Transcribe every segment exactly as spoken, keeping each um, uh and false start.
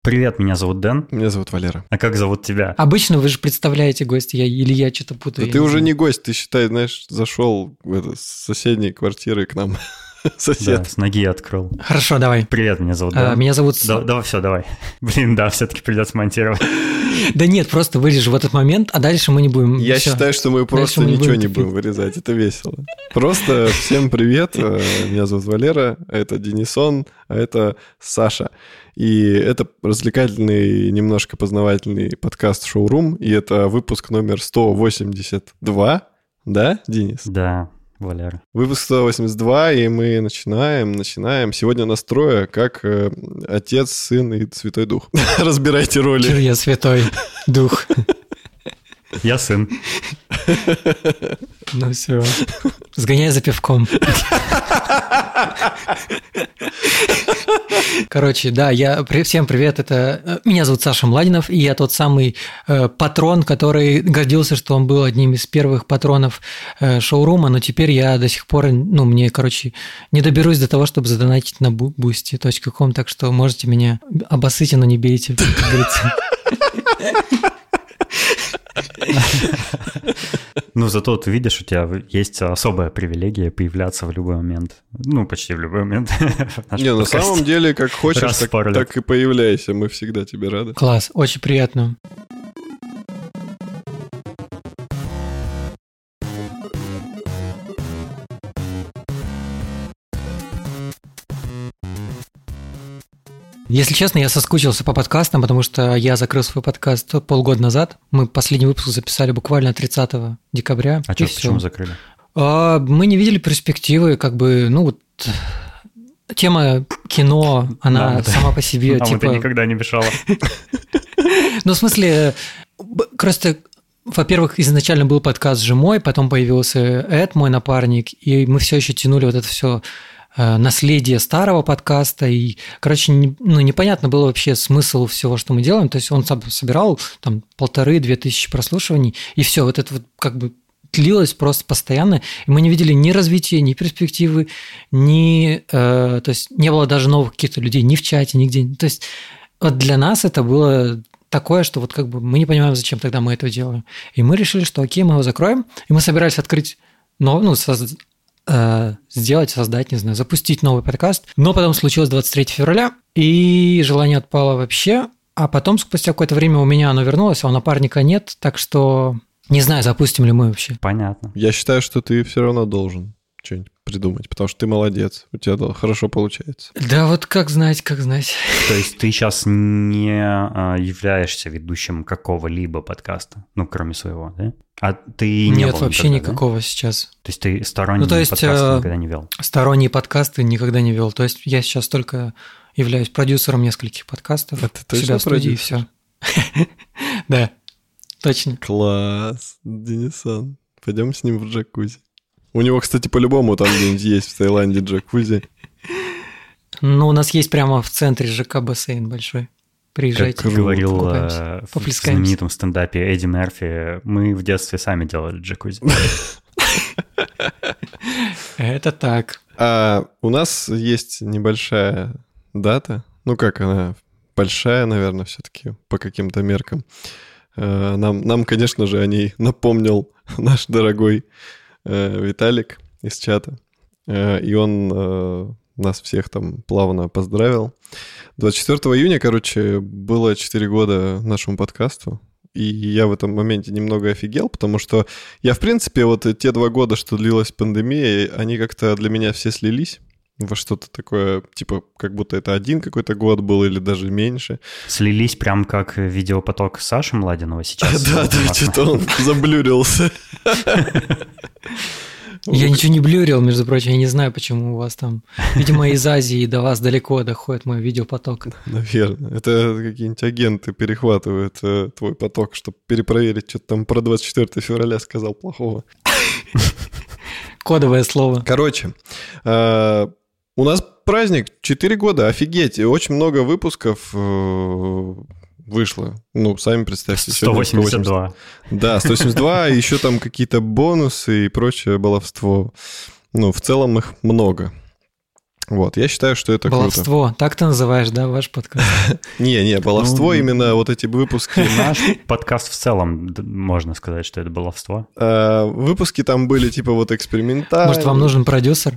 Привет, меня зовут Дэн. Меня зовут Валера. А как зовут тебя? Обычно вы же представляете гостя, я, или я что-то путаю. Да ты уже не гость, ты, считай, знаешь, зашел в это, с соседней квартиры к нам. Сосед. Да, с ноги открыл. Хорошо, давай. Привет, меня зовут Дэн. А, меня зовут... Да, давай, все, давай. Блин, да, все-таки придется монтировать. Да нет, просто вырежу в этот момент, а дальше мы не будем... Я Всё. считаю, что мы просто мы не ничего будем не тупить. будем вырезать, это весело. Просто всем привет, меня зовут Валера, это Денисон, а это Саша. И это развлекательный, немножко познавательный подкаст «Шоурум», и это выпуск номер сто восемьдесят два, да, Денис? Да, Валера. Выпуск сто восемьдесят два, и мы начинаем, начинаем. Сегодня нас трое, как э, Отец, Сын и Святой Дух. Разбирайте роли. Чё я святой дух. Я сын. Ну все. Сгоняй за пивком. Короче, да, я всем привет. Это меня зовут Саша Младинов, и я тот самый э, патрон, который гордился, что он был одним из первых патронов э, шоурума, но теперь я до сих пор, ну, мне, короче, не доберусь до того, чтобы задонатить на boosty точка ком, так что можете меня обоссыть, но не берите, как говорится. Ну, зато ты видишь, у тебя есть особая привилегия появляться в любой момент. Ну, почти в любой момент. Не, на самом деле, как хочешь, так, так и появляйся. Мы всегда тебе рады. Класс, очень приятно. Если честно, я соскучился по подкастам, потому что я закрыл свой подкаст полгода назад. Мы последний выпуск записали буквально тридцатого декабря. А что, почему закрыли? А, мы не видели перспективы, как бы, ну вот... Тема кино, она нам сама по себе, нам типа... это никогда не мешало. Ну, в смысле, просто... Во-первых, изначально был подкаст же мой, потом появился Эд, мой напарник, и мы все еще тянули вот это все... наследие старого подкаста, и, короче, не, ну, непонятно было вообще смысл всего, что мы делаем, то есть он собирал там полторы-две тысячи прослушиваний, и все, вот это вот как бы длилось просто постоянно, и мы не видели ни развития, ни перспективы, ни, э, то есть не было даже новых каких-то людей ни в чате, нигде, то есть вот для нас это было такое, что вот как бы мы не понимаем, зачем тогда мы это делаем, и мы решили, что окей, мы его закроем, и мы собирались открыть, ну, ну создать сделать, создать, не знаю, запустить новый подкаст. Но потом случилось двадцать третьего февраля, и желание отпало вообще. А потом, спустя какое-то время, у меня оно вернулось, а у напарника нет. Так что не знаю, запустим ли мы вообще. Понятно. Я считаю, что ты все равно должен что-нибудь придумать, потому что ты молодец, у тебя хорошо получается. Да вот как знать, как знать. То есть ты сейчас не являешься ведущим какого-либо подкаста, ну, кроме своего, да? А ты не Нет, был вообще никогда, никакого да? сейчас. То есть ты сторонние ну, то есть, подкасты э, никогда не вел? Сторонние подкасты никогда не вел. То есть я сейчас только являюсь продюсером нескольких подкастов. А ты точно у себя в студии, и продюсер? все. Да, точно. Класс, Денисон. Пойдем с ним в джакузи. У него, кстати, по-любому там где-нибудь есть в Таиланде джакузи. Ну, у нас есть прямо в центре ЖК бассейн большой. Приезжайте. Как говорил покупаемся, в знаменитом стендапе Эдди Мерфи, мы в детстве сами делали джакузи. Это так. А у нас есть небольшая дата. Ну, как она? Большая, наверное, все-таки по каким-то меркам. Нам, нам, конечно же, о ней напомнил наш дорогой Виталик из чата. И он нас всех там плавно поздравил. двадцать четвёртого июня, короче, было четыре года нашему подкасту. И я в этом моменте немного офигел, потому что я, в принципе, вот те два года, что длилась пандемия, они как-то для меня все слились во что-то такое, типа, как будто это один какой-то год был или даже меньше. Слились прям как видеопоток Саши Младинова сейчас. Да, да, что-то он заблюрился. Я ничего не блюрил, между прочим, я не знаю, почему у вас там, видимо, из Азии до вас далеко доходит мой видеопоток. Наверное. Это какие-нибудь агенты перехватывают э, твой поток, чтобы перепроверить, что ты там про двадцать четвёртого февраля сказал плохого. Кодовое слово. Короче, э, у нас праздник четыре года, офигеть, и очень много выпусков э, вышло. Ну, сами представьте. сто восемьдесят два. Да, сто восемьдесят два, и еще там какие-то бонусы и прочее баловство. Ну, в целом их много. Вот, я считаю, что это баловство. круто. Так ты называешь, да, ваш подкаст? Не-не, баловство, именно вот эти выпуски. Наш подкаст в целом, можно сказать, что это баловство. Выпуски там были типа вот экспериментальные. Может, вам нужен продюсер?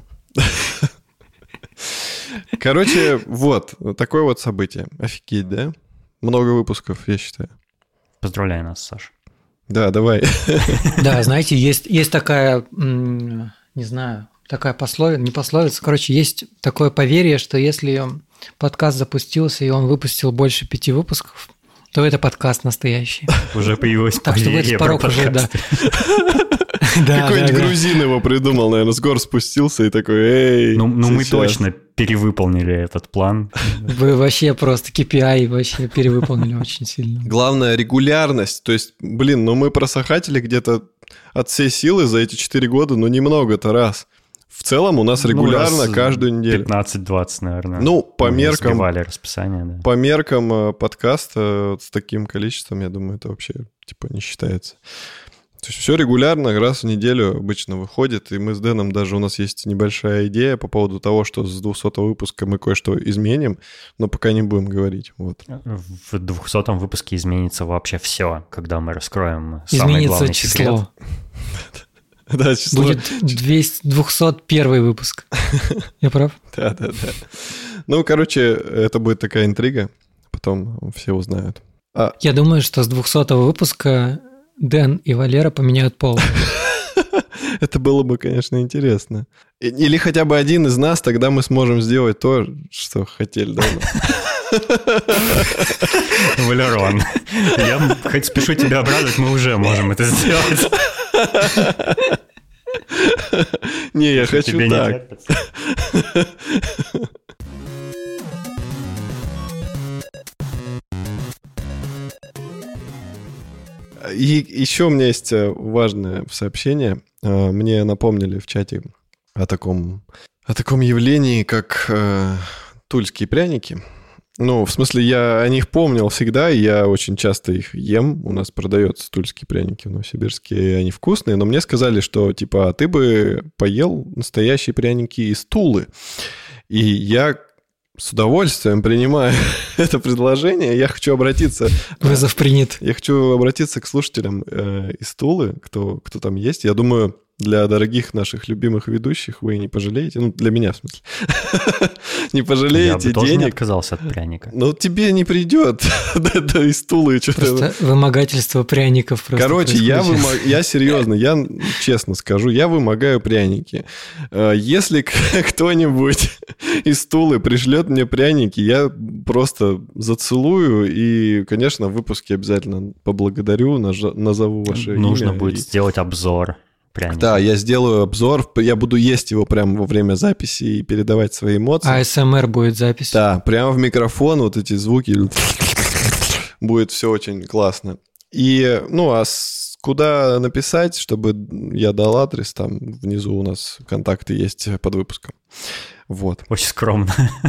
Короче, вот, такое вот событие. Офигеть, да? Много выпусков, я считаю. Поздравляю нас, Саш. Да, давай. Да, знаете, есть, есть такая, не знаю, такая пословица, не пословица, короче, есть такое поверье, что если подкаст запустился и он выпустил больше пяти выпусков, то это подкаст настоящий. Уже появилось поверье про подкасты. Какой-нибудь грузин его придумал, наверное, с гор спустился и такой, эй, Ну, ну мы точно перевыполнили этот план. Вы вообще просто кей пи ай вообще перевыполнили очень сильно. Главное, регулярность. То есть, блин, ну мы просохатели где-то от всей силы за эти четыре года, ну немного-то раз. В целом у нас регулярно, ну, каждую неделю. пятнадцать-двадцать, наверное. Ну, по мы меркам... сбивали расписание, да. По меркам подкаста с таким количеством, я думаю, это вообще типа не считается. То есть все регулярно, раз в неделю обычно выходит, и мы с Дэном даже, у нас есть небольшая идея по поводу того, что с двухсотого выпуска мы кое-что изменим, но пока не будем говорить. Вот. В двухсотом выпуске изменится вообще все, когда мы раскроем самый главный изменится число. Да, число. Будет двухсот первый выпуск. Я прав? Да, да, да. Ну, короче, это будет такая интрига, потом все узнают. А... Я думаю, что с двухсотого выпуска Дэн и Валера поменяют пол. Это было бы, конечно, интересно. Или хотя бы один из нас, тогда мы сможем сделать то, что хотели давно. Валерон, я хоть спешу тебя обрадовать, мы уже можем это сделать. Не, я хочу так. И еще у меня есть важное сообщение. Мне напомнили в чате о таком, о таком явлении, как э, тульские пряники. Ну, в смысле, я о них помнил всегда, и я очень часто их ем. У нас продаются тульские пряники в Новосибирске, и они вкусные. Но мне сказали, что, типа, а ты бы поел настоящие пряники из Тулы. И я... с удовольствием принимаю это предложение. Я хочу обратиться... Вызов принят. Я хочу обратиться к слушателям э, из Тулы, кто, кто там есть. Я думаю, для дорогих наших любимых ведущих вы не пожалеете. Ну, для меня, в смысле. Не пожалеете денег. Я бы тоже не отказался от пряника. Но тебе не придет из Тулы. Просто вымогательство пряников. Короче, я серьезно, я честно скажу, я вымогаю пряники. Если кто-нибудь из Тулы пришлет мне пряники, я просто зацелую и, конечно, в выпуске обязательно поблагодарю, назову ваше имя. Нужно будет сделать обзор пряника. Да, я сделаю обзор, я буду есть его прямо во время записи и передавать свои эмоции. А эс эм эр будет запись? Да, прямо в микрофон вот эти звуки. Будет все очень классно. И, ну, а с, куда написать, чтобы я дал адрес, там внизу у нас контакты есть под выпуском. Вот. Очень скромно.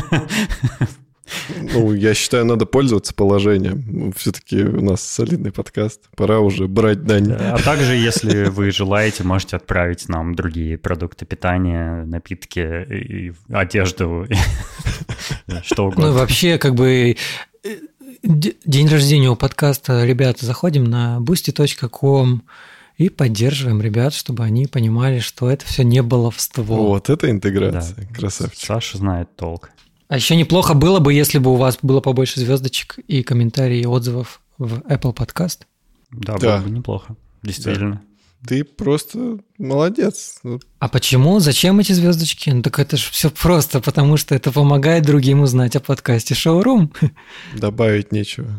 Ну, я считаю, надо пользоваться положением. Все-таки у нас солидный подкаст. Пора уже брать дань. А также, если вы желаете, можете отправить нам другие продукты питания, напитки, и одежду, что угодно. Ну, вообще, как бы... День рождения у подкаста, ребята, заходим на boosty точка ком и поддерживаем ребят, чтобы они понимали, что это все не баловство. Вот, это интеграция. Да. Красавчик. Саша знает толк. А еще неплохо было бы, если бы у вас было побольше звездочек и комментариев, и отзывов в Apple Podcast. Да, да. Было бы неплохо, действительно. Да. Ты просто молодец. А почему? Зачем эти звездочки? Ну так это же все просто, потому что это помогает другим узнать о подкасте Шоурум. Добавить нечего.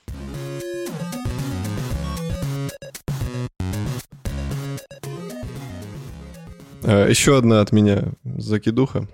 Еще одна от меня закидуха.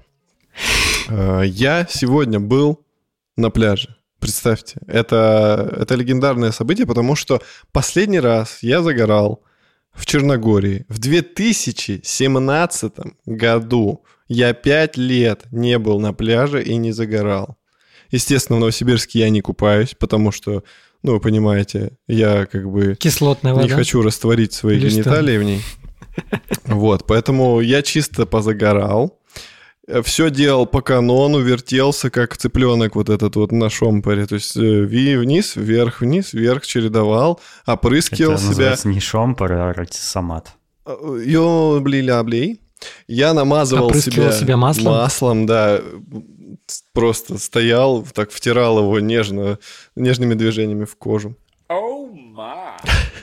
Я сегодня был на пляже. Представьте, это, это легендарное событие, потому что последний раз я загорал в Черногории в две тысячи семнадцатом году. Я пять лет не был на пляже и не загорал. Естественно, в Новосибирске я не купаюсь, потому что, ну, вы понимаете, я как бы... Кислотная вода. Не хочу растворить свои Или гениталии что? В ней. Вот, поэтому я чисто позагорал. все делал по канону, вертелся, как цыпленок вот этот вот на шомполе. То есть ви вниз, вверх, вниз, вверх чередовал, опрыскивал Это себя. называется не шомпор, а ратисомат. Ё-бли-ля-блей. Я намазывал Опрыскивал себя, себя маслом? маслом, да. Просто стоял, так втирал его нежно, нежными движениями в кожу. Oh my.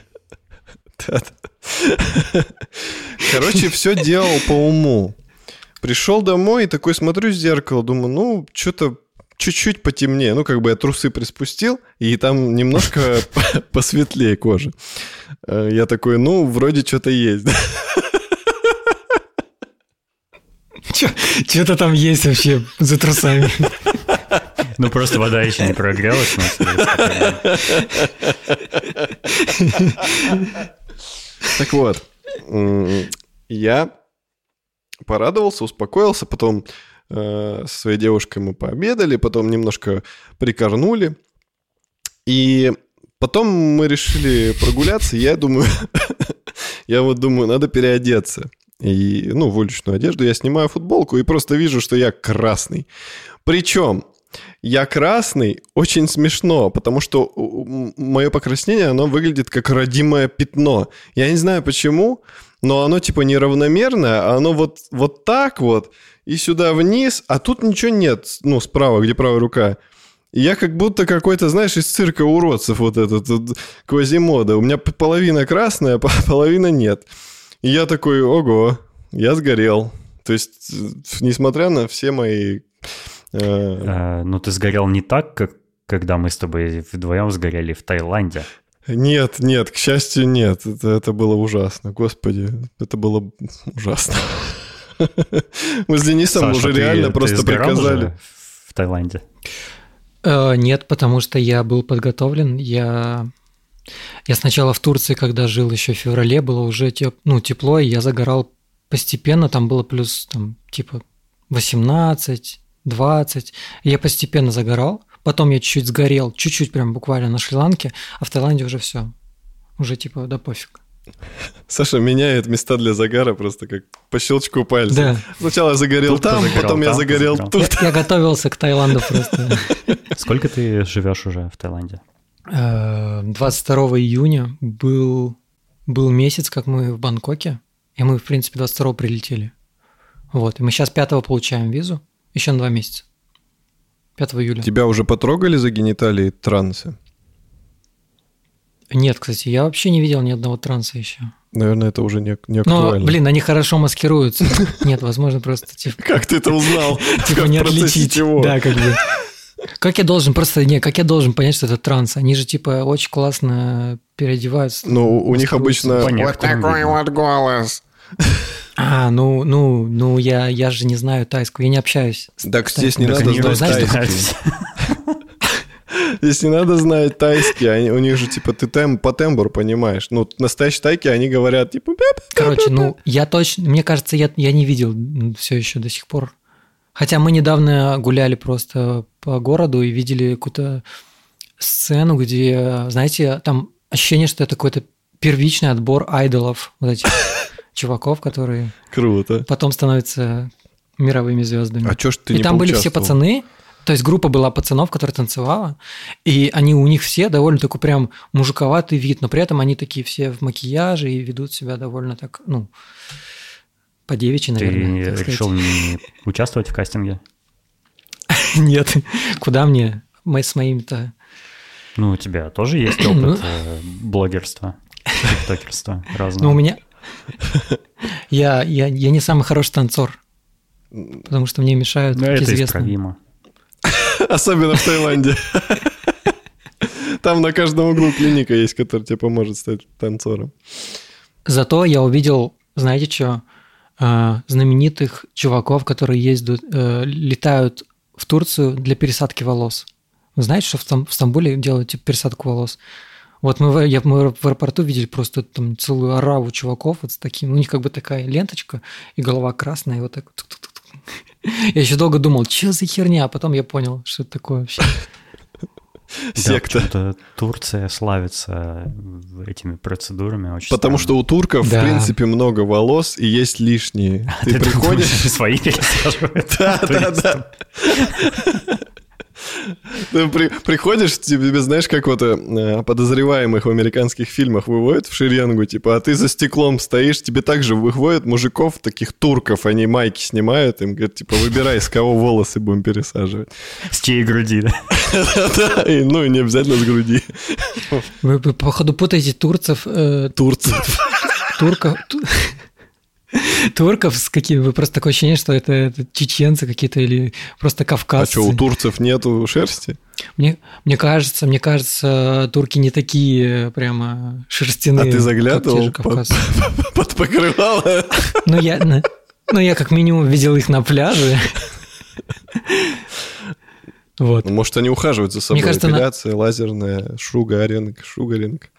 Короче, все делал по уму. Пришел домой и такой смотрю в зеркало, думаю, ну, что-то чуть-чуть потемнее. Ну, как бы я трусы приспустил, и там немножко посветлее кожа. Я такой, ну, вроде что-то есть. Что-то там есть вообще за трусами. Ну, просто вода еще не прогрелась. Так вот, я порадовался, успокоился, потом э, со своей девушкой мы пообедали, потом немножко прикорнули, и потом мы решили прогуляться, и я думаю, я вот думаю, надо переодеться. И, ну, в уличную одежду я снимаю футболку и просто вижу, что я красный. Причем я красный очень смешно, потому что мое покраснение, оно выглядит как родимое пятно. Я не знаю почему, но оно типа неравномерное, а оно вот, вот так вот и сюда вниз, а тут ничего нет, ну, справа, где правая рука. И я как будто какой-то, знаешь, из цирка уродцев вот этот вот, Квазимода. У меня половина красная, а половина нет. И я такой, ого, я сгорел. То есть, несмотря на все мои... Э, ну, ты сгорел не так, как когда мы с тобой вдвоем сгорели в Таиланде. Нет, нет, к счастью, нет. Это, это было ужасно. Господи, это было ужасно. Мы с Денисом уже реально просто приказали. В Таиланде? Нет, потому что я был подготовлен. Я... я сначала в Турции, когда жил еще в феврале, было уже теп... ну, тепло, и я загорал постепенно. Там было плюс там, типа восемнадцать, двадцать. И я постепенно загорал. Потом я чуть-чуть сгорел, чуть-чуть прям буквально на Шри-Ланке, а в Таиланде уже все. Уже типа, да пофиг. Саша меняет места для загара просто как по щелчку пальца. Да. Сначала я загорел Тут там, позагорал, потом там я загорел позагорал. тут. Я, я готовился к Таиланду просто. Сколько ты живешь уже в Таиланде? двадцать второго июня был, был месяц, как мы в Бангкоке, и мы, в принципе, двадцать второго прилетели. Вот, и мы сейчас пятого получаем визу, еще на два месяца. пятого июля. Тебя уже потрогали за гениталии трансы? Нет, кстати, я вообще не видел ни одного транса еще. Наверное, это уже не, не Но, актуально. блин, они хорошо маскируются. Нет, возможно, просто типа... Как ты это узнал? Типа не отличить. Да, как бы. Как я должен просто... Не, как я должен понять, что это транс? Они же, типа, очень классно переодеваются. Ну, у них обычно... Понятно, Вот такой вот голос. А, ну, ну, ну, я, я же не знаю тайскую, я не общаюсь. с Так здесь не тайским. надо Так они знать знаешь, тайский. Здесь не надо знать тайский. Они, у них же, типа, ты тем, по тембру понимаешь. Ну, настоящие тайки, они говорят, типа... Короче, ну, я точно... Мне кажется, я, я не видел все еще до сих пор. Хотя мы недавно гуляли просто по городу и видели какую-то сцену, где, знаете, там ощущение, что это какой-то первичный отбор айдолов, вот этих чуваков, которые Круто. потом становятся мировыми звездами. А чё ж ты и не там были все поучаствовал? пацаны, то есть группа была пацанов, которая танцевала, и они у них все довольно такой прям мужиковатый вид, но при этом они такие все в макияже и ведут себя довольно так, ну, по-девичьи, наверное. Ты так сказать. решил не участвовать в кастинге? Нет, куда мне мы с моими-то... Ну, у тебя тоже есть Ну. опыт э, блогерства, тиктокерства разного. Ну, у меня... Я, я, я не самый хороший танцор, потому что мне мешают, Ну, как это известно. исправимо. Особенно в Таиланде. Там на каждом углу клиника есть, которая тебе поможет стать танцором. Зато я увидел, знаете что, знаменитых чуваков, которые ездят, э, летают в Турцию для пересадки волос. Вы знаете, что в, Стам- в Стамбуле делают типа пересадку волос? Вот мы в, я, мы в аэропорту видели просто там целую ораву чуваков вот с таким, у них как бы такая ленточка, и голова красная, и вот так. Я еще долго думал, что за херня, а потом я понял, что это такое вообще. секта. Да, Турция славится этими процедурами. Очень Потому странно. что у турков, Да. в принципе, много волос и есть лишние. Ты Ты думаешь, приходишь... свои пересаживают? Да, да, да. Ты при- приходишь, тебе, знаешь, как вот э, подозреваемых в американских фильмах выводят в шеренгу, типа, а ты за стеклом стоишь, тебе также выводят мужиков, таких турков, они майки снимают, им говорят, типа, выбирай, с кого волосы будем пересаживать. С чьей груди, да? Да, и, ну, и не обязательно с груди. Вы, вы, походу, путаете турцев... э, Турцев. турков... ту- Турков с какими... Вы просто такое ощущение, что это, это чеченцы какие-то или просто А кавказцы. что, у турцев нету шерсти? Мне, мне кажется, мне кажется, турки не такие прямо шерстяные. А ты как те заглядывал же под, кавказцы. под покрывало? Ну, я, ну, ну, я как минимум видел их на пляже. Вот. Ну, может, они ухаживают за собой. Мне кажется, на- Эпиляция, лазерная, шугаринг, шугаринг.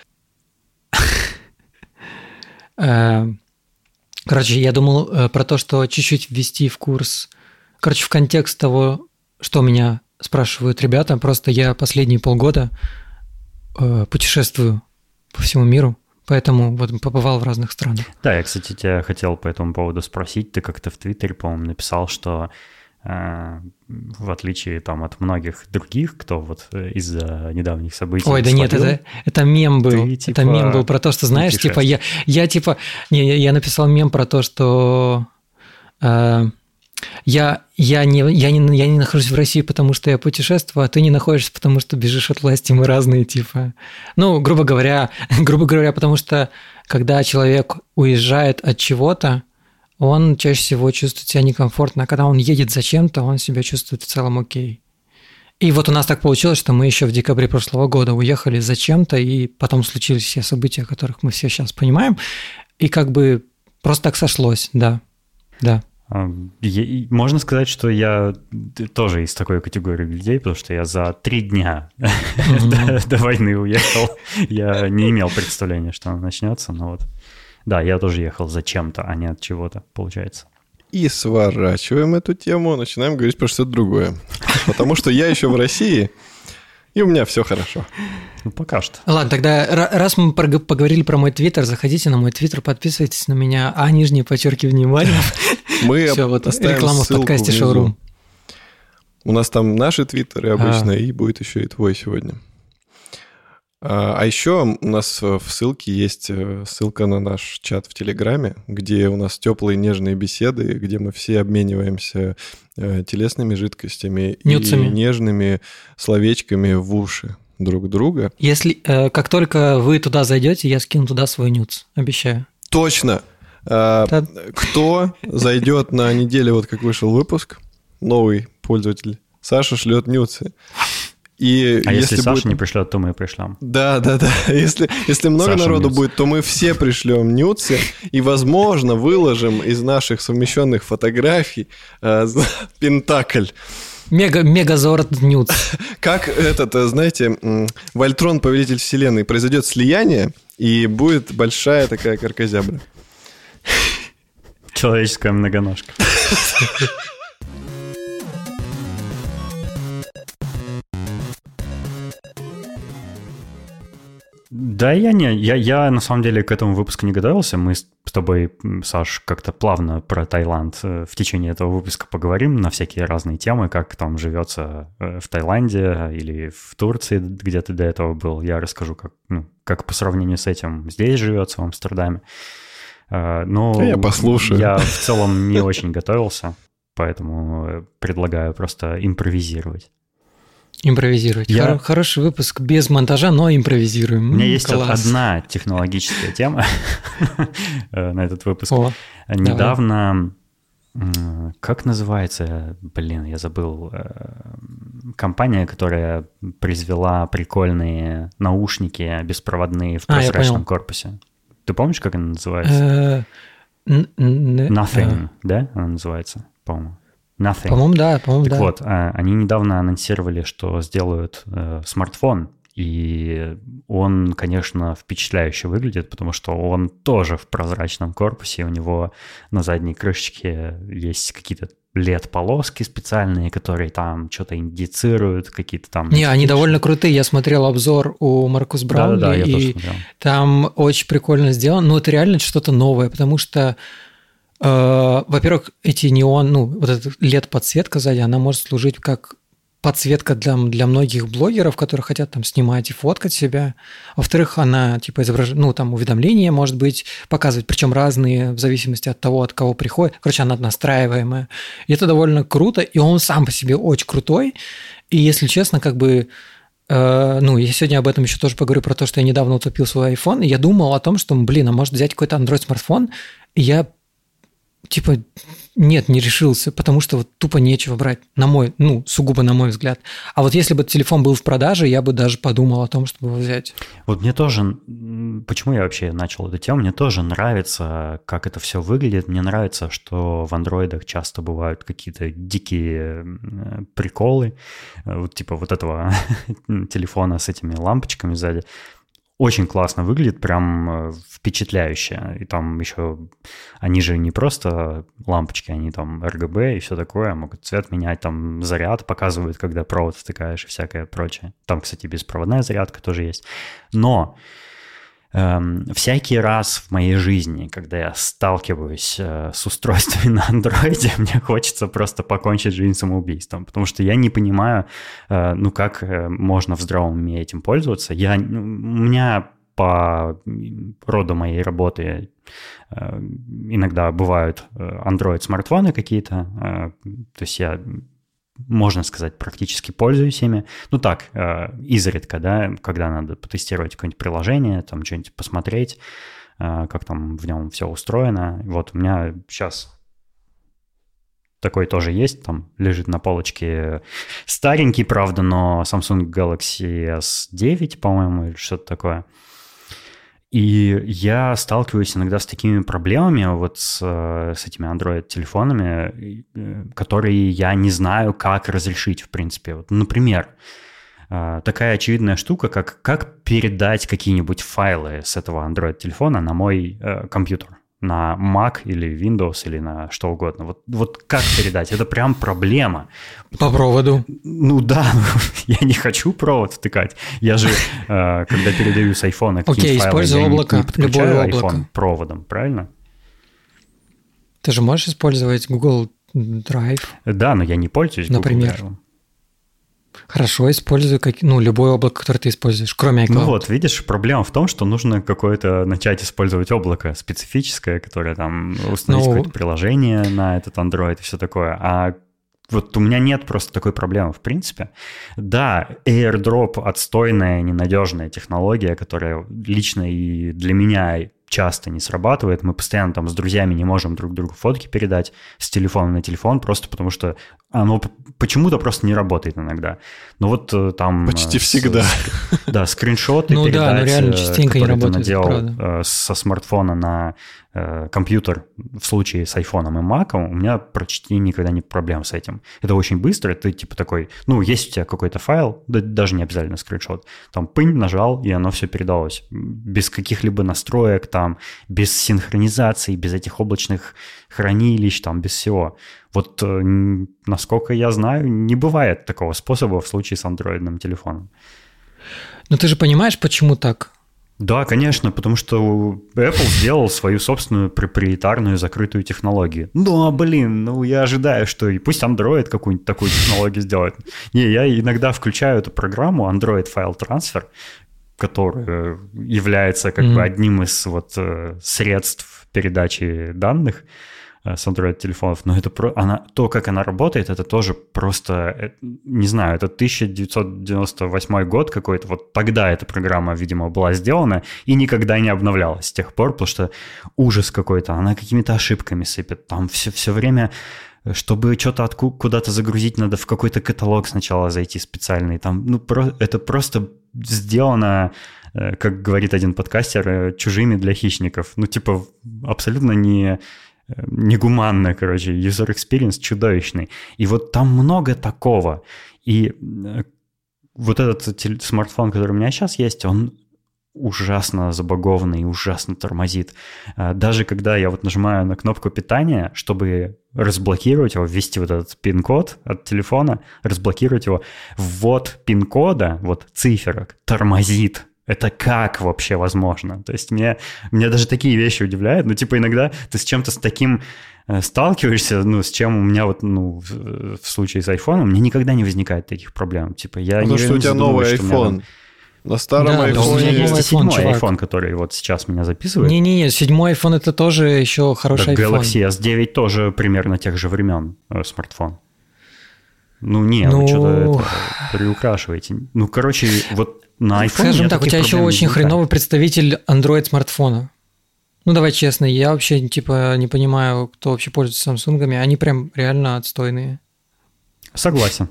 Э, Короче, я думал э, про то, что чуть-чуть ввести в курс. Короче, в контекст того, что меня спрашивают ребята, просто я последние полгода э, путешествую по всему миру, поэтому вот побывал в разных странах. Да, я, кстати, тебя хотел по этому поводу спросить. Ты как-то в Твиттере, по-моему, написал, что э, в отличие там от многих других, кто вот э, из-за недавних событий Ой, да нет, словил, это, это мем был. Ты, Это типа, мем был про то, что, знаешь, типа, я, я типа... Не, я, я написал мем про то, что... э, я, я, не, я, не, я не нахожусь в России, потому что я путешествую, а ты не находишься, потому что бежишь от власти, мы разные, типа. Ну, грубо говоря, грубо говоря, потому что когда человек уезжает от чего-то, он чаще всего чувствует себя некомфортно, а когда он едет за чем-то, он себя чувствует в целом окей. И вот у нас так получилось, что мы еще в декабре прошлого года уехали за чем-то, и потом случились все события, о которых мы все сейчас понимаем, и как бы просто так сошлось, да, да. Я- Можно сказать, что я тоже из такой категории людей, потому что я за три дня до, до войны уехал. Я не имел представления, что она начнется, но вот. Да, я тоже ехал за чем-то, а не от чего-то, получается. И сворачиваем эту тему, начинаем говорить про что-то другое. Потому что я еще в России, и у меня все хорошо. Ну, пока что. Ладно, тогда ра- раз мы прог- поговорили про мой твиттер, заходите на мой твиттер, подписывайтесь на меня, а нижнее подчеркивание внимания. Мы Все, вот оставим реклама в ссылку подкасте внизу. «Шоурум». У нас там наши твиттеры обычно, А. и будет еще и твой сегодня. А, а еще у нас в ссылке есть э, ссылка на наш чат в Телеграме, где у нас теплые нежные беседы, где мы все обмениваемся э, телесными жидкостями Нюцами. и нежными словечками в уши друг друга. Если, э, как только вы туда зайдете, я скину туда свой нюц, обещаю. Точно! А, Да. Кто зайдет на неделю, вот как вышел выпуск, новый пользователь, Саша шлет нюцы. И А если, Саша будет... не пришлет, то мы пришлем. Да, да, да. Если, если много Саша народу нюц. будет, то мы все пришлем нюцы и, возможно, выложим из наших совмещенных фотографий э, Пентакль. Мега, мегазорд нюц. Как этот, э, знаете, м, Вольтрон, повелитель вселенной, произойдет слияние, и будет большая такая каркозябра. Человеческая многоножка. Да, я не, я, я на самом деле к этому выпуску не готовился. Мы с с тобой, Саш, как-то плавно про Таиланд э, в течение этого выпуска поговорим на всякие разные темы, как там живется э, в Таиланде или в Турции, где ты до этого был. Я расскажу, как, ну, как по сравнению с этим здесь живется, в Амстердаме. Э, Но Я послушаю. я в целом не очень готовился, поэтому э, предлагаю просто импровизировать. Импровизировать. Я- Хор- хороший выпуск без монтажа, но импровизируем. У меня М, есть класс. одна технологическая тема э, на этот выпуск. О, Недавно, м, как называется, блин, я забыл, э, компания, которая произвела прикольные наушники беспроводные в А, я прозрачном понял. корпусе. Ты помнишь, как она называется? э, н- н- Nothing, э, да, она называется, по-моему. Nothing. По-моему, да, по-моему, Так да. вот, а, они недавно анонсировали, что сделают э, смартфон, и он, конечно, впечатляюще выглядит, потому что он тоже в прозрачном корпусе, у него на задней крышечке есть какие-то эл и ди-полоски специальные, которые там что-то индицируют, какие-то там... Не, они довольно крутые. Я смотрел обзор у Маркус Браунли, да, да, я и тоже смотрел. Там очень прикольно сделано. Но это реально что-то новое, потому что, э, во-первых, эти неон, ну, вот эта эл и ди-подсветка сзади, она может служить как подсветка для, для многих блогеров, которые хотят там снимать и фоткать себя. Во-вторых, она типа изображает, ну, там уведомления, может быть, показывать, причем разные, в зависимости от того, от кого приходит. Короче, она настраиваемая. И это довольно круто, и он сам по себе очень крутой. И, если честно, как бы, э, ну, я сегодня об этом еще тоже поговорю, про то, что я недавно утопил свой iPhone, и я думал о том, что, блин, а может взять какой-то Android-смартфон, и я типа, нет, не решился, потому что вот тупо нечего брать, на мой, ну, сугубо на мой взгляд. А вот если бы телефон был в продаже, я бы даже подумал о том, чтобы его взять. Вот мне тоже, почему я вообще начал эту тему, мне тоже нравится, как это все выглядит. Мне нравится, что в андроидах часто бывают какие-то дикие приколы, вот типа вот этого телефона с этими лампочками сзади. Очень классно выглядит, прям впечатляюще. И там еще, они же не просто лампочки, они там эр джи би и все такое, могут цвет менять, там заряд показывают, когда провод втыкаешь и всякое прочее. Там, кстати, беспроводная зарядка тоже есть. Но эм, всякий раз в моей жизни, когда я сталкиваюсь э, с устройствами на андроиде, мне хочется просто покончить жизнь самоубийством, потому что я не понимаю, э, ну, как э, можно в здравом уме этим пользоваться. Я, ну, у меня по роду моей работы э, иногда бывают Android-смартфоны какие-то, э, то есть я, можно сказать, практически пользуюсь ими. Ну так, э, изредка, да, когда надо потестировать какое-нибудь приложение, там что-нибудь посмотреть, э, как там в нем все устроено. Вот у меня сейчас такой тоже есть, там лежит на полочке старенький, правда, но Samsung Galaxy эс девять, по-моему, или что-то такое. И я сталкиваюсь иногда с такими проблемами вот с, с этими Android-телефонами, которые я не знаю, как разрешить, в принципе. Вот, например, такая очевидная штука, как, как передать какие-нибудь файлы с этого Android-телефона на мой э, компьютер, на Mac или Windows или на что угодно. Вот, вот как передать? Это прям проблема. По проводу. Ну да, я не хочу провод втыкать. Я же, э, когда передаю с айфона какие-нибудь Окей, файлы, используй я облако, не, не подключаю любое iPhone облако. проводом, правильно? Ты же можешь использовать Google Drive. Да, но я не пользуюсь Например. Google Drive. Хорошо, используй как, ну, любое облако, которое ты используешь, кроме iCloud. Ну вот, видишь, проблема в том, что нужно какое-то начать использовать облако специфическое, которое там установить Ну... какое-то приложение на этот Android и все такое. А вот у меня нет просто такой проблемы в принципе. Да, AirDrop — отстойная, ненадежная технология, которая лично и для меня часто не срабатывает. Мы постоянно там с друзьями не можем друг другу фотки передать с телефона на телефон, просто потому что оно почему-то просто не работает иногда. Ну вот там... Почти с, всегда. С, да, скриншоты ну, передать, да, ну, реально, частенько не которые ты работает, наделал со смартфона на э, компьютер в случае с айфоном и маком, у меня почти никогда нет проблем с этим. Это очень быстро, ты типа такой, ну, есть у тебя какой-то файл, да, даже не обязательно скриншот, там пынь, нажал, и оно все передалось. Без каких-либо настроек, там, без синхронизации, без этих облачных хранилищ, там, без всего. Вот, э, насколько я знаю, не бывает такого способа в случае с андроидным телефоном. Но ты же понимаешь, почему так? Да, конечно, потому что Apple сделал свою собственную проприетарную закрытую технологию. Ну, а блин, ну я ожидаю, что и пусть Android какую-нибудь такую технологию сделает. Не, я иногда включаю эту программу Android File Transfer, которая является как mm-hmm. бы одним из вот средств передачи данных с Android-телефонов, но это про, она, то, как она работает, это тоже просто, не знаю, это тысяча девятьсот девяносто восьмой год какой-то, вот тогда эта программа, видимо, была сделана и никогда не обновлялась с тех пор, потому что ужас какой-то, она какими-то ошибками сыпет, там все, все время, чтобы что-то отку- куда-то загрузить, надо в какой-то каталог сначала зайти специальный, там, ну, про, это просто сделано, как говорит один подкастер, чужими для хищников, ну, типа, абсолютно не... негуманно, короче, user experience чудовищный. И вот там много такого. И вот этот теле- смартфон, который у меня сейчас есть, он ужасно забагованный и ужасно тормозит. Даже когда я вот нажимаю на кнопку питания, чтобы разблокировать его, ввести вот этот пин-код от телефона, разблокировать его, ввод пин-кода, вот циферок, тормозит. Это как вообще возможно? То есть меня, меня даже такие вещи удивляют. Ну, типа, иногда ты с чем-то с таким сталкиваешься, ну, с чем у меня вот, ну, в, в случае с айфоном, мне никогда не возникает таких проблем. Типа, я Потому не что у тебя новый iPhone. На старом Да, iPhone. У меня новый есть iPhone, седьмой чувак. iPhone, который вот сейчас меня записывает. Не-не-не, седьмой iPhone это тоже еще хороший Так iPhone. Galaxy эс девять тоже примерно тех же времен э, смартфон. Ну, не, Ну... вы что-то это приукрашиваете. Ну, короче, вот на iPhone... Скажем так, у тебя еще очень хреновый представитель Android-смартфона. Ну, давай честно, я вообще, типа, не понимаю, кто вообще пользуется Samsung'ами. Они прям реально отстойные. Согласен.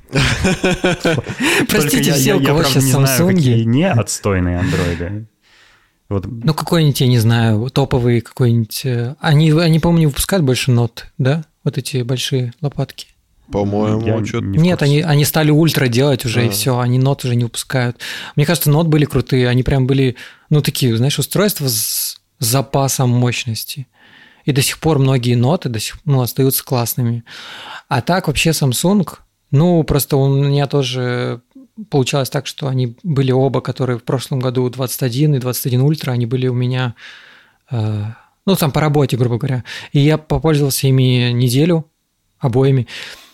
Простите все, у кого сейчас не знаю, какие Samsung. не отстойные андроиды. Вот. Ну, какой-нибудь, я не знаю, топовый какой-нибудь... э, Они, они, по-моему, не выпускают больше нот, да? Вот эти большие лопатки. По-моему, Я что-то... не в Нет, курсе. они, они стали ультра делать уже, А. и все, они нот уже не выпускают. Мне кажется, нот были крутые, они прям были, ну, такие, знаешь, устройства с запасом мощности. И до сих пор многие ноты до сих, ну, остаются классными. А так вообще Samsung, ну, просто у меня тоже получалось так, что они были оба, которые в прошлом году двадцать один и двадцать один ультра, они были у меня, э, ну, там по работе, грубо говоря. И я попользовался ими неделю, обоими.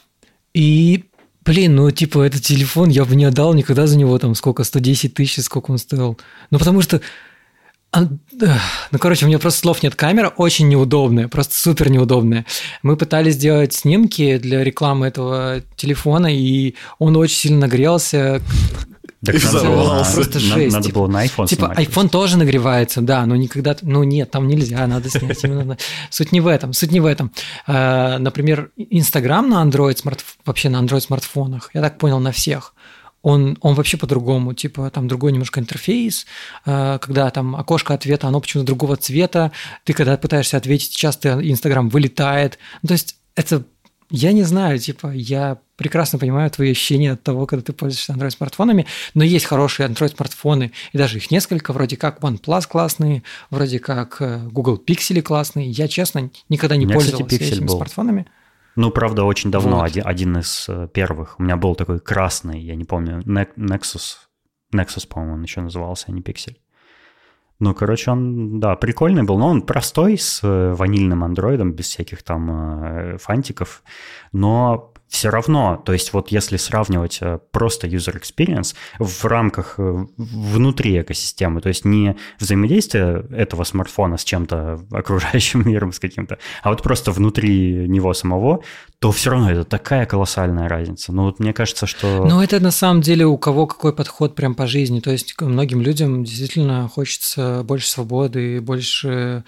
И, блин, ну, типа, этот телефон, я бы не отдал никогда за него, там, сколько, сто десять тысяч, сколько он стоил. Ну, потому что, ну, короче, у меня просто слов нет. Камера очень неудобная, просто супер неудобная. Мы пытались сделать снимки для рекламы этого телефона, и он очень сильно нагрелся. Так И надо было на- взорвался. Просто на- жесть. Надо было на iPhone Типа, снимать. iPhone тоже нагревается, да, но никогда... Ну, нет, там нельзя, надо снять. Именно... Суть не в этом, суть не в этом. А, например, Инстаграм на Android, смарт... вообще на Android-смартфонах, я так понял, на всех, он, он вообще по-другому, типа, там другой немножко интерфейс, а, когда там окошко ответа, оно почему-то другого цвета, ты когда пытаешься ответить, часто Инстаграм вылетает. Ну, то есть это... Я не знаю, типа, я прекрасно понимаю твои ощущения от того, когда ты пользуешься Android-смартфонами, но есть хорошие Android-смартфоны, и даже их несколько, вроде как OnePlus классные, вроде как э, Google Pixel классные. Я, честно, никогда не У меня, кстати, пользовался Pixel этими был. смартфонами. Ну, правда, очень давно, Вот. один, один из э, первых. У меня был такой красный, я не помню, Не- Nexus. Nexus, по-моему, он еще назывался, а не Pixel. Ну, короче, он, да, прикольный был, но он простой, с э, ванильным андроидом, без всяких там э, фантиков, но все равно, то есть вот если сравнивать э, просто user experience в рамках э, внутри экосистемы, то есть не взаимодействие этого смартфона с чем-то окружающим миром, с каким-то, а вот просто внутри него самого, то все равно это такая колоссальная разница. Ну, вот мне кажется, что... Ну, это на самом деле у кого какой подход прям по жизни. То есть многим людям действительно хочется больше свободы, больше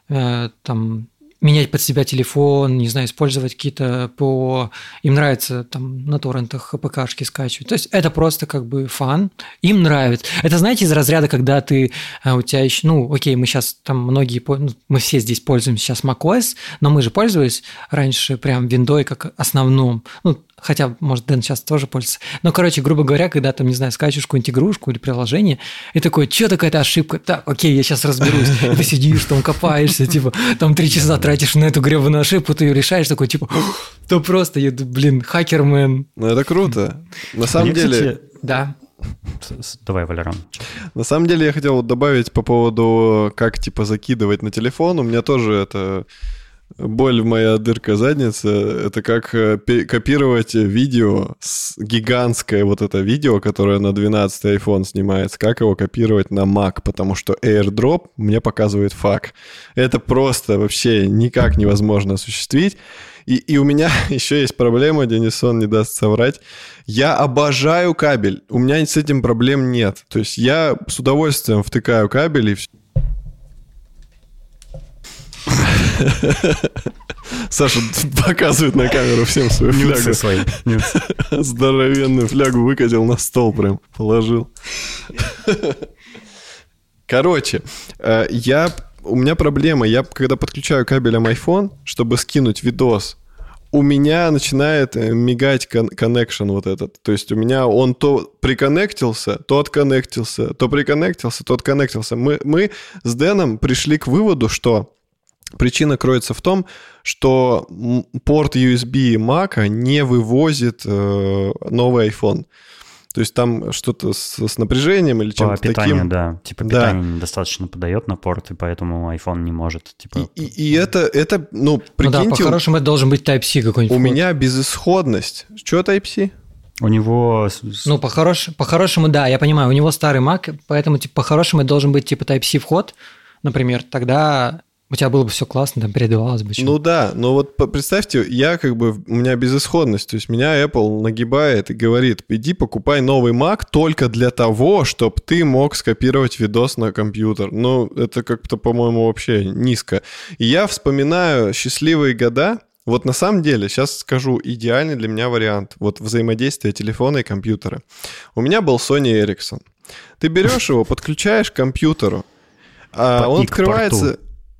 э, там менять под себя телефон, не знаю, использовать какие-то по... Им нравится там на торрентах ПКшки скачивать. То есть это просто как бы фан. Им нравится. Это, знаете, из разряда, когда ты... У тебя еще... Ну, окей, мы сейчас там многие... Ну, мы все здесь пользуемся сейчас macOS, но мы же пользовались раньше прям виндой как основном. Ну, хотя, может, Дэн сейчас тоже пользуется. Но, короче, грубо говоря, когда там, не знаю, скачиваешь какую-нибудь игрушку или приложение, и такой, что такая-то ошибка? Так, окей, я сейчас разберусь. И ты сидишь, там копаешься, типа, там три часа тратишь на эту гребаную ошибку, ты ее решаешь, такой, типа, то просто, я, блин, хакермен. Ну, это круто. На самом Мне, деле... кстати, Да. с- с- Давай, Валеран. На самом деле я хотел вот добавить по поводу, как типа закидывать на телефон. У меня тоже это боль в моя дырка задницы. Это как э, пе- копировать видео, с- гигантское вот это видео, которое на двенадцатый iPhone снимается, как его копировать на Mac, потому что AirDrop мне показывает фак. Это просто вообще никак невозможно осуществить. И, и у меня еще есть проблема, Денисон не даст соврать. Я обожаю кабель. У меня с этим проблем нет. То есть я с удовольствием втыкаю кабель и все. Саша показывает на камеру всем свою Нюцы флягу. свои. нюцы. Здоровенную флягу выкатил на стол прям, положил. Короче, э, я, у меня проблема. Я, когда подключаю кабелем iPhone, чтобы скинуть видос, у меня начинает мигать коннекшн вот этот. То есть у меня он то приконнектился, то отконнектился, то приконнектился, то отконнектился. Мы, мы с Дэном пришли к выводу, что причина кроется в том, что порт ю эс би Mac не вывозит э, новый iPhone. То есть там что-то с, с напряжением или чем-то таким. По питанию, да. Типа питание да. недостаточно подает на порт, и поэтому iPhone не может. Типа... И, и, и это, это, ну, прикиньте... Ну да, по-хорошему это должен быть Type-C какой-нибудь. У меня безысходность. Что Type-C? У него... Ну, по-хорош... по-хорошему, да, я понимаю, у него старый Mac, поэтому типа, по-хорошему это должен быть типа Type-C вход, например, тогда... У тебя было бы все классно, там передавалось бы. Ну да, но вот представьте, я как бы, у меня безысходность, то есть меня Apple нагибает и говорит, иди покупай новый Mac только для того, чтобы ты мог скопировать видос на компьютер. Ну, это как-то, по-моему, вообще низко. И я вспоминаю счастливые года, вот на самом деле, сейчас скажу, идеальный для меня вариант, вот взаимодействия телефона и компьютера. У меня был Sony Ericsson. Ты берешь его, подключаешь к компьютеру, а он открывается...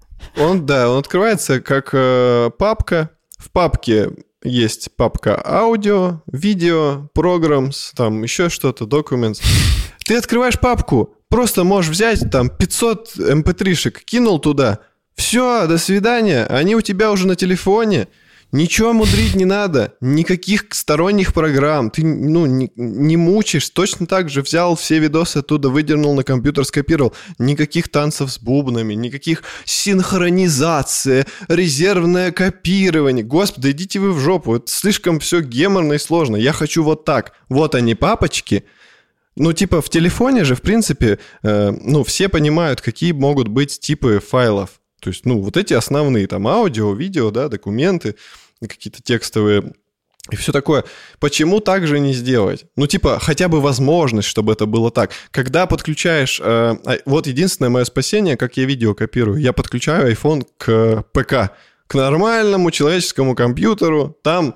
Он, да, он открывается как э, папка. В папке есть папка аудио, видео, программс, там еще что-то, documents. Ты открываешь папку, просто можешь взять там пятьсот эм пэ три-шек, кинул туда. Все, до свидания, они у тебя уже на телефоне. Ничего мудрить не надо, никаких сторонних программ, ты ну, не, не мучаешь, точно так же взял все видосы оттуда, выдернул на компьютер, скопировал, никаких танцев с бубнами, никаких синхронизации, резервное копирование, господи, идите вы в жопу, это слишком все геморно и сложно, я хочу вот так, вот они папочки. Ну, типа, в телефоне же, в принципе, э, ну, все понимают, какие могут быть типы файлов. То есть, ну, вот эти основные, там, аудио, видео, да, документы, какие-то текстовые и все такое. Почему так же не сделать? Ну, типа, хотя бы возможность, чтобы это было так. Когда подключаешь... Э, вот единственное мое спасение, как я видео копирую. Я подключаю iPhone к ПК, к нормальному человеческому компьютеру. Там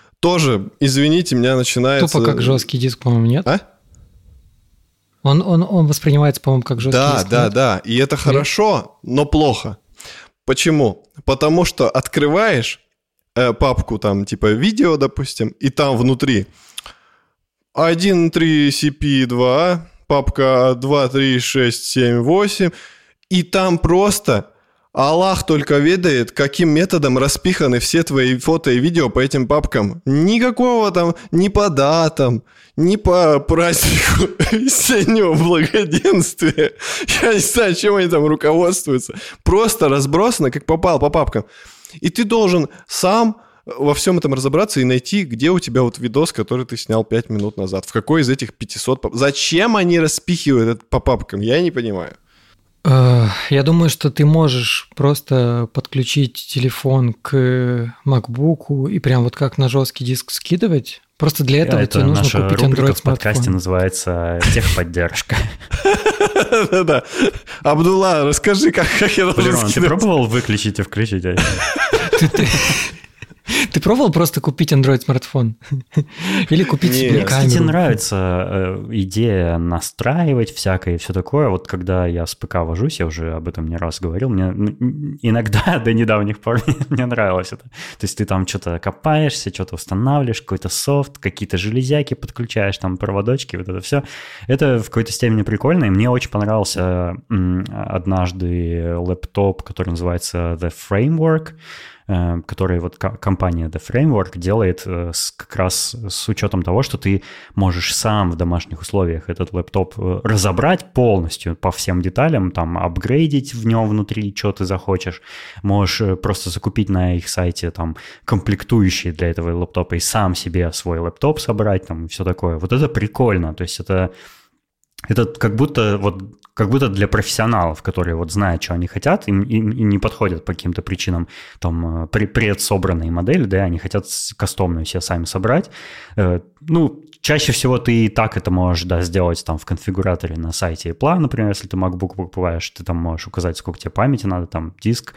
тоже, извините, меня начинается... Тупо как жесткий диск, по-моему, нет? А? Он, он, он воспринимается, по-моему, как жесткий да, диск. Да, нет? да, да. И это хорошо, но плохо. Почему? Потому что открываешь э, папку, там, типа, видео, допустим, и там внутри один три си пи два, папка два три шесть семь восемь, и там просто Аллах только ведает, каким методом распиханы все твои фото и видео по этим папкам. Никакого там, ни по датам, ни по празднику весеннего благоденствия. Я не знаю, чем они там руководствуются. Просто разбросано, как попал по папкам. И ты должен сам во всем этом разобраться и найти, где у тебя вот видос, который ты снял пять минут назад. В какой из этих пятисот пап... Зачем они распихивают это по папкам? Я не понимаю. Я думаю, что ты можешь просто подключить телефон к MacBook и прям вот как на жесткий диск скидывать. Просто для этого это тебе нужно наша купить рубрика Android в подкасте смартфон. называется «Техподдержка». Да-да. Абдулла, расскажи, как я должен Валерон, ты скидывать. пробовал выключить и включить? Ты пробовал просто купить Android смартфон? Или купить себе Нет. камеру? Кстати, нравится э, идея настраивать всякое и все такое. Вот когда я с ПК вожусь, я уже об этом не раз говорил, мне м, иногда до недавних пор мне нравилось это. То есть ты там что-то копаешься, что-то устанавливаешь, какой-то софт, какие-то железяки подключаешь, там проводочки, вот это все. Это в какой-то степени прикольно, и мне очень понравился м, однажды лэптоп, который называется The Framework, который вот компания The Framework делает с, как раз с учетом того, что ты можешь сам в домашних условиях этот лэптоп разобрать полностью по всем деталям, там апгрейдить в нем внутри, что ты захочешь. Можешь просто закупить на их сайте там комплектующие для этого лэптопа и сам себе свой лэптоп собрать, там и все такое. Вот это прикольно, то есть это, это как будто вот как будто для профессионалов, которые вот знают, что они хотят, и, и, и не подходят по каким-то причинам, там, предсобранные модели, да, они хотят кастомную себе сами собрать. Ну, чаще всего ты и так это можешь, да, сделать там в конфигураторе на сайте Apple, например, если ты MacBook покупаешь, ты там можешь указать, сколько тебе памяти надо, там, диск,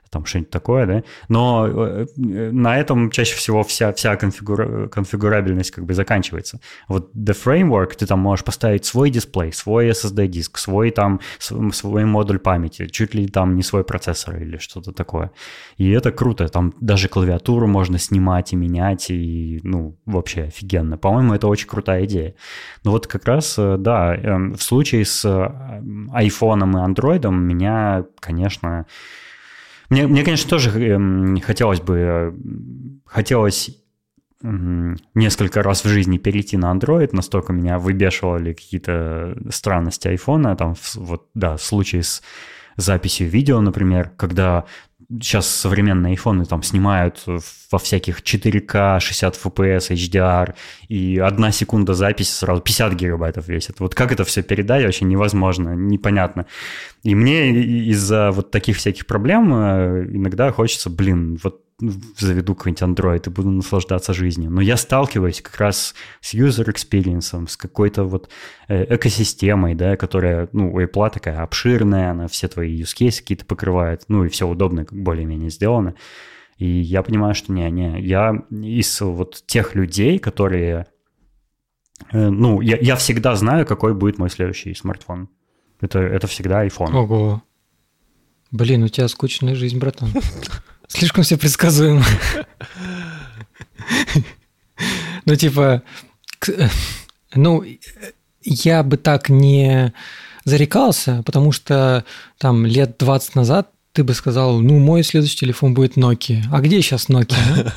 там что-нибудь такое, да, но на этом чаще всего вся, вся конфигура, конфигурабельность как бы заканчивается. Вот The Framework, ты там можешь поставить свой дисплей, свой эс эс ди-диск, свой там, свой модуль памяти, чуть ли там не свой процессор или что-то такое. И это круто, там даже клавиатуру можно снимать и менять, и, ну, вообще офигенно. По-моему, это очень крутая идея. Но вот как раз, да, в случае с айфоном и андроидом меня, конечно... Мне, мне, конечно, тоже э, хотелось бы, хотелось э, несколько раз в жизни перейти на Android, настолько меня выбешивали какие-то странности айфона, там, вот, да, в случае с записью видео, например, когда сейчас современные айфоны там снимают во всяких четыре ка, шестьдесят эф пи эс, эйч ди ар, и одна секунда записи сразу пятьдесят гигабайтов весит. Вот как это все передать, вообще невозможно, непонятно. И мне из-за вот таких всяких проблем иногда хочется, блин, вот заведу какой-нибудь Android и буду наслаждаться жизнью. Но я сталкиваюсь как раз с user experience, с какой-то вот экосистемой, да, которая, ну, у Apple такая обширная, она все твои use cases какие-то покрывает, ну, и все удобно, более-менее сделано. И я понимаю, что не, не, я из вот тех людей, которые, ну, я, я всегда знаю, какой будет мой следующий смартфон. Это, это всегда iPhone. Ого. Блин, у тебя скучная жизнь, братан. Слишком все предсказуемо. Ну, типа, ну, я бы так не зарекался, потому что там лет двадцать назад ты бы сказал, ну, мой следующий телефон будет Nokia. А где сейчас Nokia?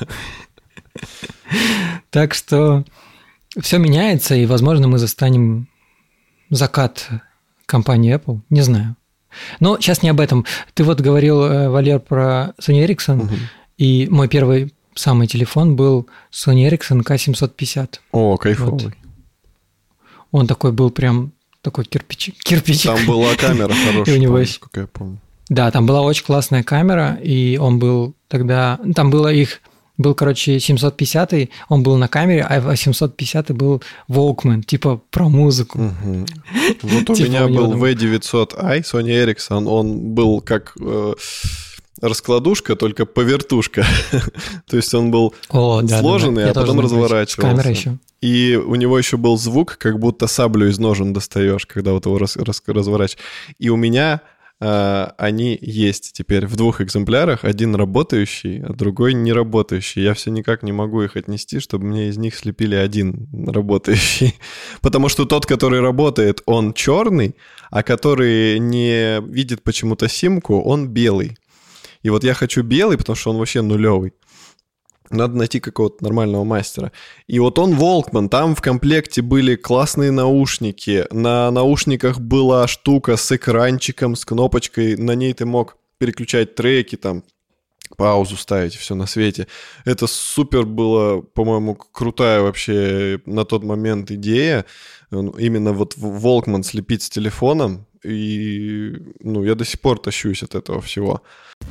Так что все меняется, и, возможно, мы застанем закат компании Apple. Не знаю. Но сейчас не об этом. Ты вот говорил, Валер, про Sony Ericsson, угу. И мой первый самый телефон был Sony Ericsson ка семьсот пятьдесят. О, кайфовый. Вот. Он такой был прям такой кирпичик. кирпичик. Там была камера хорошая, у него помню, есть... сколько я помню. Да, там была очень классная камера, и он был тогда... Там было их... Был, короче, семьсот пятидесятый, он был на камере, а семьсот пятидесятый был Walkman, типа про музыку. Угу. Вот у меня был ви девятьсот ай Sony Ericsson, он был как э, раскладушка, только повертушка. То есть он был О, да, сложенный, да, да. а потом разворачивался. Камера еще. И у него еще был звук, как будто саблю из ножен достаешь, когда вот его раз, раз, разворачиваешь. И у меня... они есть теперь в двух экземплярах. Один работающий, а другой не работающий. Я все никак не могу их отнести, чтобы мне из них слепили один работающий. Потому что тот, который работает, он черный, а который не видит почему-то симку, он белый. И вот я хочу белый, потому что он вообще нулевый. Надо найти какого-то нормального мастера. И вот он Walkman, там в комплекте были классные наушники. На наушниках была штука с экранчиком, с кнопочкой. На ней ты мог переключать треки, там, паузу ставить, все на свете. Это супер было, по-моему, крутая вообще на тот момент идея. Именно вот Walkman слепить с телефоном. И, ну, я до сих пор тащусь от этого всего.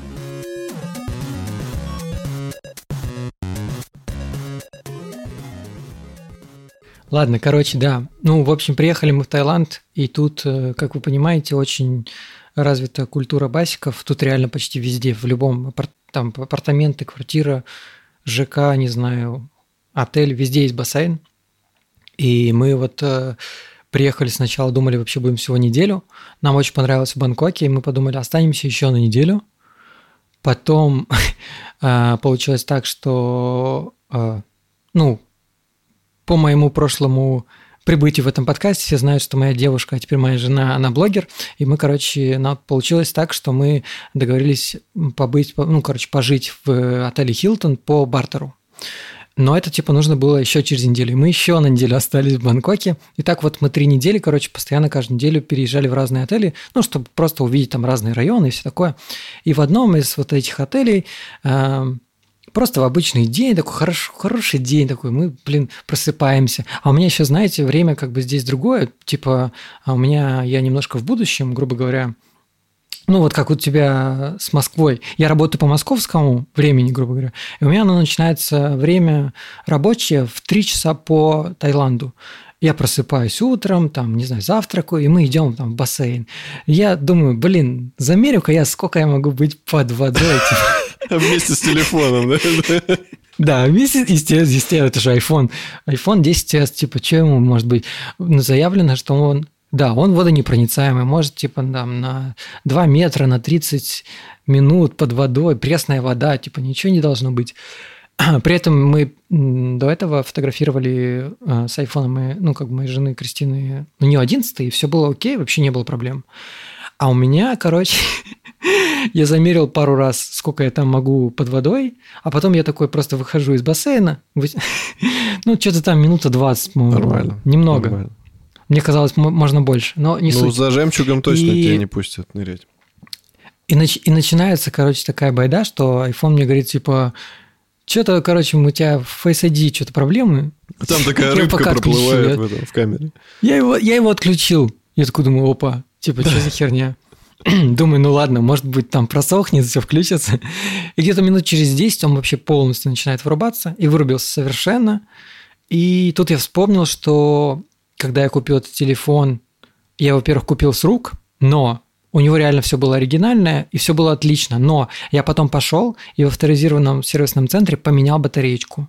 Ладно, короче, да. Ну, в общем, приехали мы в Таиланд, и тут, как вы понимаете, очень развита культура басиков. Тут реально почти везде, в любом, там, апартаменты, квартира, ЖК, не знаю, отель, везде есть бассейн. И мы вот приехали сначала, думали, вообще будем всего неделю. Нам очень понравилось в Бангкоке, и мы подумали, останемся еще на неделю. Потом получилось так, что, ну, по моему прошлому прибытию в этом подкасте все знают, что моя девушка, а теперь моя жена, она блогер. И мы, короче, нам получилось так, что мы договорились побыть, ну, короче, пожить в отеле Hilton по бартеру. Но это, типа, нужно было еще через неделю. И мы еще на неделю остались в Бангкоке. И так вот мы три недели, короче, постоянно каждую неделю переезжали в разные отели, ну, чтобы просто увидеть там разные районы и все такое. И в одном из вот этих отелей... Просто в обычный день, такой хороший, хороший день такой, мы, блин, просыпаемся. А у меня еще, знаете, время как бы здесь другое, типа, а у меня, я немножко в будущем, грубо говоря, ну вот как у тебя с Москвой. Я работаю по московскому времени, грубо говоря, и у меня оно начинается время рабочее в три часа по Таиланду. Я просыпаюсь утром, там, не знаю, завтракаю, и мы идем там в бассейн. Я думаю, блин, замерю-ка я, сколько я могу быть под водой. Вместе с телефоном, да? Да, вместе, естественно, это же iPhone. iPhone десять эс, типа, что ему может быть? Заявлено, что он, да, он водонепроницаемый, может, типа, там, на два метра, на тридцать минут под водой, пресная вода, типа, ничего не должно быть. При этом мы до этого фотографировали с айфоном, ну, как бы моей жены Кристины, у нее одиннадцатый, и все было окей, вообще не было проблем. А у меня, короче, я замерил пару раз, сколько я там могу под водой, а потом я такой просто выхожу из бассейна, ну, что-то там минута двадцать, нормально, немного. Нормально. Мне казалось, можно больше, но не ну, суть. Ну, за жемчугом точно и... тебя не пустят нырять. И, нач... и начинается, короче, такая байда, что iPhone мне говорит, типа... Что-то, короче, у тебя в Face ай ди что-то проблемы. Там такая рыбка проплывает в, этом, в камере. Я его, я его отключил. Я такой думаю, опа, типа, что за херня? Думаю, ну ладно, может быть, там просохнет, все включится. И где-то минут через десять он вообще полностью начинает вырубаться. И вырубился совершенно. И тут я вспомнил, что когда я купил этот телефон, я, во-первых, купил с рук, но... У него реально все было оригинальное, и все было отлично. Но я потом пошел и в авторизированном сервисном центре поменял батареечку.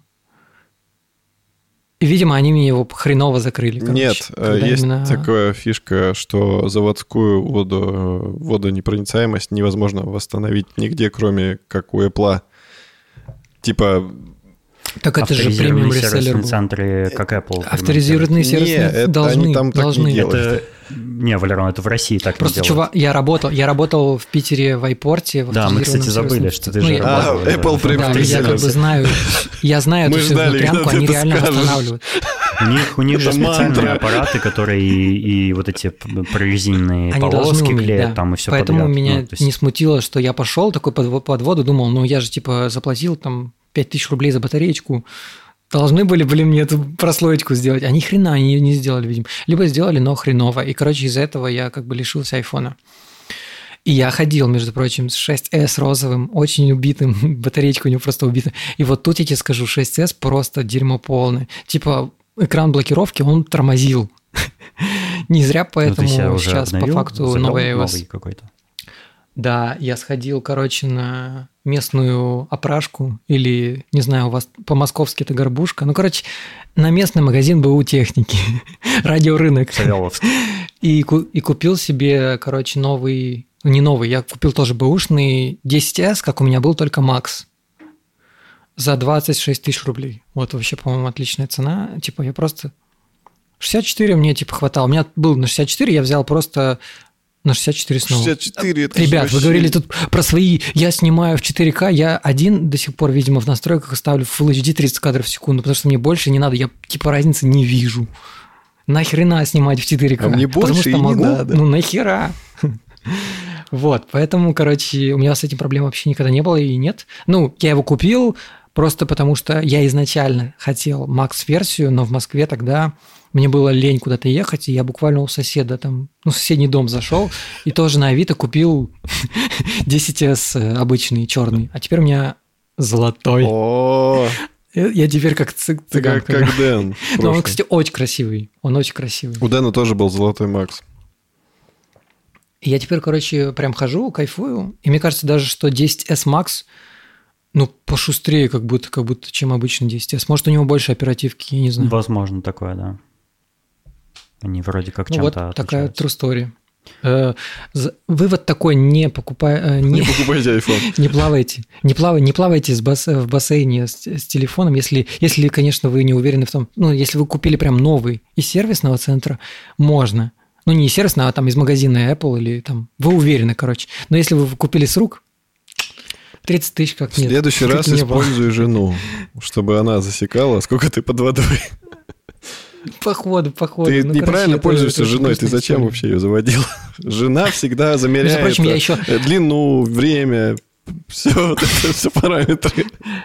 И, видимо, они мне его хреново закрыли. Короче, Нет, есть именно... такая фишка, что заводскую воду, водонепроницаемость невозможно восстановить нигде, кроме как у Apple. Типа... Так это же премиум ресellер был. Центры, как Apple. Авторизированные сервисные должны. Они там должны. Так не делают. Это... Не, Валерон, это в России так Просто, не делают. Просто, чувак, я работал, я работал в Питере в айпорте. Да, мы, кстати, забыли, что ты ну, же я... работал. А, Apple премиум да, я как бы знаю, я знаю эту всю внутрянку, они реально восстанавливают. У них, у них же специальные аппараты, которые и, и вот эти прорезиненные они полоски уметь, клеят, да. там и все Поэтому подряд. меня ну, есть... не смутило, что я пошел такой под, под воду, думал, ну я же типа заплатил там пять тысяч рублей за батареечку, должны были, блин, мне эту прослоечку сделать. Они хрена они не сделали, видимо. Либо сделали, но хреново. И, короче, из-за этого я как бы лишился айфона. И я ходил, между прочим, с шесть эс розовым, очень убитым. Батареечка у него просто убита. И вот тут я тебе скажу, шесть эс просто дерьмо полное. Типа экран блокировки, он тормозил. Не зря поэтому сейчас по факту новый iOS. какой-то. Да, я сходил, короче, на местную опрашку, или, не знаю, у вас по-московски это горбушка. Ну, короче, на местный магазин БУ техники, радиорынок. Савеловский. И, и купил себе, короче, новый, не новый, я купил тоже бэушный десять эс, как у меня был, только Макс. За двадцать шесть тысяч рублей. Вот вообще, по-моему, отличная цена. Типа, я просто... шестьдесят четыре мне, типа, хватало. У меня был на шестьдесят четыре, я взял просто... На шестьдесят четыре снова. шестьдесят четыре, это Ребят, вообще... вы говорили тут про свои... Я снимаю в четыре ка, я один до сих пор, видимо, в настройках ставлю в Full эйч ди тридцать кадров в секунду, потому что мне больше не надо, я типа разницы не вижу. Нахрена снимать в четыре ка? А мне больше потому что и не могу, надо. Ну нахера? Вот, поэтому, короче, у меня с этим проблем вообще никогда не было и нет. Ну, я его купил просто потому, что я изначально хотел Max-версию, но в Москве тогда... Мне было лень куда-то ехать, и я буквально у соседа там, ну, в соседний дом зашел, и тоже на Авито купил десять эс обычный, черный. А теперь у меня золотой. О, Я теперь как цыган. как, как Дэн. Но он, кстати, очень красивый. Он очень красивый. У Дэна тоже был золотой Макс. И я теперь, короче, прям хожу, кайфую. И мне кажется даже, что десять эс Max, ну, пошустрее как будто, как будто, чем обычный десять эс. Может, у него больше оперативки, я не знаю. Возможно, такое, да. Они вроде как ну, чем-то вот такая отличаются. true story. Вывод такой: не покупай, Не не, покупайте iPhone. не плавайте, не плавайте, не плавайте с бас, в бассейне с, с телефоном, если, если, конечно, вы не уверены в том, ну, если вы купили прям новый из сервисного центра, можно. Ну, не из сервисного, а там из магазина Apple или там, вы уверены, короче. Но если вы купили с рук, тридцать тысяч как В нет. следующий раз не было. используй жену, чтобы она засекала, сколько ты под водой. Походу, походу. Ты Ну, неправильно короче, пользуешься это- это женой, ты грустная зачем история. вообще ее заводил? Жена всегда замеряет Между прочим, я еще- длину, время, все, все параметры.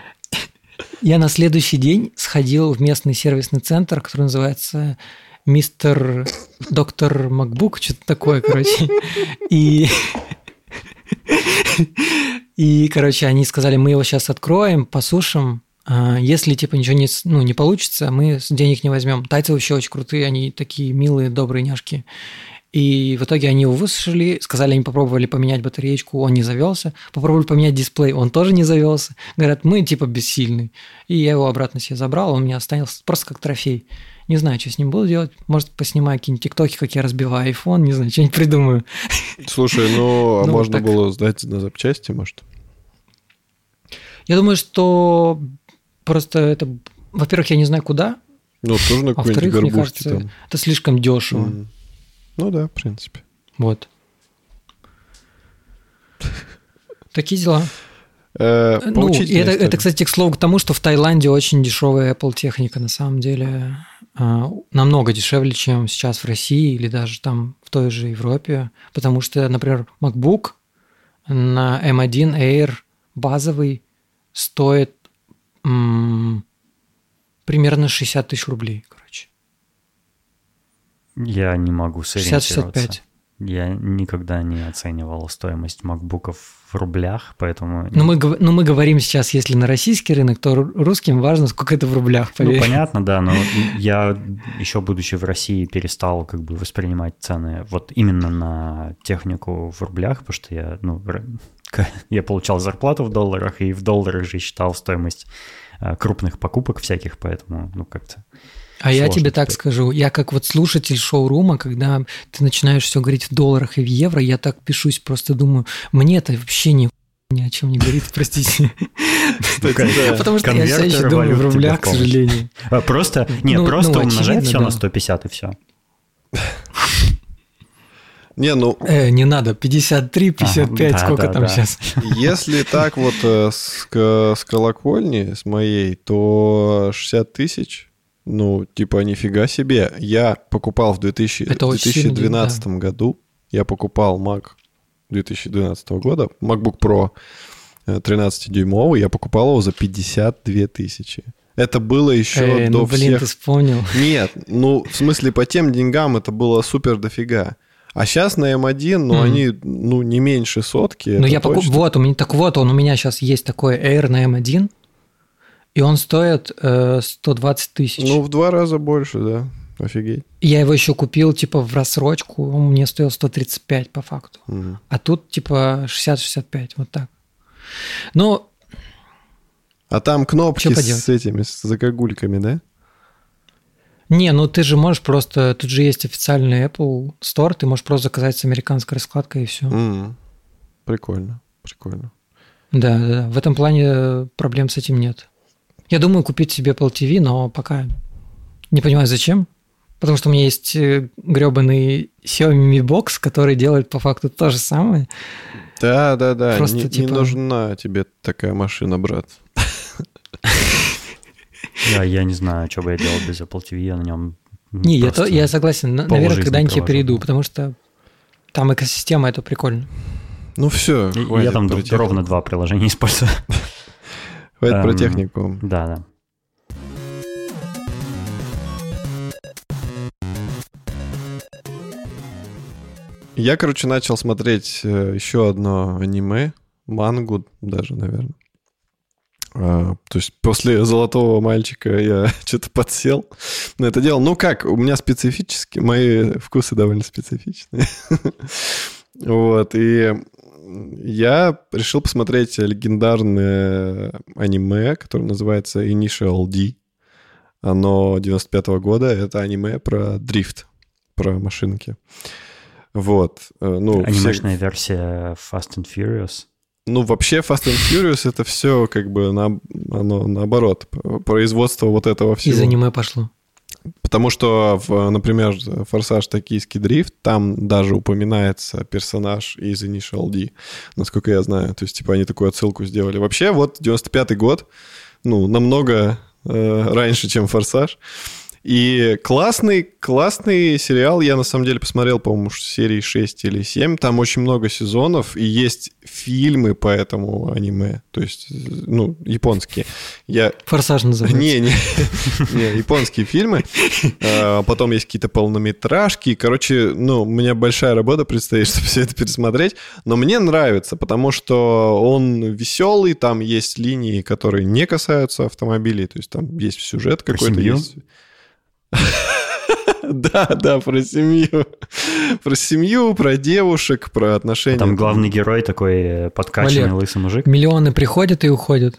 Я на следующий день сходил в местный сервисный центр, который называется Мистер Доктор Макбук, что-то такое, короче. И... И, короче, они сказали, мы его сейчас откроем, посушим, А, Если, типа, ничего не, с- ну, не получится, мы с денег не возьмем. Тайцы вообще очень крутые, они такие милые, добрые няшки. И в итоге они его выслушали, сказали, они попробовали поменять батареечку, он не завелся. Попробовали поменять дисплей, он тоже не завелся. Говорят, мы типа бессильны. И я его обратно себе забрал, он у меня остался просто как трофей. Не знаю, что с ним буду делать. Может, поснимаю какие-нибудь тиктоки, как я разбиваю iPhone, не знаю, что-нибудь придумаю. Слушай, ну, а Ну, можно так. было сдать на запчасти, может? Я думаю, что просто это... Во-первых, я не знаю, куда. Ну, тоже на А какой-нибудь во-вторых, мне горбушке кажется, там. это слишком дешево. М. Ну да, в принципе. Вот. Такие дела. Э, Ну, и поучительная это, история. это, кстати, к слову к тому, что в Таиланде очень дешевая Apple техника, на самом деле. А, намного дешевле, чем сейчас в России или даже там в той же Европе. Потому что, например, MacBook на эм один Air базовый стоит м, примерно шестьдесят тысяч рублей, короче. Я не могу сориентироваться. шестьдесят шестьдесят пять. Я никогда не оценивал стоимость макбуков в рублях, поэтому... Но мы, гов- но мы говорим сейчас, если на российский рынок, то ру- русским важно, сколько это в рублях, Ну, поверь. понятно, да, но я еще будучи в России перестал как бы воспринимать цены вот именно на технику в рублях, потому что я, ну, р- к- я получал зарплату в долларах, и в долларах же считал стоимость э, крупных покупок всяких, поэтому, ну, как-то... А я Сложно тебе так теперь. скажу, я как вот слушатель шоурума, когда ты начинаешь все говорить в долларах и в евро, я так пишусь, просто думаю, мне это вообще ни, ни о чем не говорит, простите. Кстати, да. Потому что я все еще Конвертеры думаю в валют тебе рублях, в к помощь. сожалению. А, Просто, не, Ну, просто ну, умножай очевидно, все да. на сто пятьдесят и все. Не, ну, Э, не надо, пятьдесят три, пятьдесят пять, Ага, да, сколько да, там да. сейчас? если так вот э, с, ко- с колокольни, с моей, то шестьдесят тысяч, ну, типа, нифига себе. Я покупал в две тысячи Это очень сильно, две тысячи двенадцатом году, я покупал Mac две тысячи двенадцатого года, MacBook Pro э, тринадцатидюймовый, я покупал его за пятьдесят две тысячи. Это было еще Эй, до ну, блин, всех... ты вспомнил. Нет, ну, в смысле, по тем деньгам это было супер дофига. А сейчас на эм один, ну, Мгм. они, ну, не меньше сотки. Ну, это я покуп... точно. Вот, у меня, так вот, он у меня сейчас есть такой Air на эм один, и он стоит э, сто двадцать тысяч. Ну, в два раза больше, да. Офигеть. Я его еще купил, типа, в рассрочку, он мне стоил сто тридцать пять по факту. Мгм. А тут, типа, шестьдесят-шестьдесят пять, вот так. Ну, А там кнопки Чё с поделать? этими, с загогульками, да? не, ну ты же можешь просто... Тут же есть официальный Apple Store, ты можешь просто заказать с американской раскладкой, и все. М. Прикольно, прикольно. Да, да, да. В этом плане проблем с этим нет. Я думаю купить себе Apple ти ви, но пока не понимаю, зачем. Потому что у меня есть гребаный Xiaomi Mi Box, который делает по факту то же самое. Да, да, да. Просто, не, не типа- нужна тебе такая машина, брат. Я, я не знаю, что бы я делал без Apple ти ви, я на нем... Не, я, то- просто я согласен. На- Наверное, полжизни когда-нибудь я провожу. перейду, потому что там экосистема, это прикольно. Ну все, И- хватит Я там про д- технику. ровно два приложения использую. Хватит про Эм, технику. Да, да. Я, короче, начал смотреть э, еще одно аниме, мангу даже, наверное. А, то есть после «Золотого мальчика» я что-то подсел на это дело. Ну как, у меня специфические, мои вкусы довольно специфичные. Вот, и я решил посмотреть легендарное аниме, которое называется Initial D. Оно девяносто пятого года, это аниме про дрифт, про машинки. Вот. э, Ну, все- Анимешная версия Fast and Furious. ну, вообще Fast and Furious это все как бы на, оно наоборот, п- производство вот этого всего. Из аниме пошло. Потому что, в, например, «Форсаж. Токийский дрифт», там даже упоминается персонаж из Initial D, насколько я знаю. То есть, типа, они такую отсылку сделали. Вообще, вот девяносто пятый год, ну, намного э, раньше, чем «Форсаж». И классный, классный сериал. Я, на самом деле, посмотрел, по-моему, серии шесть или семь. Там очень много сезонов, и есть фильмы по этому аниме. То есть, ну, японские. Я... «Форсаж» называется. Не, не, не, японские фильмы. А потом есть какие-то полнометражки. Короче, ну, у меня большая работа предстоит, чтобы все это пересмотреть. Но мне нравится, потому что он веселый, там есть линии, которые не касаются автомобилей. То есть там есть сюжет какой-то. Есть. Да, да, про семью. Про семью, про девушек, про отношения. Там главный герой такой подкачанный лысый мужик. Миллионы приходят и уходят.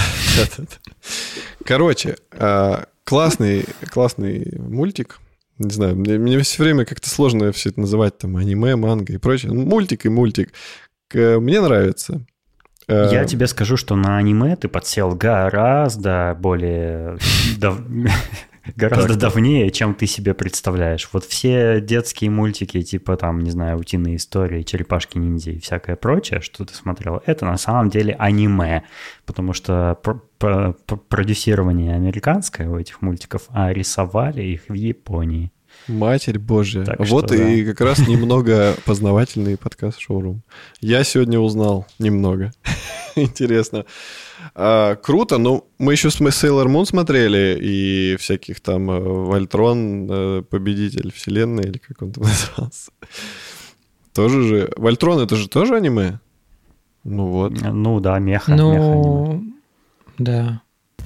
Короче, классный, классный мультик. Не знаю, мне, мне все время как-то сложно все это называть, там, аниме, манго и прочее. Мультик и мультик. Мне нравится. Я тебе скажу, что на аниме ты подсел гораздо более... Гораздо давнее, чем ты себе представляешь. Вот все детские мультики, типа там, не знаю, «Утиные истории», «Черепашки-ниндзя» и всякое прочее, что ты смотрел, это на самом деле аниме, потому что продюсирование американское у этих мультиков, а рисовали их в Японии. Матерь Божья. Так вот что, и да. Как раз немного познавательный подкаст «Шоурум». Я сегодня узнал немного. Интересно. А, круто, но мы еще с Sailor Moon смотрели, и всяких там Вольтрон, Победитель Вселенной, или как он там назывался. Тоже же... Вольтрон — это же тоже аниме? Ну вот. Ну да, меха. Ну, меха-аниме. Да.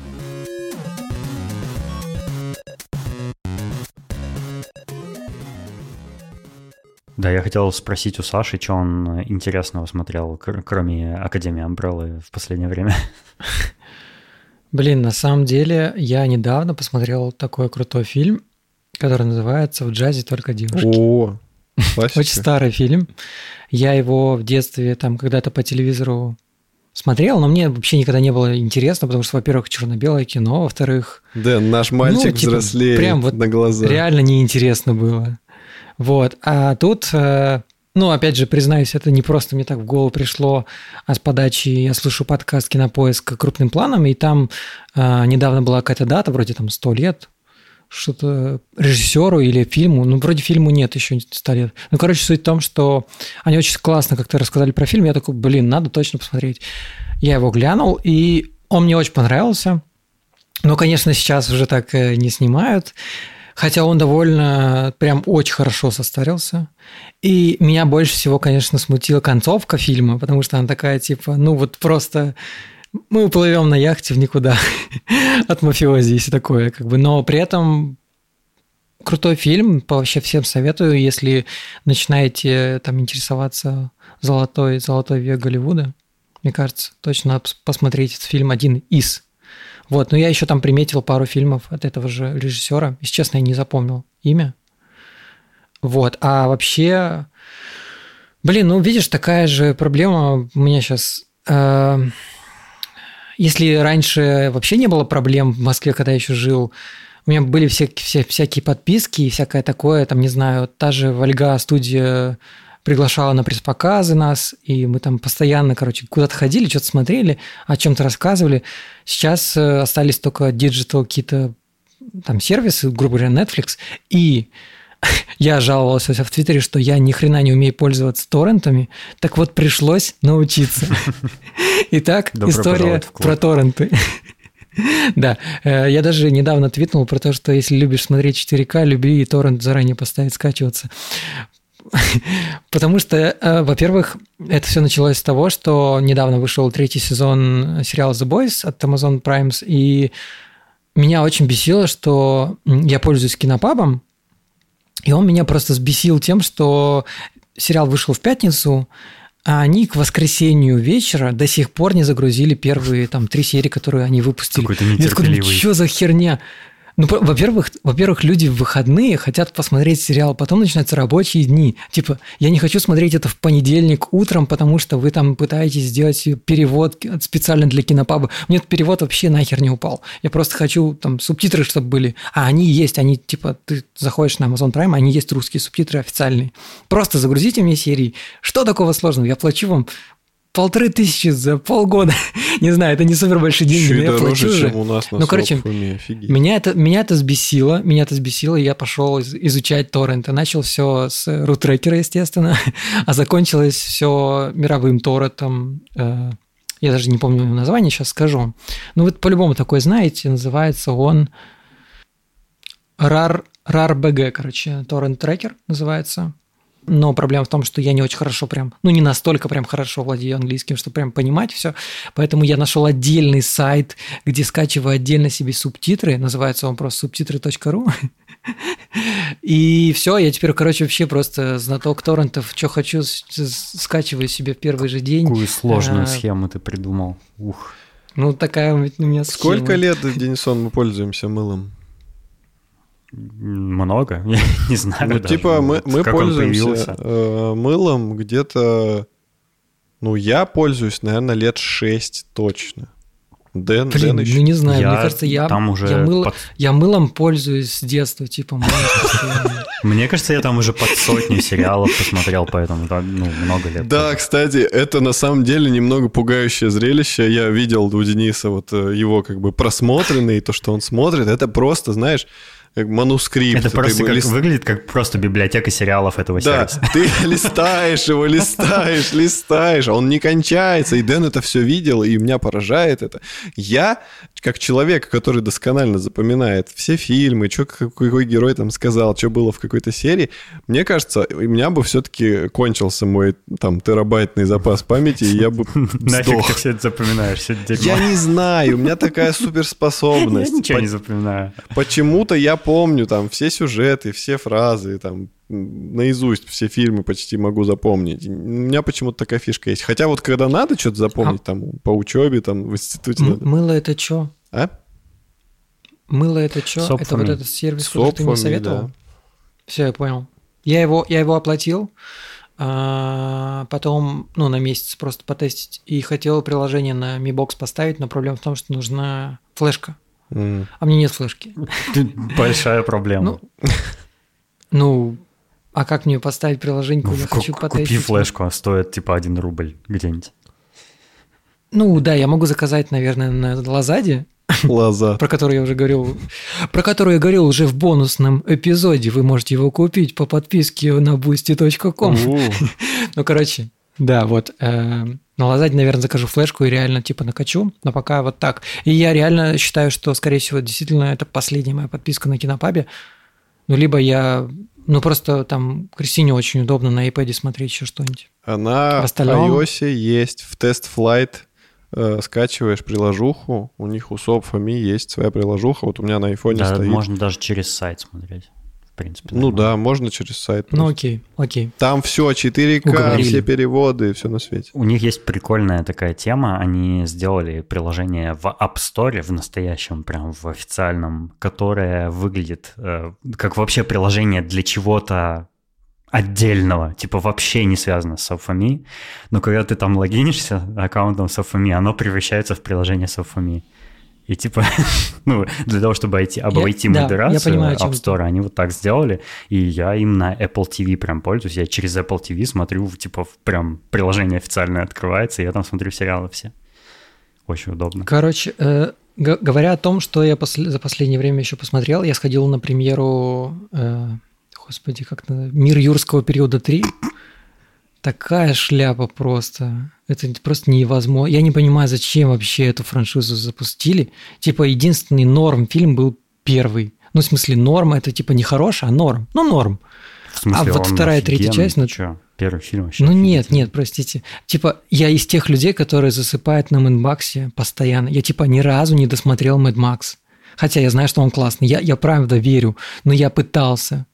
Да, я хотел спросить у Саши, что он интересного смотрел, кроме «Академии Амбреллы» в последнее время. Блин, на самом деле, я недавно посмотрел такой крутой фильм, который называется «В джазе только девушки». О, классика. Очень старый фильм. Я его в детстве там когда-то по телевизору смотрел, но мне вообще никогда не было интересно, потому что, во-первых, черно-белое кино, во-вторых... Да, наш мальчик ну, типа, взрослеет прям вот на глазах. Реально неинтересно было. Вот, а тут, ну, опять же, признаюсь, это не просто мне так в голову пришло, а с подачи я слушаю подкаст «Кинопоиск» крупным планом, и там а, недавно была какая-то дата, вроде там сто лет, что-то режиссеру или фильму, ну, вроде фильму нет еще сто лет. Ну, короче, суть в том, что они очень классно как-то рассказали про фильм, я такой, блин, надо точно посмотреть. Я его глянул, и он мне очень понравился, но, конечно, сейчас уже так не снимают. Хотя он довольно, прям очень хорошо состарился. И меня больше всего, конечно, смутила концовка фильма, потому что она такая, типа, ну вот просто мы уплывем на яхте в никуда от мафиози, если такое, как бы. Но при этом крутой фильм, вообще всем советую, если начинаете там интересоваться золотой, золотой век Голливуда. Мне кажется, точно надо посмотреть этот фильм, один из. Вот, но я еще там приметил пару фильмов от этого же режиссера. Если честно, я не запомнил имя. Вот, а вообще... Блин, ну, видишь, такая же проблема у меня сейчас... Э, если раньше вообще не было проблем в Москве, когда я еще жил, у меня были все, все, всякие подписки и всякое такое, там, не знаю, та же Вольга студия... приглашала на пресс-показы нас, и мы там постоянно, короче, куда-то ходили, что-то смотрели, о чем-то рассказывали. Сейчас остались только диджитал какие-то там сервисы, грубо говоря, Netflix, и я жаловался в Твиттере, что я ни хрена не умею пользоваться торрентами, так вот пришлось научиться. Итак, история про торренты. Да, я даже недавно твитнул про то, что если любишь смотреть четыре ка, люби и торрент заранее поставить скачиваться. Потому что, во-первых, это все началось с того, что недавно вышел третий сезон сериала The Boys от Amazon Prime, и меня очень бесило, что я пользуюсь Кинопабом, и он меня просто взбесил тем, что сериал вышел в пятницу, а они к воскресенью вечера до сих пор не загрузили первые там три серии, которые они выпустили. Какой-то нетерпеливый. Я такой, что за херня? Ну, во-первых, во-первых, люди в выходные хотят посмотреть сериал, потом начинаются рабочие дни. Типа, я не хочу смотреть это в понедельник утром, потому что вы там пытаетесь сделать перевод специально для Кинопаба. Мне этот перевод вообще нахер не упал. Я просто хочу там субтитры, чтобы были. А они есть, они типа, ты заходишь на Amazon Prime, они есть русские субтитры официальные. Просто загрузите мне серии. Что такого сложного? Я плачу вам полторы тысячи за полгода. Не знаю, это не супер большие деньги, Чуть но я дороже, плачу же. чем у нас на Ну, короче, Софуме, офигеть. Меня это, меня это взбесило, меня это взбесило, и я пошел из- изучать торренты. Начал все с рутрекера, естественно, а закончилось все мировым торрентом. Э, Я даже не помню название, сейчас скажу. Ну, вы по-любому такой знаете, называется он rar, RARBG, короче, торрент-трекер называется. Но проблема в том, что я не очень хорошо прям, ну, не настолько прям хорошо владею английским, чтобы прям понимать все. Поэтому я нашел отдельный сайт, где скачиваю отдельно себе субтитры. Называется он просто субтитры точка ру. И все, я теперь, короче, вообще просто знаток торрентов. Что хочу, с- с- скачиваю себе в первый же день. Какую сложную А, схему ты придумал. Ух. Ну, такая у меня схема. Сколько лет, Денисон, мы пользуемся мылом? Много? Я не знаю Ну, даже, типа, мы, вот мы как он пользуемся появился. э, мылом где-то... Ну, я пользуюсь, наверное, лет шесть точно. Дэн, Блин, Дэн ну еще... не знаю, Я мне кажется, я, там уже я, мыло- под- я мылом пользуюсь с детства, типа, мылом постоянно. Мне кажется, я там уже под сотню сериалов посмотрел, поэтому да, ну, много лет. Да, кстати, это на самом деле немного пугающее зрелище. Я видел у Дениса вот э, его как бы просмотренный, то, что он смотрит, это просто, знаешь, как манускрипт. Это Ты просто бы как, лист- выглядит как просто библиотека сериалов этого Да, сервиса. ты листаешь его, листаешь, листаешь, а он не кончается. И Дэн это все видел, и меня поражает это. Я, как человек, который досконально запоминает все фильмы, что какой герой там сказал, что было в какой-то серии, мне кажется, у меня бы все-таки кончился мой там терабайтный запас памяти, и я бы Нафиг ты сдох. все это запоминаешь, все это дерьмо. Я не знаю, у меня такая Я суперспособность. ничего По- не запоминаю. Почему-то я помню там все сюжеты, все фразы, там м, наизусть все фильмы почти могу запомнить. У меня почему-то такая фишка есть. Хотя вот когда надо что-то запомнить, там по учебе, там в институте М- надо. Мыло это что? А? Мыло это что? Сопфами. Это вот этот сервис, который ты мне Сопфами, советовал? да. Все, я понял. Я его, я его оплатил, а, потом, ну, на месяц просто потестить, и хотел приложение на Mi Box поставить, но проблема в том, что нужна флешка, М. а мне нет флешки. Тут большая проблема. Ну, ну, а как мне поставить приложение, Ну, я ку- хочу Купи потестить? флешку, а стоит типа один рубль где-нибудь. Ну, да, я могу заказать, наверное, на Лазаде, Лоза. про который я уже говорил, про который я говорил уже в бонусном эпизоде. Вы можете его купить по подписке на boosty точка com. У. Ну, короче, да, вот. э, На Лазаде, наверное, закажу флешку и реально типа накачу, но пока вот так. И я реально считаю, что, скорее всего, действительно это последняя моя подписка на Кинопабе. Ну, либо я... Ну, просто там Кристине очень удобно на iPad смотреть еще что-нибудь. А на В остальном- iOS есть в Test Flight э, скачиваешь приложуху, у них у Сопфами есть своя приложуха, вот у меня на айфоне Да, стоит. можно даже через сайт смотреть. В принципе. Ну нормально. да, можно через сайт. Ну, просто. окей, окей. Там все четыре ка, Уговорили. все переводы, все на свете. У них есть прикольная такая тема. Они сделали приложение в App Store, в настоящем, прям в официальном, которое выглядит э, как вообще приложение для чего-то отдельного, типа вообще не связано с Softfami. Но когда ты там логинишься аккаунтом Softfami, оно превращается в приложение Softfami. И типа, ну, для того, чтобы обойти, обойти да, я модерацию понимаю, о чем App ты. Store, они вот так сделали. И я им на Apple ти ви прям пользуюсь. Я через Apple ти ви смотрю, типа, в- прям приложение официальное открывается, и я там смотрю сериалы все. Очень удобно. Короче, э, г- говоря о том, что я после- за последнее время еще посмотрел, я сходил на премьеру, э, господи, как на «Мир юрского периода три». Такая шляпа просто. Это просто невозможно. Я не понимаю, зачем вообще эту франшизу запустили. Типа, единственный норм фильм был первый. Ну, в смысле, норм это типа не хороший, а норм. Ну, норм. В смысле, А вот он вторая, третья офигенный. часть, ну- Чё, первый фильм вообще Ну нет, офигительный. нет, простите. Типа, я из тех людей, которые засыпают на Mad Max постоянно. Я типа ни разу не досмотрел Mad Max. Хотя я знаю, что он классный. Я, я правда верю, но я пытался.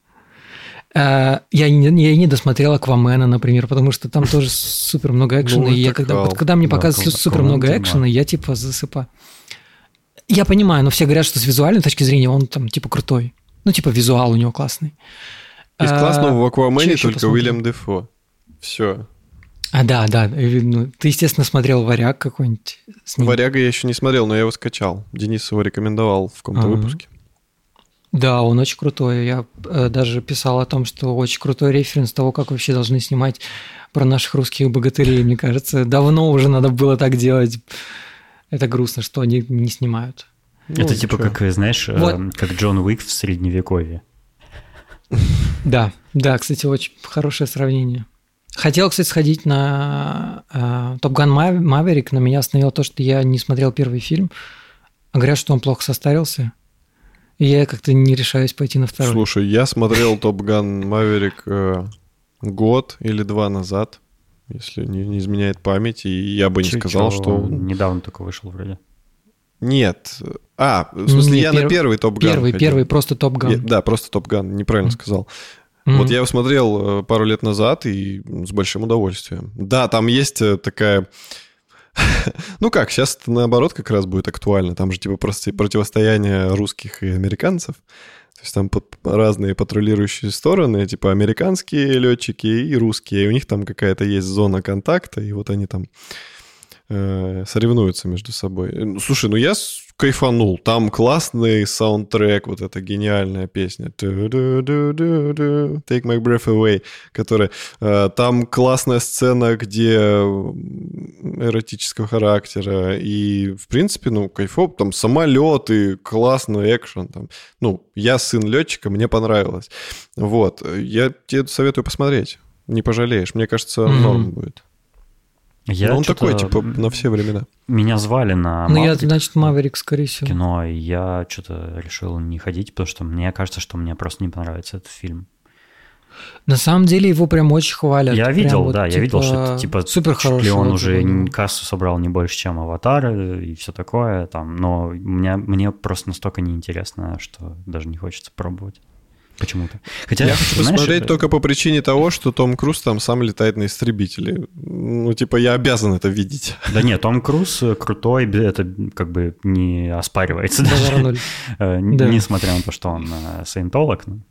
Э, Я не, я не досмотрел Аквамена, например, потому что там тоже супер много экшена. Ну, и я это когда, кал. вот когда мне Да, показывают Аквамен супер много тема. экшена, я типа засыпаю. Я понимаю, но все говорят, что с визуальной точки зрения он там типа крутой. Ну, типа визуал у него классный. Из А, классного в Аквамене чё ещё только посмотрел? Уильям Дефо. Все. А, да, да. э, ну, Ты, естественно, смотрел «Варяг» какой-нибудь с ним. Варяга я еще не смотрел, но я его скачал. Денис его рекомендовал в каком-то Ага. выпуске. Да, он очень крутой. Я э, даже писал о том, что очень крутой референс того, как вообще должны снимать про наших русских богатырей. Мне кажется, давно уже надо было так делать. Это грустно, что они не снимают. Это Ну, типа чё? как, знаешь, Вот. э, как Джон Уик в Средневековье. Да, да, кстати, очень хорошее сравнение. Хотел, кстати, сходить на Топ Ган Маверик, но меня остановило то, что я не смотрел первый фильм. А говорят, что он плохо состарился. И я как-то не решаюсь пойти на второй. Слушай, я смотрел Топ Ган Маверик э, год или два назад, если не, не изменяет память, и я бы не Чё- сказал, чё, что... он недавно только вышел вроде. Нет. А, в смысле, Не, я перв- на первый Топ Ган Первый, ходил. первый, просто Топ Я- Ган. да, просто Топ Ган, неправильно сказал. Вот я его смотрел э, пару лет назад и с большим удовольствием. Да, там есть э, такая... Ну как, сейчас это наоборот как раз будет актуально. Там же типа просто противостояние русских и американцев. То есть там под- разные патрулирующие стороны, типа американские летчики и русские. И у них там какая-то есть зона контакта, и вот они там э, соревнуются между собой. Ну, слушай, ну я с- кайфанул. Там классный саундтрек, вот эта гениальная песня «Ту-ду-ду-ду-ду, Take my breath away», которая... э, Там классная сцена, где м, эротического характера. И, в принципе, ну, кайфово. Там самолеты, классный экшен. Там. Ну, я сын летчика, мне понравилось. Вот. Я тебе советую посмотреть. Не пожалеешь. Мне кажется, Мгм. норм будет. Я Но он чё-то- такой, типа, на все времена. Меня звали на Ну, я, Маврик значит, Маверик, скорее всего. кино, и я что-то решил не ходить, потому что мне кажется, что мне просто не понравится этот фильм. На самом деле его прям очень хвалят. Я Прям видел, вот, да, я видел, что это типа супер чуть ли хороший. он отзыв уже у него. н- кассу собрал не больше, чем «Аватар» и все такое, там, но у меня, мне просто настолько неинтересно, что даже не хочется пробовать. Почему-то. Хотя, Я хочу знаешь, посмотреть э, только по причине того, что Том Круз там сам летает на истребителе. Ну, типа, я обязан это видеть. Да нет, Том Круз э, крутой, б- это как бы не оспаривается даже. Базара ноль. Э, н- Да. Несмотря на то, что он э, саентолог. ну.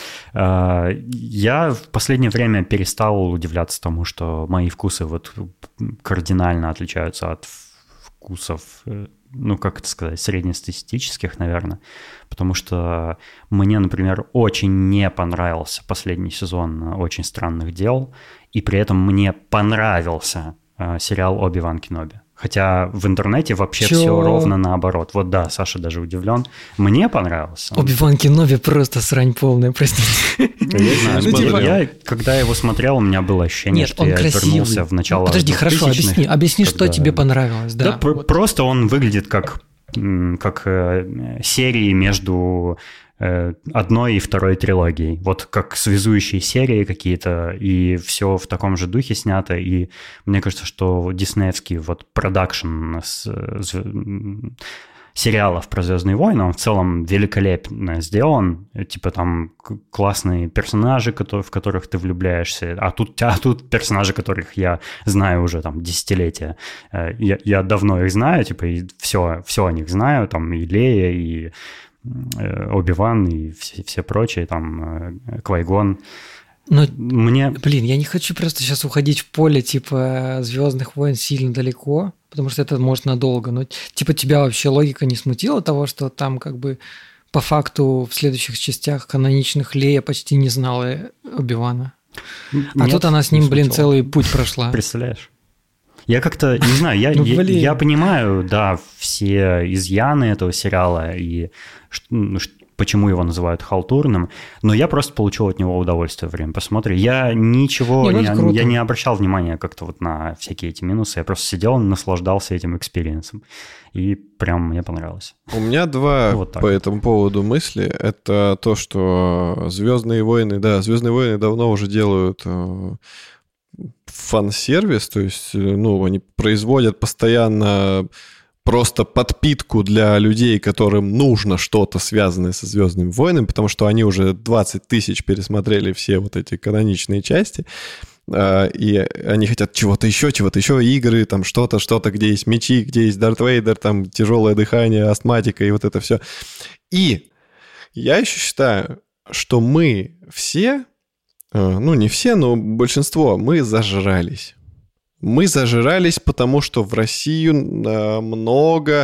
Э, Я в последнее время перестал удивляться тому, что мои вкусы вот кардинально отличаются от вкусов, э, ну, как это сказать, среднестатистических, наверное. Потому что мне, например, очень не понравился последний сезон «Очень странных дел», и при этом мне понравился э, сериал «Оби-Ван Кеноби». Хотя в интернете вообще Чё? все ровно наоборот. Вот да, Саша даже удивлен. Мне понравился. Оби-Ван Кеноби просто срань полная, простите. Я не знаю, Ну, типа, типа- я, когда его смотрел, у меня было ощущение, Нет, что он я красивый. вернулся в начало Подожди, хорошо, двухтысячных, объясни, объясни, что когда- тебе понравилось. Да, Да, пр- вот. просто он выглядит как, м, как э, серии между э, одной и второй трилогией. Вот как связующие серии какие-то, и все в таком же духе снято. И мне кажется, что диснеевский вот продакшн с, с- м, сериалов про «Звездные войны», он в целом великолепно сделан. Типа там к- классные персонажи, кото- в которых ты влюбляешься. А тут, а тут персонажи, которых я знаю уже там десятилетия. Э, Я, я давно их знаю, типа, и все, все о них знаю. Там и Лея, и э, Оби-Ван, и все, все прочие, там э, Квай-Гон. Но, Мне... блин, я не хочу просто сейчас уходить в поле типа «Звездных войн» сильно далеко, потому что это может надолго. Но типа тебя вообще логика не смутила того, что там как бы по факту в следующих частях каноничных Лея почти не знала Оби-Вана. А Нет, тут она с ним, не блин, смутило. целый путь прошла. Представляешь? Я как-то, не знаю, я, Ну, я, блин. я понимаю, да, все изъяны этого сериала и ш- ну, ш- почему его называют халтурным, но я просто получил от него удовольствие во время просмотра. Я ничего, Не, ну не, это круто. я не обращал внимания как-то вот на всякие эти минусы, я просто сидел, наслаждался этим экспириенсом, и прям мне понравилось. У меня два Вот так по вот. этому поводу мысли. Это то, что «Звездные войны», да, «Звездные войны» давно уже делают э, фан-сервис, то есть, э, ну, они производят постоянно просто подпитку для людей, которым нужно что-то связанное со «Звездными войнами», потому что они уже двадцать тысяч пересмотрели все вот эти каноничные части, э, и они хотят чего-то еще, чего-то еще, игры, там что-то, что-то, где есть мечи, где есть Дарт Вейдер, там тяжелое дыхание, астматика и вот это все. И я еще считаю, что мы все, э, ну не все, но большинство, мы зажрались. Мы зажирались, потому что в Россию э, много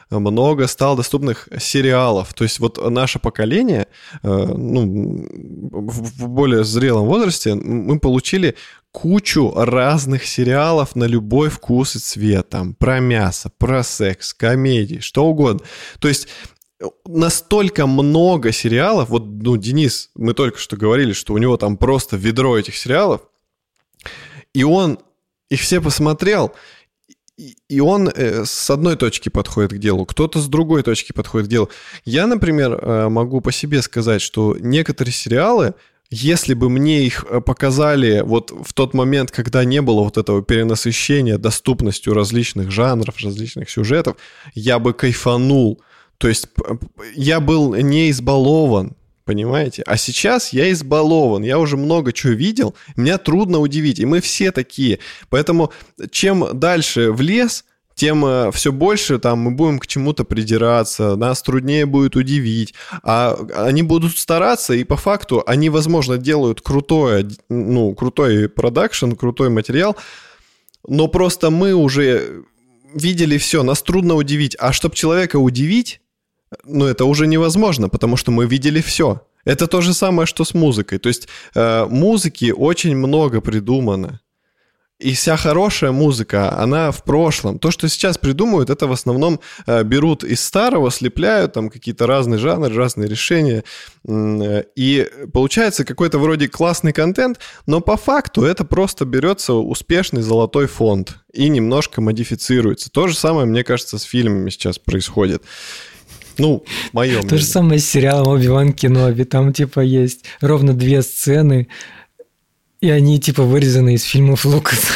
много стало доступных сериалов. То есть вот наше поколение, ну, в более зрелом возрасте, мы получили кучу разных сериалов на любой вкус и цвет. Там про мясо, про секс, комедии, что угодно. То есть настолько много сериалов. Вот, ну, Денис, мы только что говорили, что у него там просто ведро этих сериалов, и он их все посмотрел, и он с одной точки подходит к делу, кто-то с другой точки подходит к делу. Я, например, могу по себе сказать, что некоторые сериалы, если бы мне их показали вот в тот момент, когда не было вот этого перенасыщения доступностью различных жанров, различных сюжетов, я бы кайфанул. То есть я был не избалован, понимаете? А сейчас я избалован, я уже много чего видел, меня трудно удивить, и мы все такие. Поэтому чем дальше в лес, тем все больше там мы будем к чему-то придираться, нас труднее будет удивить, а они будут стараться, и по факту они, возможно, делают крутое, ну, крутой продакшн, крутой материал, но просто мы уже видели все, нас трудно удивить, а чтобы человека удивить, ну, это уже невозможно, потому что мы видели все. Это то же самое, что с музыкой. То есть э, музыки очень много придумано. И вся хорошая музыка, она в прошлом. То, что сейчас придумывают, это в основном э, берут из старого, слепляют там какие-то разные жанры, разные решения. Э, и получается какой-то вроде классный контент, но по факту это просто берется успешный золотой фонд и немножко модифицируется. То же самое, мне кажется, с фильмами сейчас происходит. Ну, мое мнение. То же самое с сериалом «Оби-Ван Кеноби». Там типа есть ровно две сцены, и они типа вырезаны из фильмов Лукаса.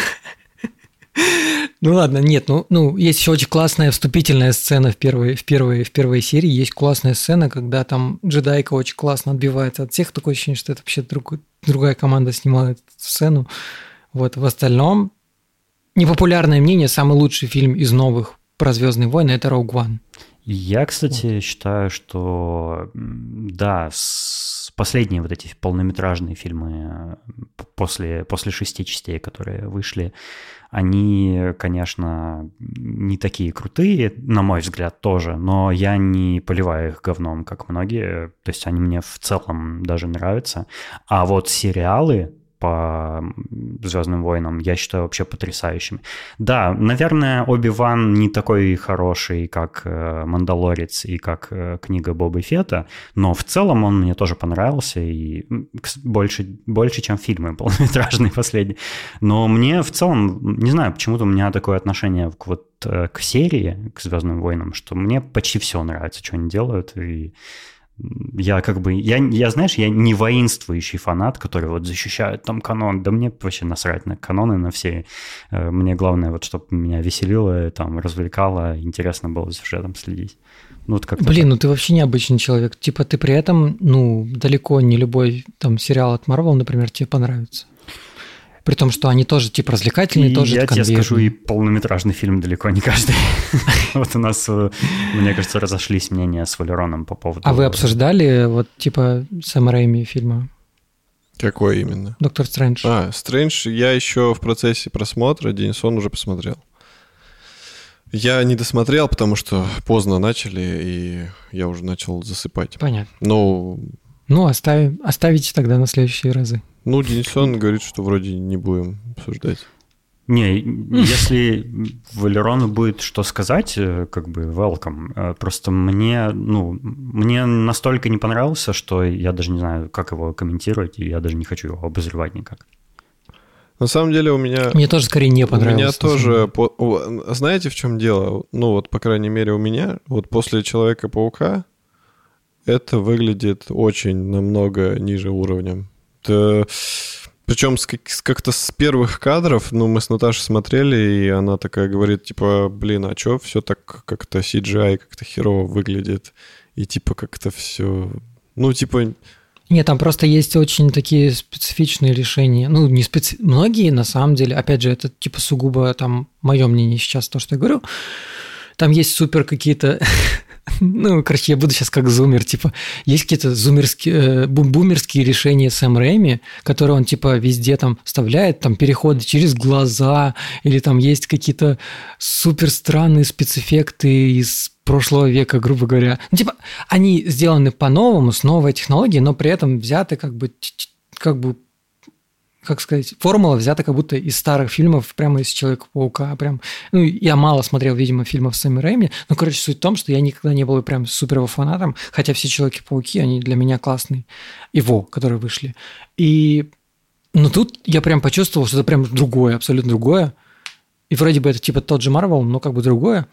Ну ладно, нет, ну, ну есть еще очень классная вступительная сцена в первой, в, первой, в первой серии. Есть классная сцена, когда там джедайка очень классно отбивается от всех. Такое ощущение, что это вообще друг, другая команда снимала эту сцену. Вот, в остальном непопулярное мнение, самый лучший фильм из новых про «Звездные войны» — это «Rogue One». Я, кстати, вот. считаю, что да, последние вот эти полнометражные фильмы после, после шести частей, которые вышли, они, конечно, не такие крутые, на мой взгляд, тоже, но я не поливаю их говном, как многие, то есть они мне в целом даже нравятся. А вот сериалы по «Звездным войнам» я считаю вообще потрясающими. Да, наверное, Оби-Ван не такой хороший, как «Мандалорец» и как книга Боба Фетта, но в целом он мне тоже понравился, и больше, больше чем фильмы полнометражные последние. Но мне в целом, не знаю, почему-то у меня такое отношение к, вот, к серии, к «Звездным войнам», что мне почти все нравится, что они делают, и я как бы, я, я, знаешь, я не воинствующий фанат, который вот защищает там канон, да мне вообще насрать на каноны, на все. Мне главное, вот, чтобы меня веселило, там, развлекало, интересно было за сюжетом следить. Ну, вот как-то Блин, так. ну ты вообще необычный человек. Типа ты при этом, ну, далеко не любой там сериал от Marvel, например, тебе понравится. При том, что они тоже типа развлекательные, и тоже я конвейерные. тебе скажу, и полнометражный фильм далеко не каждый. Вот у нас, мне кажется, разошлись мнения с Валероном по поводу... А вы обсуждали вот типа Сэма Рэйми фильма? Какой именно? Доктор Стрэндж. А, Стрэндж я еще в процессе просмотра, Денисон уже посмотрел. Я не досмотрел, потому что поздно начали, и я уже начал засыпать. Понятно. Но... Ну, оставим, оставите тогда на следующие разы. Ну, Денисон говорит, что вроде не будем обсуждать. Не, если Валерону будет что сказать, как бы welcome. Просто мне, ну, мне настолько не понравился, что я даже не знаю, как его комментировать, и я даже не хочу его обозревать никак. На самом деле у меня... Мне тоже скорее не понравилось. У меня тоже... По... Знаете, в чем дело? Ну, вот, по крайней мере, у меня, вот после «Человека-паука» это выглядит очень намного ниже уровнем. Это... Причем с, как, как-то с первых кадров, ну, мы с Наташей смотрели, и она такая говорит, типа, блин, а чё все так как-то си джи ай как-то херово выглядит, и типа как-то все, ну, типа... Нет, там просто есть очень такие специфичные решения. Ну, не специ... Многие, на самом деле, опять же, это типа сугубо там мое мнение сейчас, то, что я говорю, там есть супер какие-то... Ну, короче, я буду сейчас как зумер, типа, есть какие-то зумерские, бумерские решения Сэм Рэйми, которые он, типа, везде там вставляет, там, переходы через глаза, или там есть какие-то супер странные спецэффекты из прошлого века, грубо говоря. Ну, типа, они сделаны по-новому, с новой технологией, но при этом взяты как бы, как бы, как сказать, формула взята как будто из старых фильмов, прямо из Человека-паука. Прям. Ну, я мало смотрел, видимо, фильмов с Сэмми Рэйми, но, короче, суть в том, что я никогда не был прям супер его фанатом, хотя все Человеки-пауки, они для меня классные. Его, которые вышли. И, ну, тут я прям почувствовал, что это прям другое, абсолютно другое. И вроде бы это типа тот же Марвел, но как бы другое.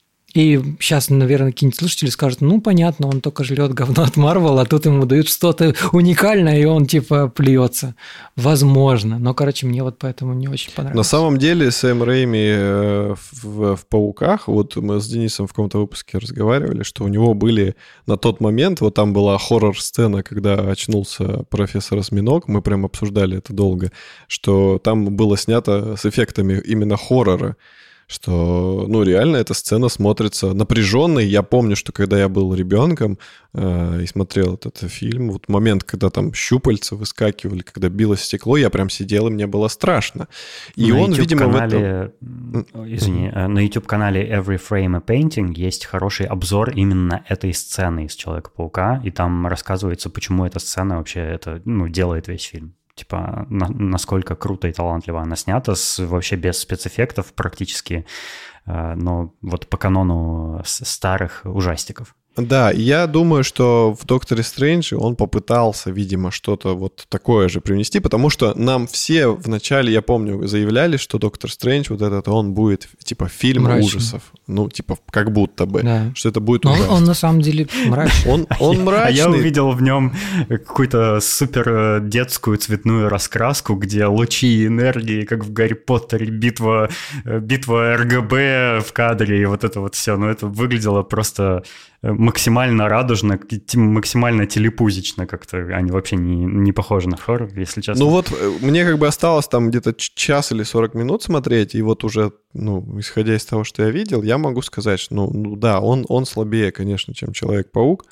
И сейчас, наверное, какие-нибудь слушатели скажут, ну, понятно, он только жрет говно от Марвел, а тут ему дают что-то уникальное, и он, типа, плюется. Возможно. Но, короче, мне вот поэтому не очень понравилось. На самом деле, Сэм Рэйми в, в «Пауках», вот мы с Денисом в каком-то выпуске разговаривали, что у него были на тот момент, вот там была хоррор-сцена, когда очнулся профессор Осьминог, мы прям обсуждали это долго, что там было снято с эффектами именно хоррора, что, ну, реально эта сцена смотрится напряженной. Я помню, что когда я был ребенком э, и смотрел этот фильм, вот момент, когда там щупальца выскакивали, когда билось стекло, я прям сидел, и мне было страшно. И на он, видимо, в этом... Извини, mm-hmm. на YouTube-канале Every Frame a Painting есть хороший обзор именно этой сцены из Человека-паука, и там рассказывается, почему эта сцена вообще это, ну, делает весь фильм. Типа, на, насколько круто и талантливо она снята, с, вообще без спецэффектов практически, э, но вот по канону старых ужастиков. Да, я думаю, что в «Докторе Стрэнджи» он попытался, видимо, что-то вот такое же привнести, потому что нам все вначале, я помню, заявляли, что «Доктор Стрэндж», вот этот, он будет, типа, фильм мрачный. Ужасов. Ну, типа, как будто бы. Да. Что это будет он, ужасно. Он, на самом деле, мрачный. Он, он мрачный. А я увидел в нем какую-то супер детскую цветную раскраску, где лучи энергии, как в «Гарри Поттере», битва, битва эр гэ бэ в кадре, и вот это вот все. Но это выглядело просто... максимально радужно, максимально телепузично как-то. Они вообще не, не похожи на хоррор, если честно. Ну вот мне как бы осталось там где-то час или сорок минут смотреть, и вот уже, ну, исходя из того, что я видел, я могу сказать, что, ну, ну да, он, он слабее, конечно, чем Человек-паук.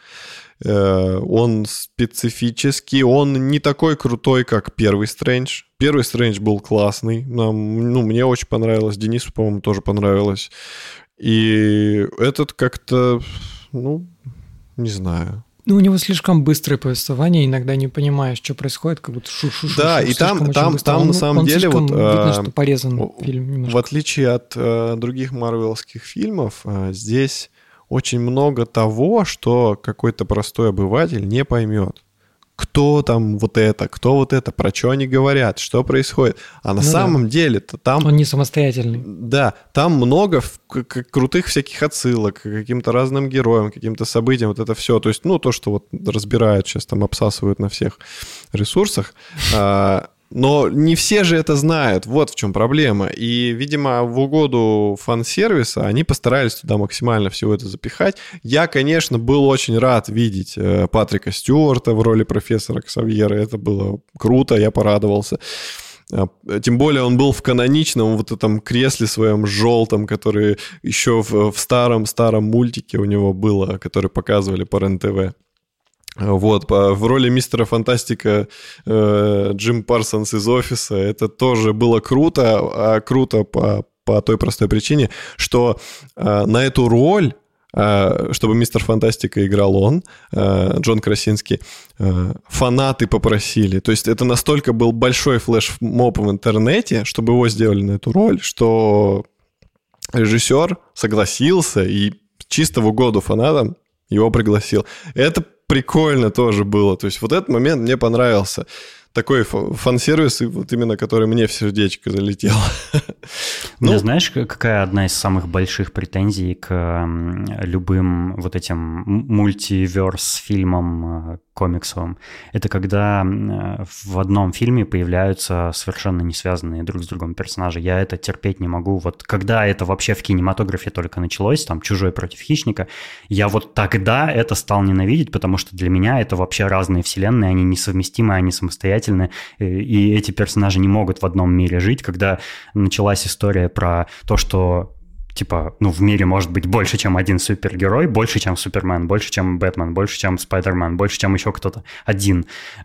Э, он специфический, он не такой крутой, как первый Стрэндж. Первый Стрэндж был классный. Нам, ну, мне очень понравилось, Денису, по-моему, тоже понравилось. И этот как-то... Ну, не знаю. Ну, у него слишком быстрое повествование, иногда не понимаешь, что происходит, как будто шу-шу-шу. Да, и там, там, там он, на самом он деле вот... видно, а, что порезан фильм немножко. В отличие от а, других марвеловских фильмов, а, здесь очень много того, что какой-то простой обыватель не поймет. Кто там вот это, кто вот это, про что они говорят, что происходит. А на ну самом да. деле-то там... Он не самостоятельный. Да, там много крутых всяких отсылок к каким-то разным героям, каким-то событиям, вот это все. То есть, ну, то, что вот разбирают сейчас, там обсасывают на всех ресурсах. Но не все же это знают, вот в чем проблема. И, видимо, в угоду фан-сервиса они постарались туда максимально всего это запихать. Я, конечно, был очень рад видеть Патрика Стюарта в роли профессора Ксавьера. Это было круто, я порадовался. Тем более он был в каноничном вот этом кресле своем желтом, который еще в старом-старом мультике у него было, который показывали по эр эн тэ вэ. Вот, в роли мистера Фантастика э, Джим Парсонс из «Офиса» это тоже было круто, а круто по, по той простой причине, что э, на эту роль, э, чтобы мистер Фантастика играл он, э, Джон Красинский, э, фанаты попросили. То есть это настолько был большой флешмоб в интернете, чтобы его сделали на эту роль, что режиссер согласился и чисто в угоду фанатам его пригласил. Это прикольно тоже было. То есть вот этот момент мне понравился. Такой фан-сервис, вот именно который мне в сердечко залетел. Ну, ну, знаешь, какая одна из самых больших претензий к любым вот этим мультиверс-фильмам комиксовым? Это когда в одном фильме появляются совершенно не связанные друг с другом персонажи. Я это терпеть не могу. Вот когда это вообще в кинематографе только началось, там «Чужой против хищника», я вот тогда это стал ненавидеть, потому что для меня это вообще разные вселенные, они несовместимы, они самостоятельны, и эти персонажи не могут в одном мире жить. Когда началась история про то, что типа, ну, в мире может быть больше, чем один супергерой, больше, чем Супермен, больше, чем Бэтмен, больше, чем Спайдермен, больше, чем еще кто-то один.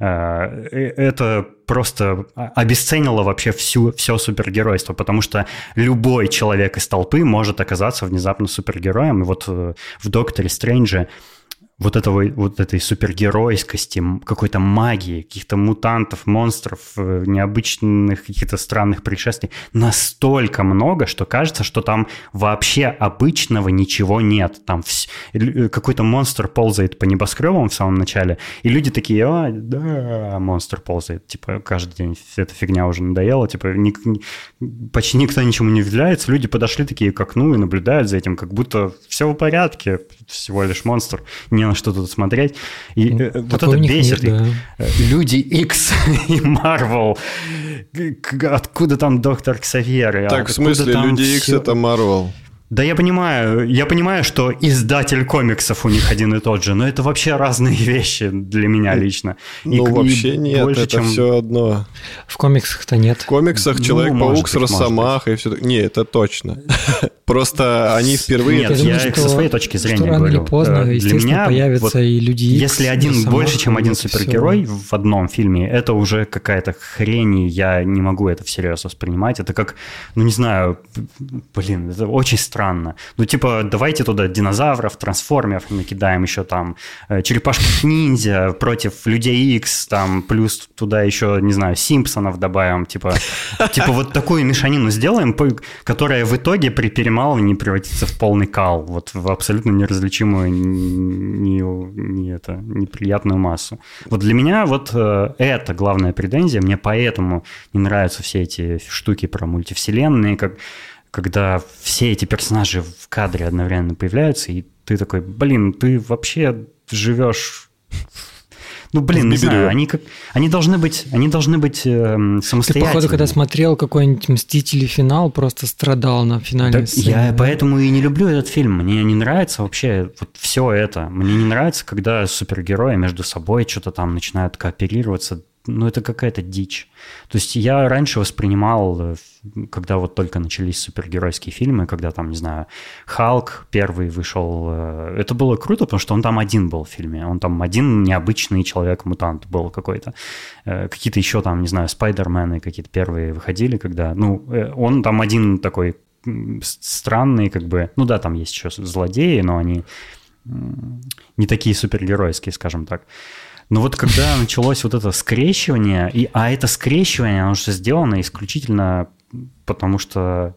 Это просто обесценило вообще всю, все супергеройство, потому что любой человек из толпы может оказаться внезапно супергероем. И вот в «Докторе Стрэнджа» вот, этого, вот этой супергеройскости, какой-то магии, каких-то мутантов, монстров, необычных каких-то странных происшествий настолько много, что кажется, что там вообще обычного ничего нет. Там вс... какой-то монстр ползает по небоскребам в самом начале, и люди такие: а, да, монстр ползает. Типа, каждый день эта фигня уже надоела. Типа, ник... почти никто ничему не удивляется. Люди подошли такие к окну и наблюдают за этим, как будто все в порядке, всего лишь монстр. Не на что тут смотреть. И ну, вот это бесит. Мир, да. Люди Икс и Марвел. Откуда там доктор Ксавьер? Так, в смысле, Люди Икс все... это Марвел? Да я понимаю, я понимаю, что издатель комиксов у них один и тот же, но это вообще разные вещи для меня лично. Ну, и, вообще и нет, больше, это чем... все одно. В комиксах-то нет. В комиксах ну, Человек-паук с Росомахой и все такое. Не, это точно. Просто они впервые... Нет, я со своей точки зрения говорю. Рано или поздно, естественно, появятся и Люди Икс. Если один больше, чем один супергерой в одном фильме, это уже какая-то хрень, и я не могу это всерьез воспринимать. Это как, ну не знаю, блин, это очень странно. Ну, типа, давайте туда динозавров, трансформеров накидаем еще там, черепашки-ниндзя против Людей Икс, там, плюс туда еще, не знаю, Симпсонов добавим, типа, типа вот такую мешанину сделаем, которая в итоге при перемалывании превратится в полный кал, вот в абсолютно неразличимую, не, не это, неприятную массу. Вот для меня вот это главная претензия, мне поэтому не нравятся все эти штуки про мультивселенные, как когда все эти персонажи в кадре одновременно появляются, и ты такой, блин, ты вообще живешь... Ну, блин, не знаю, они, как, они должны быть, они должны быть э, самостоятельными. Ты, походу, когда смотрел какой-нибудь «Мстители. Финал», просто страдал на финальной да, сцене. Я да? поэтому и не люблю этот фильм. Мне не нравится вообще вот все это. Мне не нравится, когда супергерои между собой что-то там начинают кооперироваться. Ну, это какая-то дичь. То есть я раньше воспринимал, когда вот только начались супергеройские фильмы, когда там, не знаю, Халк первый вышел, это было круто, потому что он там один был в фильме, он там один необычный человек-мутант был какой-то. Какие-то еще там, не знаю, Спайдермены какие-то первые выходили, когда, ну, он там один такой странный, как бы, ну да, там есть еще злодеи, но они не такие супергеройские, скажем так. Но вот когда началось вот это скрещивание, и, а это скрещивание, оно же сделано исключительно потому, что...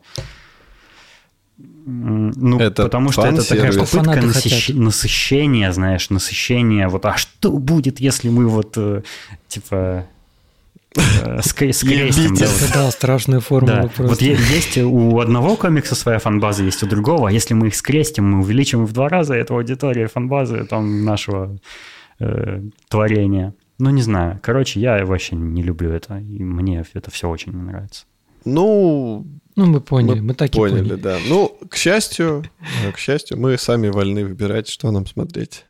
Ну, это потому что это такая попытка насыщ... насыщения, знаешь, насыщения. Вот, а что будет, если мы вот, типа... скрестим. Да, да, страшную формулу да. просто. Вот есть у одного комикса своя фан-база, есть у другого. А если мы их скрестим, мы увеличим в два раза эту аудиторию фан-базы там, нашего э, творения. Ну, не знаю. Короче, я вообще не люблю это. И мне это все очень не нравится. Ну... Ну, мы поняли, мы, мы так поняли, и поняли. Да. Ну, к счастью, к счастью, мы сами вольны выбирать, что нам смотреть.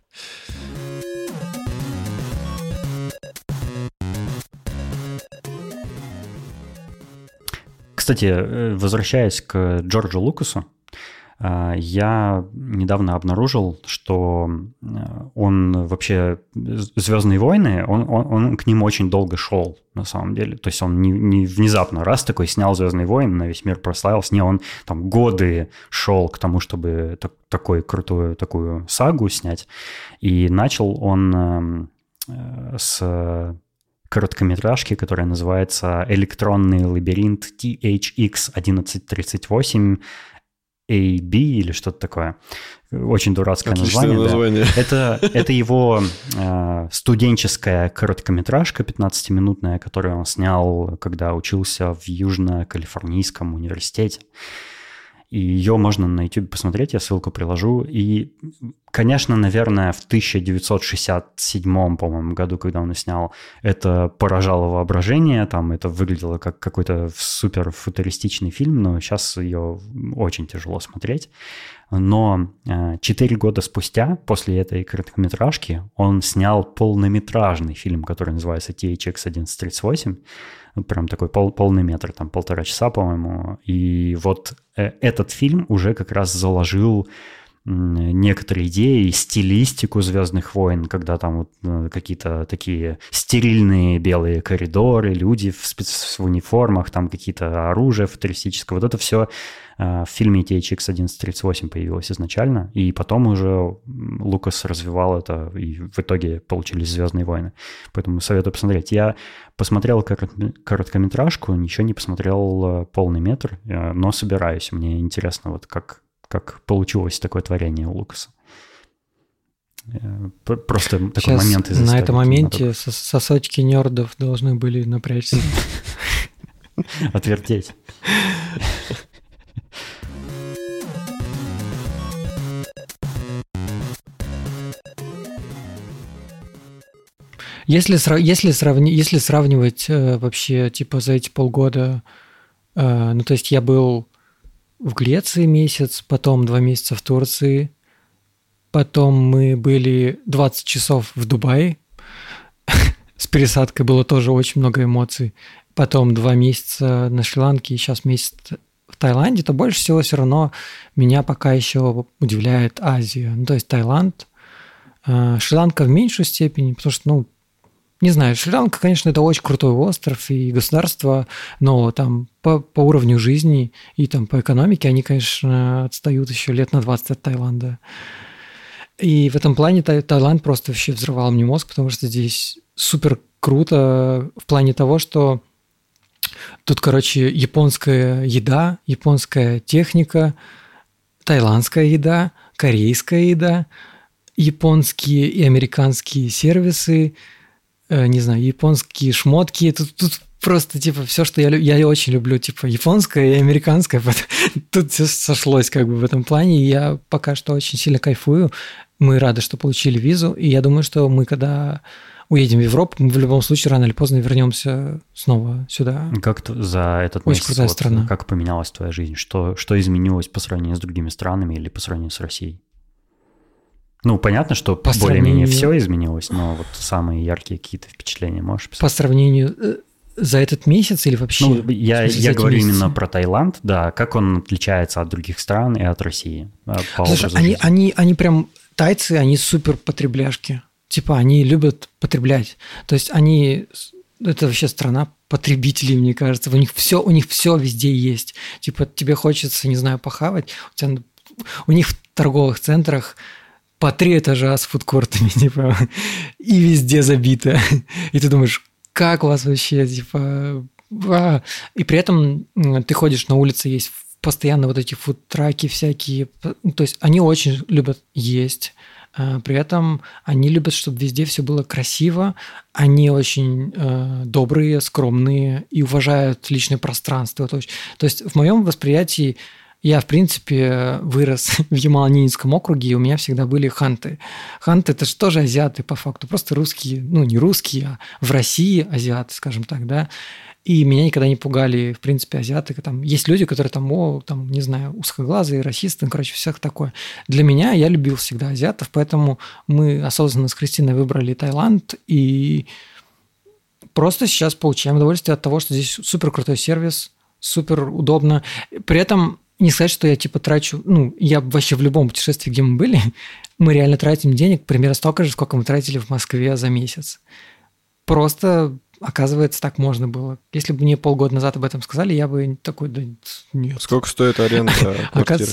Кстати, возвращаясь к Джорджу Лукасу, я недавно обнаружил, что он вообще «Звездные войны», он, он, он к ним очень долго шел, на самом деле. То есть он не, не внезапно раз такой снял «Звездные войны», на весь мир прославился. Не, он там годы шел к тому, чтобы так, такой крутую такую сагу снять. И начал он э, с... короткометражки, которая называется «Электронный лабиринт ти эйч икс одиннадцать тридцать восемь эй би» или что-то такое. Очень дурацкое Отличное название. название. Да. Это, это его э, студенческая короткометражка пятнадцатиминутная, которую он снял, когда учился в Южно-Калифорнийском университете. И ее можно на YouTube посмотреть, я ссылку приложу. И конечно, наверное, в тысяча девятьсот шестьдесят седьмом, по-моему, году, когда он снял, это поражало воображение, там это выглядело как какой-то супер футуристичный фильм, но сейчас ее очень тяжело смотреть. Но четыре года спустя, после этой короткометражки, он снял полнометражный фильм, который называется Ти Эйч Икс одиннадцать тридцать восемь. Прям такой пол, полный метр, там полтора часа, по-моему. И вот этот фильм уже как раз заложил некоторые идеи, стилистику «Звездных войн», когда там вот какие-то такие стерильные белые коридоры, люди в, спец... в униформах, там какие-то оружия футуристическое. Вот это все в фильме Ти Эйч Икс одиннадцать тридцать восемь появилось изначально, и потом уже Лукас развивал это, и в итоге получились «Звездные войны». Поэтому советую посмотреть. Я посмотрел короткометражку, ничего не посмотрел полный метр, но собираюсь. Мне интересно, вот как как получилось такое творение у Лукаса. Просто такой Сейчас момент из на этом моменте сосочки нердов должны были напрячься. Отвертеть. Если, если, сравни, если сравнивать э, вообще типа за эти полгода, э, ну то есть я был в Греции месяц, потом два месяца в Турции, потом мы были двадцать часов в Дубае, с пересадкой было тоже очень много эмоций, потом два месяца на Шри-Ланке и сейчас месяц в Таиланде, то больше всего все равно меня пока еще удивляет Азия. Ну, то есть Таиланд, э, Шри-Ланка в меньшей степени, потому что, ну, не знаю, Шри-Ланка, конечно, это очень крутой остров и государство, но там по, по уровню жизни и там по экономике они, конечно, отстают еще лет на двадцать от Таиланда. И в этом плане Таиланд просто вообще взрывал мне мозг, потому что здесь супер круто в плане того, что тут, короче, японская еда, японская техника, таиландская еда, корейская еда, японские и американские сервисы, не знаю, японские шмотки. Тут, тут просто, типа, все, что я, я очень люблю, типа, японское и американское. Тут все сошлось как бы в этом плане. И я пока что очень сильно кайфую. Мы рады, что получили визу. И я думаю, что мы, когда уедем в Европу, мы в любом случае рано или поздно вернемся снова сюда. Как за этот очень месяц крутая вот, страна. Как поменялась твоя жизнь? Что, что изменилось по сравнению с другими странами или по сравнению с Россией? Ну, понятно, что по более-менее сравнению... все изменилось, но вот самые яркие какие-то впечатления можешь писать? По сравнению за этот месяц или вообще? Ну, я, я говорю месяцем? именно про Таиланд, да, как он отличается от других стран и от России. По Слушай, они, они, они прям, тайцы, они супер потребляшки. Типа, они любят потреблять. То есть они, это вообще страна потребителей, мне кажется. У них все, у них все везде есть. Типа, тебе хочется, не знаю, похавать, у, тебя, у них в торговых центрах по три этажа с фудкортами, типа, и везде забито. И ты думаешь, как у вас вообще, типа... А. И при этом ты ходишь на улице, есть постоянно вот эти фудтраки всякие. То есть они очень любят есть. При этом они любят, чтобы везде все было красиво. Они очень э, добрые, скромные и уважают личное пространство. То есть в моем восприятии я, в принципе, вырос в Ямало-Ненецком округе, и у меня всегда были ханты. Ханты – это же тоже азиаты, по факту, просто русские, ну, не русские, а в России азиаты, скажем так, да. И меня никогда не пугали, в принципе, азиаты. Там есть люди, которые там, о, там, не знаю, узкоглазые, расисты, ну, короче, всякое такое. Для меня я любил всегда азиатов, поэтому мы осознанно с Кристиной выбрали Таиланд, и просто сейчас получаем удовольствие от того, что здесь супер крутой сервис, супер удобно. При этом не сказать, что я типа трачу, ну, я вообще в любом путешествии, где мы были, мы реально тратим денег примерно столько же, сколько мы тратили в Москве за месяц. Просто, оказывается, так можно было. Если бы мне полгода назад об этом сказали, я бы такой, да нет. Сколько стоит аренда квартиры?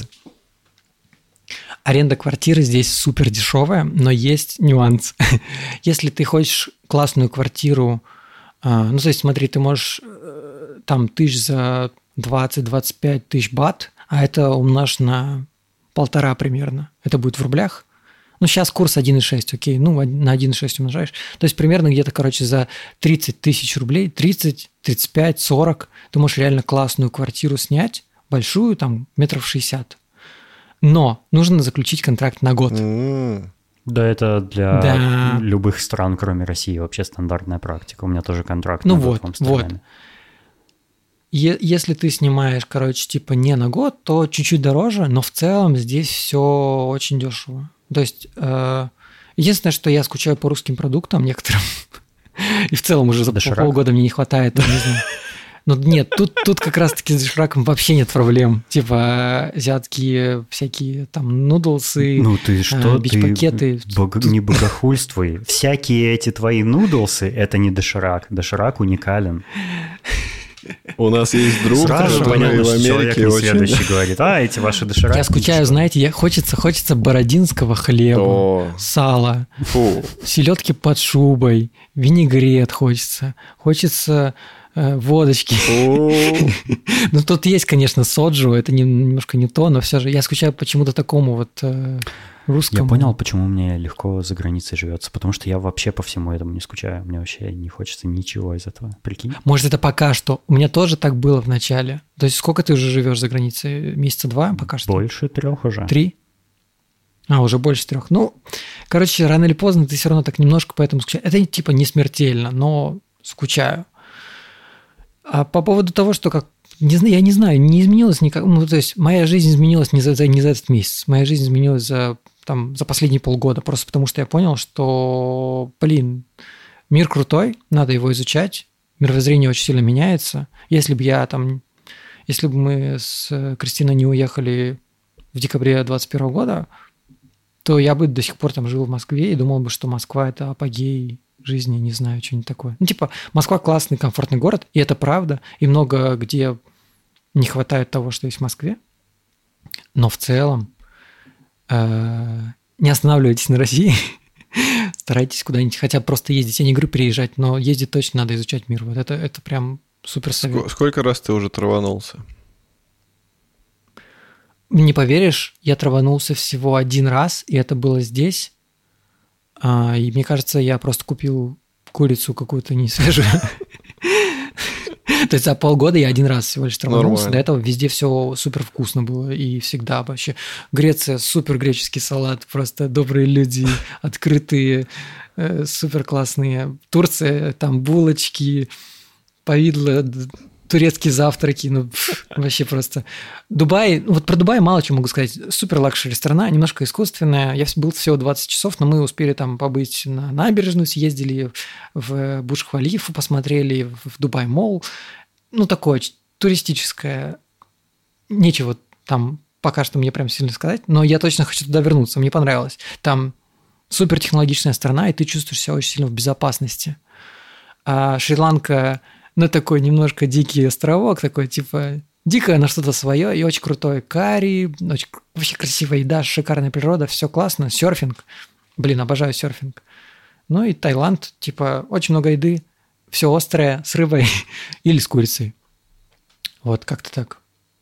Аренда квартиры здесь супер дешевая, но есть нюанс. Если ты хочешь классную квартиру, ну, то есть, смотри, ты можешь там тысяч за двадцать-двадцать пять тысяч бат, а это умножь на полтора примерно. Это будет в рублях. Ну, сейчас курс один и шесть, окей, ну, на один и шесть умножаешь. То есть, примерно где-то, короче, за тридцать тысяч рублей, тридцать, тридцать пять, сорок, ты можешь реально классную квартиру снять, большую, там, метров шестьдесят. Но нужно заключить контракт на год. М. Да, это для Да. любых стран, кроме России, вообще стандартная практика. У меня тоже контракт Ну на год вот, в Амстердаме. вот. Е- Если ты снимаешь, короче, типа не на год, то чуть-чуть дороже, но в целом здесь все очень дешево. То есть э, единственное, что я скучаю по русским продуктам некоторым, и в целом уже за Доширак? полгода мне не хватает, я не знаю. Ну нет, тут, тут как раз-таки с дошираком вообще нет проблем. Типа азиатские всякие там нудлсы, Ну ты что, а, ты бич-пакеты. бог- не богохульствуй. Всякие эти твои нудлсы – это не доширак. Доширак уникален. У нас есть друг, Сразу который понятно, в что человек Америке очень... несведущий говорит, а, эти ваши дошираки. Я скучаю, ничего». знаете, я, хочется, хочется бородинского хлеба, О, сала, фу. селедки под шубой, винегрет хочется, хочется э, водочки. Фу. Ну, тут есть, конечно, соджу, это не- немножко не то, но все же я скучаю почему-то такому вот э, русскому. Я понял, почему мне легко за границей живется, потому что я вообще по всему этому не скучаю. Мне вообще не хочется ничего из этого. Прикинь? Может, это пока что. У меня тоже так было в начале. То есть сколько ты уже живешь за границей? Месяца два пока что? Больше трех уже. Три? А, уже больше трех. Ну, короче, рано или поздно ты все равно так немножко поэтому скучаешь. Это типа не смертельно, но скучаю. А по поводу того, что как... Не знаю, я не знаю, не изменилось никак. Ну, то есть моя жизнь изменилась не за, за- не за этот месяц. Моя жизнь изменилась за, там, за последние полгода. Просто потому что я понял, что, блин, мир крутой, надо его изучать. Мировоззрение очень сильно меняется. Если бы я там... Если бы мы с Кристиной не уехали в декабре двадцать первого года, то я бы до сих пор там жил в Москве и думал бы, что Москва – это апогей жизни, не знаю, что-нибудь такое. Ну, типа, Москва классный, комфортный город, и это правда, и много где не хватает того, что есть в Москве. Но в целом э, не останавливайтесь на России, старайтесь куда-нибудь, хотя бы просто ездить. Я не говорю переезжать, но ездить точно надо, изучать мир. Вот это, это прям супер совет. Ск- Сколько раз ты уже траванулся? Не поверишь, я траванулся всего один раз, и это было здесь. А, и мне кажется, я просто купил курицу какую-то несвежую. То есть за полгода я один раз всего лишь траванулся. Нормально. До этого везде все супер вкусно было. И всегда вообще. Греция, супер греческий салат. Просто добрые люди, открытые, э, супер классные. Турция, там булочки, повидло, д- турецкие завтраки. Ну, пф, вообще просто. Дубай, ну, вот про Дубай мало чего могу сказать. Супер лакшери страна, немножко искусственная. Я был всего двадцать часов, но мы успели там побыть на набережную, съездили в Бурдж-Халифу, посмотрели в Дубай-молл. Ну, такое ч- туристическое. Нечего там пока что мне прям сильно сказать, но я точно хочу туда вернуться, мне понравилось. Там супер технологичная страна, и ты чувствуешь себя очень сильно в безопасности. А Шри-Ланка, ну, такой немножко дикий островок, такой типа дикое, но что-то свое, и очень крутой карри, очень кр- вообще красивая еда, шикарная природа, все классно, серфинг. Блин, обожаю серфинг. Ну и Таиланд, типа, очень много еды, все острое, с рыбой или с курицей. Вот как-то так.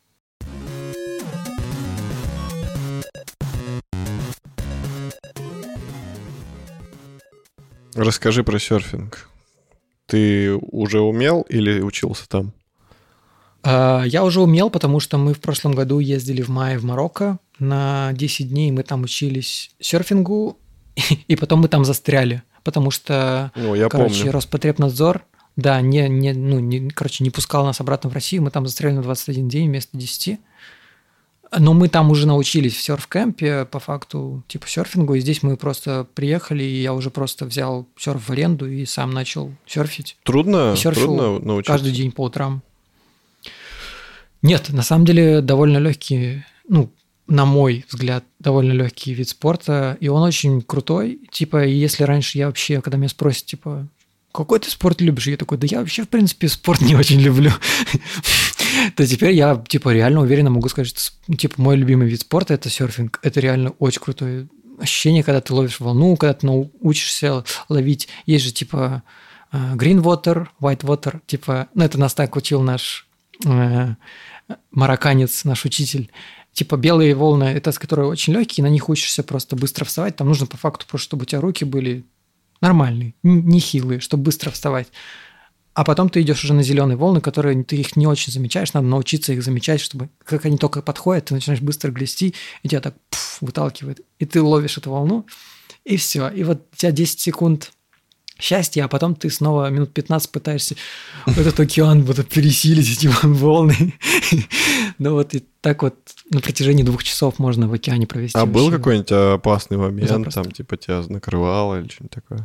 Расскажи про серфинг. Ты уже умел или учился там? А, Я уже умел, потому что мы в прошлом году ездили в мае в Марокко на десять дней, мы там учились серфингу, и потом мы там застряли, потому что, Ну, я короче, помню. Роспотребнадзор, да, не, не, ну, не, короче, не пускал нас обратно в Россию, мы там застряли на двадцать один день вместо десяти. Но мы там уже научились в серф-кемпе, по факту, типа серфингу, и здесь мы просто приехали, и я уже просто взял серф в аренду и сам начал серфить. Трудно, И серфил трудно научиться? Каждый день по утрам. Нет, на самом деле довольно легкий, ну, на мой взгляд, довольно легкий вид спорта, и он очень крутой. Типа, и если раньше я вообще, когда меня спросят, типа, какой ты спорт любишь? Я такой, да я вообще, в принципе, спорт не очень люблю. То теперь я, типа, реально уверенно могу сказать, что, типа, мой любимый вид спорта – это серфинг. Это реально очень крутое ощущение, когда ты ловишь волну, когда ты научишься ловить. Есть же, типа, green water, white water, типа, ну, это нас так учил наш э, марокканец, наш учитель. Типа, белые волны – это, которые очень легкие, на них учишься просто быстро вставать. Там нужно, по факту, просто чтобы у тебя руки были нормальные, нехилые, чтобы быстро вставать. А потом ты идешь уже на зеленые волны, которые ты их не очень замечаешь, надо научиться их замечать, чтобы как они только подходят, ты начинаешь быстро грести, и тебя так пф, выталкивает, и ты ловишь эту волну, и все. И вот у тебя десять секунд счастья, а потом ты снова минут пятнадцать пытаешься этот океан вот пересилить, эти волны. Ну вот и так вот на протяжении двух часов можно в океане провести. А был вообще. какой-нибудь опасный момент, Запросто. там типа тебя накрывало или что-нибудь такое?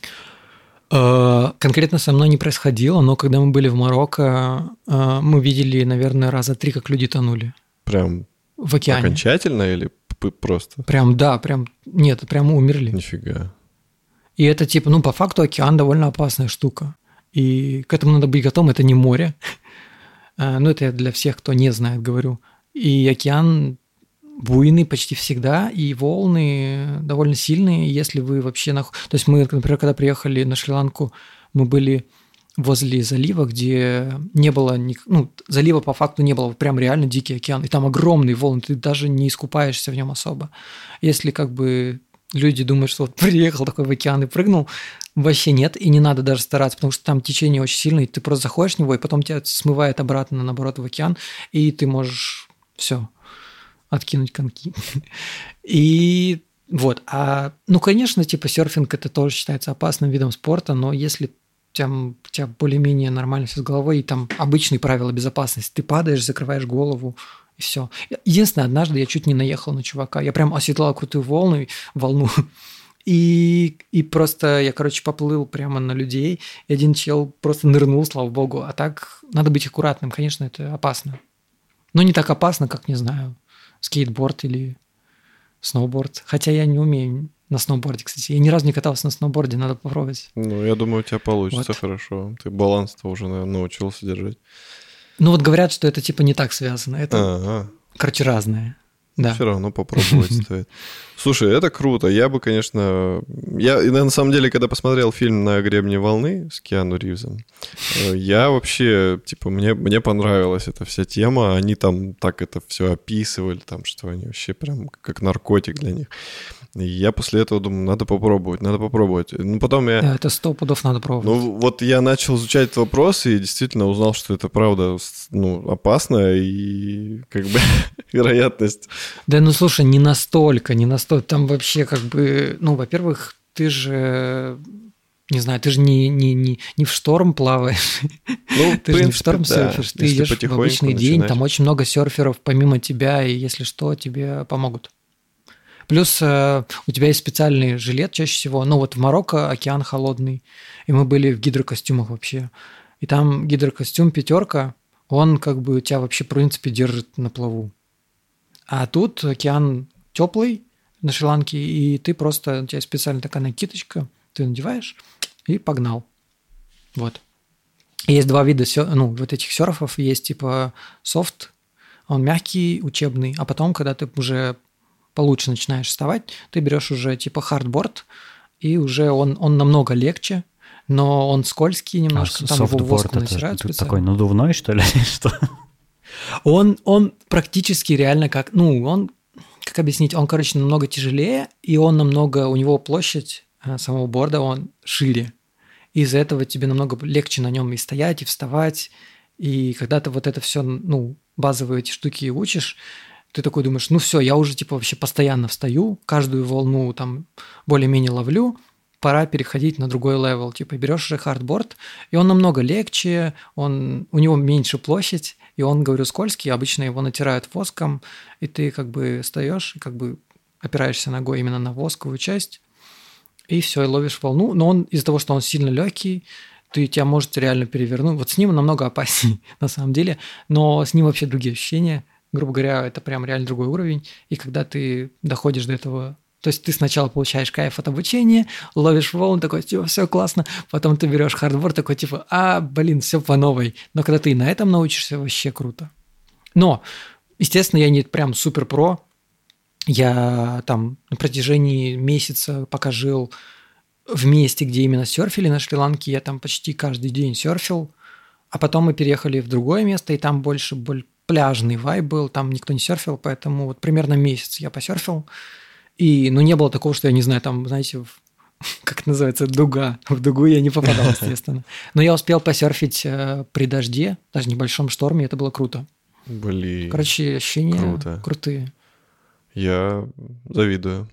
Э, Конкретно со мной не происходило, но когда мы были в Марокко, э, мы видели, наверное, раза три, как люди тонули Прям в океане. окончательно или п- просто? Прям, да, прям, нет, прям умерли. Нифига. И это типа, ну, по факту океан довольно опасная штука. И к этому надо быть готовым, это не море. Э, Ну, это я для всех, кто не знает, говорю. И океан буйный почти всегда, и волны довольно сильные, если вы вообще... Нах... То есть мы, например, когда приехали на Шри-Ланку, мы были возле залива, где не было... Ни... Ну, залива по факту не было, прям реально дикий океан, и там огромные волны, ты даже не искупаешься в нем особо. Если как бы люди думают, что вот приехал такой в океан и прыгнул, вообще нет, и не надо даже стараться, потому что там течение очень сильное, и ты просто заходишь в него, и потом тебя смывает обратно, наоборот, в океан, и ты можешь все откинуть коньки. И вот, а, ну, конечно, типа серфинг это тоже считается опасным видом спорта, но если у тебя, у тебя более-менее нормально все с головой, и там обычные правила безопасности, ты падаешь, закрываешь голову, и все. Единственное, однажды я чуть не наехал на чувака, я прям оседлал крутую волну, волну, и, и просто я, короче, поплыл прямо на людей, и один чел просто нырнул, слава богу, а так надо быть аккуратным, конечно, это опасно. Но не так опасно, как, не знаю, скейтборд или сноуборд. Хотя я не умею на сноуборде, кстати. Я ни разу не катался на сноуборде, надо попробовать. Ну, я думаю, у тебя получится Вот. хорошо. Ты баланс-то уже, наверное, научился держать. Ну вот говорят, что это типа не так связано. Это, Ага. короче, разное. Да. Все равно попробовать стоит. Слушай, это круто. Я бы, конечно... Я, и, на самом деле, когда посмотрел фильм «На гребне волны» с Киану Ривзом, э, я вообще, типа, мне, мне понравилась эта вся тема. Они там так это все описывали, там, что они вообще прям как наркотик для них. И я после этого думаю, надо попробовать, надо попробовать. Ну, потом я... Да, это сто пудов надо пробовать. Ну, вот я начал изучать этот вопрос и действительно узнал, что это правда, ну, опасно, и как бы вероятность... Да, ну слушай, не настолько, не настолько. Там вообще как бы, ну, во-первых, ты же, не знаю, ты же не, не, не, не в шторм плаваешь, Ну, ты же не в шторм да. серфишь, ты Если идешь в потихоньку обычный день, начинать. там очень много серферов помимо тебя, и если что, тебе помогут. Плюс э, у тебя есть специальный жилет чаще всего. Ну вот в Марокко океан холодный, и мы были в гидрокостюмах вообще. И там гидрокостюм пятерка, он как бы тебя вообще в принципе держит на плаву. А тут океан теплый на Шри-Ланке, и ты просто, у тебя специально такая накидочка, ты надеваешь и погнал. Вот. И есть два вида, сё- ну, вот этих серфов. Есть типа софт, он мягкий, учебный, а потом, когда ты уже получше начинаешь вставать, ты берешь уже типа хардборд, и уже он, он намного легче, но он скользкий немножко, А там его софтборд воском это натирают такой специально. надувной, что ли? Что? Он, он практически реально как, ну, он, как объяснить, он, короче, намного тяжелее, и он намного, у него площадь э, самого борда, он шире. Из-за этого тебе намного легче на нем и стоять, и вставать, и когда ты вот это все, ну, базовые эти штуки учишь, ты такой думаешь, ну все, я уже типа вообще постоянно встаю, каждую волну там более-менее ловлю, пора переходить на другой левел. Типа берешь уже хардборд, и он намного легче, он, у него меньше площадь, и он, говорю, скользкий, обычно его натирают воском, и ты как бы встаешь, и как бы опираешься ногой именно на восковую часть, и все, и ловишь волну. Но он из-за того, что он сильно легкий, ты тебя может реально перевернуть. Вот с ним намного опаснее на самом деле, но с ним вообще другие ощущения. Грубо говоря, это прям реально другой уровень. И когда ты доходишь до этого, то есть ты сначала получаешь кайф от обучения, ловишь волны, такой, типа, все классно, потом ты берешь хардборд, такой, типа, а, блин, все по новой. Но когда ты и на этом научишься, вообще круто. Но, естественно, я не прям супер про. Я там на протяжении месяца, пока жил в месте, где именно серфили на Шри-Ланке, я там почти каждый день серфил, а потом мы переехали в другое место, и там больше, больше пляжный вайб был, там никто не серфил, поэтому вот примерно месяц я посерфил, и, ну, не было такого, что я не знаю, там, знаете, в, как это называется, дуга. В дугу я не попадал, естественно. Но я успел посерфить э, при дожде, даже небольшом шторме, это было круто. Блин. Короче, ощущения круто. крутые. Я завидую.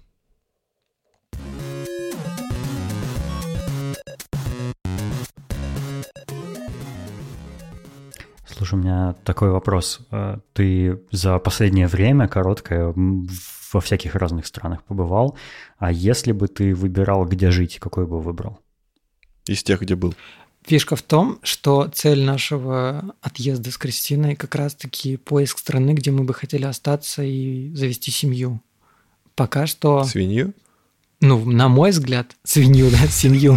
Слушай, у меня такой вопрос. Ты за последнее время короткое во всяких разных странах побывал, а если бы ты выбирал, где жить, какой бы выбрал? Из тех, где был. Фишка в том, что цель нашего отъезда с Кристиной как раз-таки поиск страны, где мы бы хотели остаться и завести семью. Пока что... Свинью? Ну, на мой взгляд, свинью, да, семью.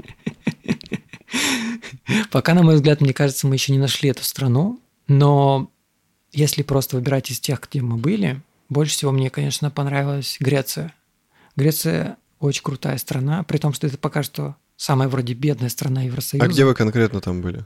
Пока, на мой взгляд, мне кажется, мы еще не нашли эту страну, но если просто выбирать из тех, где мы были, больше всего мне, конечно, понравилась Греция. Греция очень крутая страна, при том, что это пока что самая вроде бедная страна Евросоюза. А где вы конкретно там были?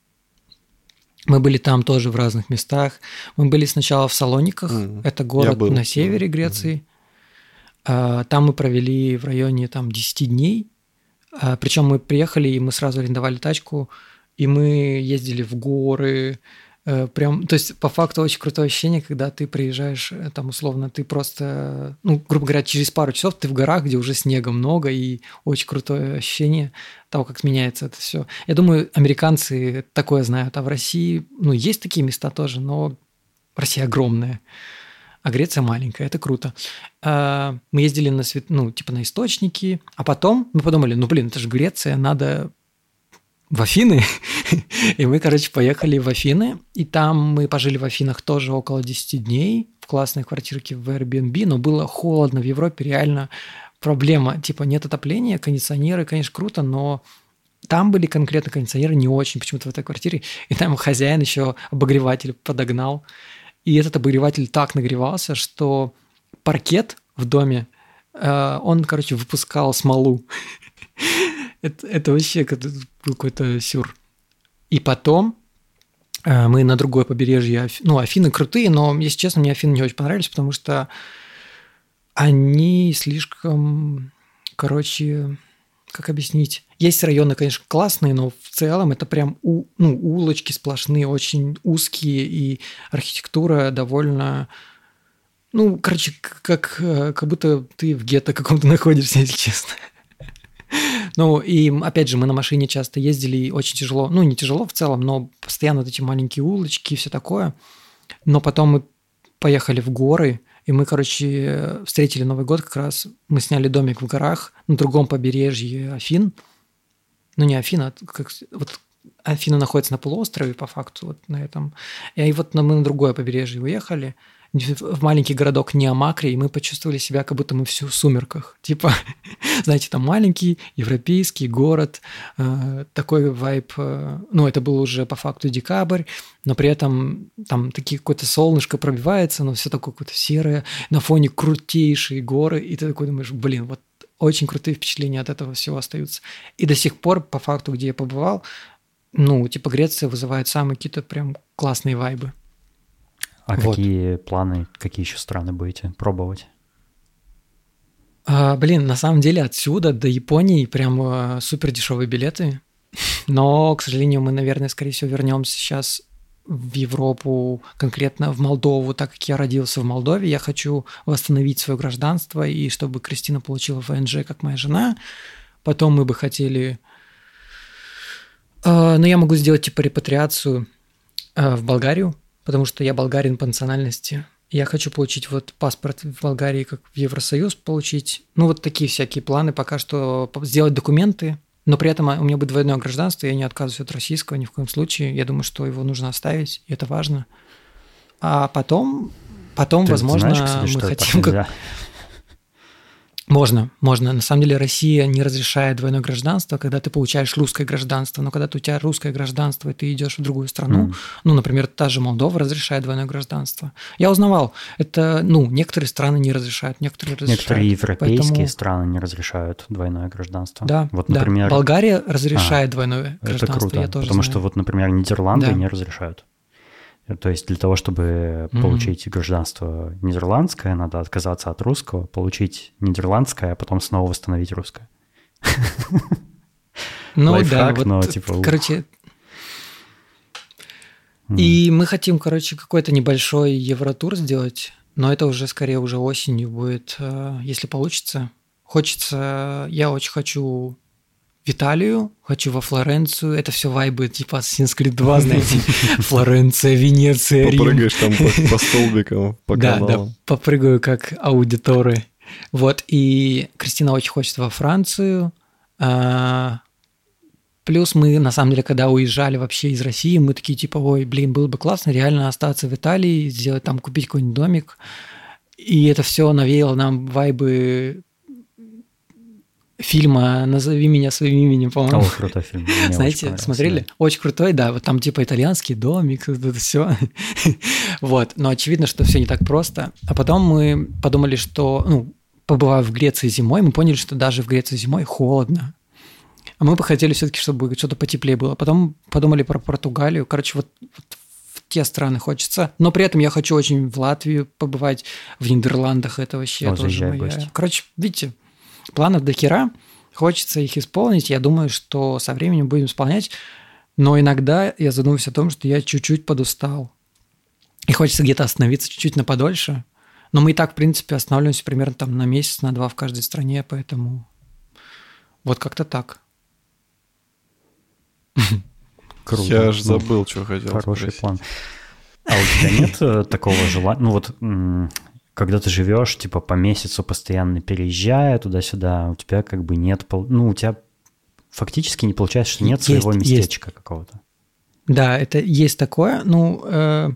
Мы были там тоже в разных местах. Мы были сначала в Салониках, mm-hmm. это город на севере Греции. Mm-hmm. Там мы провели в районе там, десять дней. Причем мы приехали, и мы сразу арендовали тачку, и мы ездили в горы. Прям, то есть, по факту, очень крутое ощущение, когда ты приезжаешь, там, условно, ты просто, ну, грубо говоря, через пару часов ты в горах, где уже снега много, и очень крутое ощущение того, как меняется это все. Я думаю, американцы такое знают, а в России, ну, есть такие места тоже, но Россия огромная. А Греция маленькая, это круто. Мы ездили на, свет... ну, типа на источники, а потом мы подумали, ну, блин, это же Греция, надо в Афины. И мы, короче, поехали в Афины, и там мы пожили в Афинах тоже около десять дней в классной квартирке в Airbnb, но было холодно в Европе, реально проблема. Типа нет отопления, кондиционеры, конечно, круто, но там были конкретно кондиционеры не очень почему-то в этой квартире, и там хозяин еще обогреватель подогнал. И этот обогреватель так нагревался, что паркет в доме, э, он, короче, выпускал смолу. это, это вообще был какой-то сюр. И потом э, мы на другое побережье... Ну, Афины крутые, но, если честно, мне Афины не очень понравились, потому что они слишком, короче... Как объяснить? Есть районы, конечно, классные, но в целом это прям у, ну, улочки сплошные, очень узкие, и архитектура довольно... Ну, короче, как, как будто ты в гетто каком-то находишься, если честно. Ну, и опять же, мы на машине часто ездили, и очень тяжело. Ну, не тяжело в целом, но постоянно вот эти маленькие улочки и все такое. Но потом мы поехали в горы, и мы, короче, встретили Новый год как раз. Мы сняли домик в горах на другом побережье Афин. Ну, не Афин, а как, вот Афины находятся на полуострове, по факту, вот на этом. И вот мы на другое побережье уехали, в маленький городок Неомакри, и мы почувствовали себя, как будто мы все в сумерках. Типа, знаете, там маленький европейский город, э, такой вайб. Э, ну, это был уже по факту декабрь, но при этом там такие какое-то солнышко пробивается, но все такое какое-то серое, на фоне крутейшие горы, и ты такой думаешь, блин, вот очень крутые впечатления от этого всего остаются. И до сих пор, по факту, где я побывал, ну, типа Греция вызывает самые какие-то прям классные вайбы. А вот. Какие планы, какие еще страны будете пробовать? А, блин, на самом деле отсюда до Японии прям а, супер дешевые билеты. Но, к сожалению, мы, наверное, скорее всего, вернемся сейчас в Европу, конкретно в Молдову, так как я родился в Молдове. Я хочу восстановить свое гражданство, и чтобы Кристина получила вэ эн жэ, как моя жена. Потом мы бы хотели... А, но я могу сделать типа репатриацию а, в Болгарию, потому что я болгарин по национальности. Я хочу получить вот паспорт в Болгарии, как в Евросоюз получить. Ну, вот такие всякие планы. Пока что сделать документы, но при этом у меня будет двойное гражданство, я не отказываюсь от российского ни в коем случае. Я думаю, что его нужно оставить, и это важно. А потом, потом Ты возможно, знаешь, кстати, мы что хотим... Как... Можно, можно. На самом деле Россия не разрешает двойное гражданство, когда ты получаешь русское гражданство, но когда у тебя русское гражданство, и ты идешь в другую страну, mm. ну, например, та же Молдова разрешает двойное гражданство. Я узнавал, это, ну, некоторые страны не разрешают, некоторые разрешают. Некоторые европейские поэтому... страны не разрешают двойное гражданство. Да, вот, например... да. Болгария разрешает а, двойное гражданство. Это круто, я тоже потому знаю. что, вот, например, Нидерланды да. не разрешают. То есть для того, чтобы mm-hmm. получить гражданство нидерландское, надо отказаться от русского, получить нидерландское, а потом снова восстановить русское. Ну Лайфхак, да, вот, но, типа, ух. короче... М. И мы хотим, короче, какой-то небольшой евротур сделать, но это уже скорее уже осенью будет, э, если получится. Хочется, я очень хочу в Италию, хочу во Флоренцию. Это все вайбы типа Assassin's Creed два, знаете. Флоренция, Венеция, Рим. Попрыгаешь там по, по столбикам, по Да, каналам. да, попрыгаю как аудиторы. Вот, и Кристина очень хочет во Францию. А, плюс мы, на самом деле, когда уезжали вообще из России, мы такие типа, ой, блин, было бы классно реально остаться в Италии, сделать там, купить какой-нибудь домик. И это все навеяло нам вайбы фильма «Назови меня своим именем», по-моему. О, крутой фильм. Мне очень Знаете, понравился, смотрели? да. Очень крутой, да. Вот там типа итальянский домик, вот это все. Вот. Но очевидно, что все не так просто. А потом мы подумали, что, ну, побывав в Греции зимой, мы поняли, что даже в Греции зимой холодно. А мы бы хотели все-таки, чтобы что-то потеплее было. Потом подумали про Португалию. Короче, вот, вот в те страны хочется. Но при этом я хочу очень в Латвию побывать, в Нидерландах. Это вообще О, тоже заезжай в моя... гости. Короче, видите, планов до хера. Хочется их исполнить. Я думаю, что со временем будем исполнять. Но иногда я задумываюсь о том, что я чуть-чуть подустал. И хочется где-то остановиться чуть-чуть на подольше. Но мы и так, в принципе, останавливаемся примерно там на месяц, на два в каждой стране. Поэтому вот как-то так. Круто. Я аж Ну, забыл, что хотел Хороший спросить. план. А у тебя нет э, такого желания? Ну вот, м, когда ты живешь, типа, по месяцу постоянно переезжая туда-сюда, у тебя как бы нет... пол- Ну, у тебя фактически не получается, что нет Есть, своего есть. местечка какого-то. Да, это есть такое. Ну, э,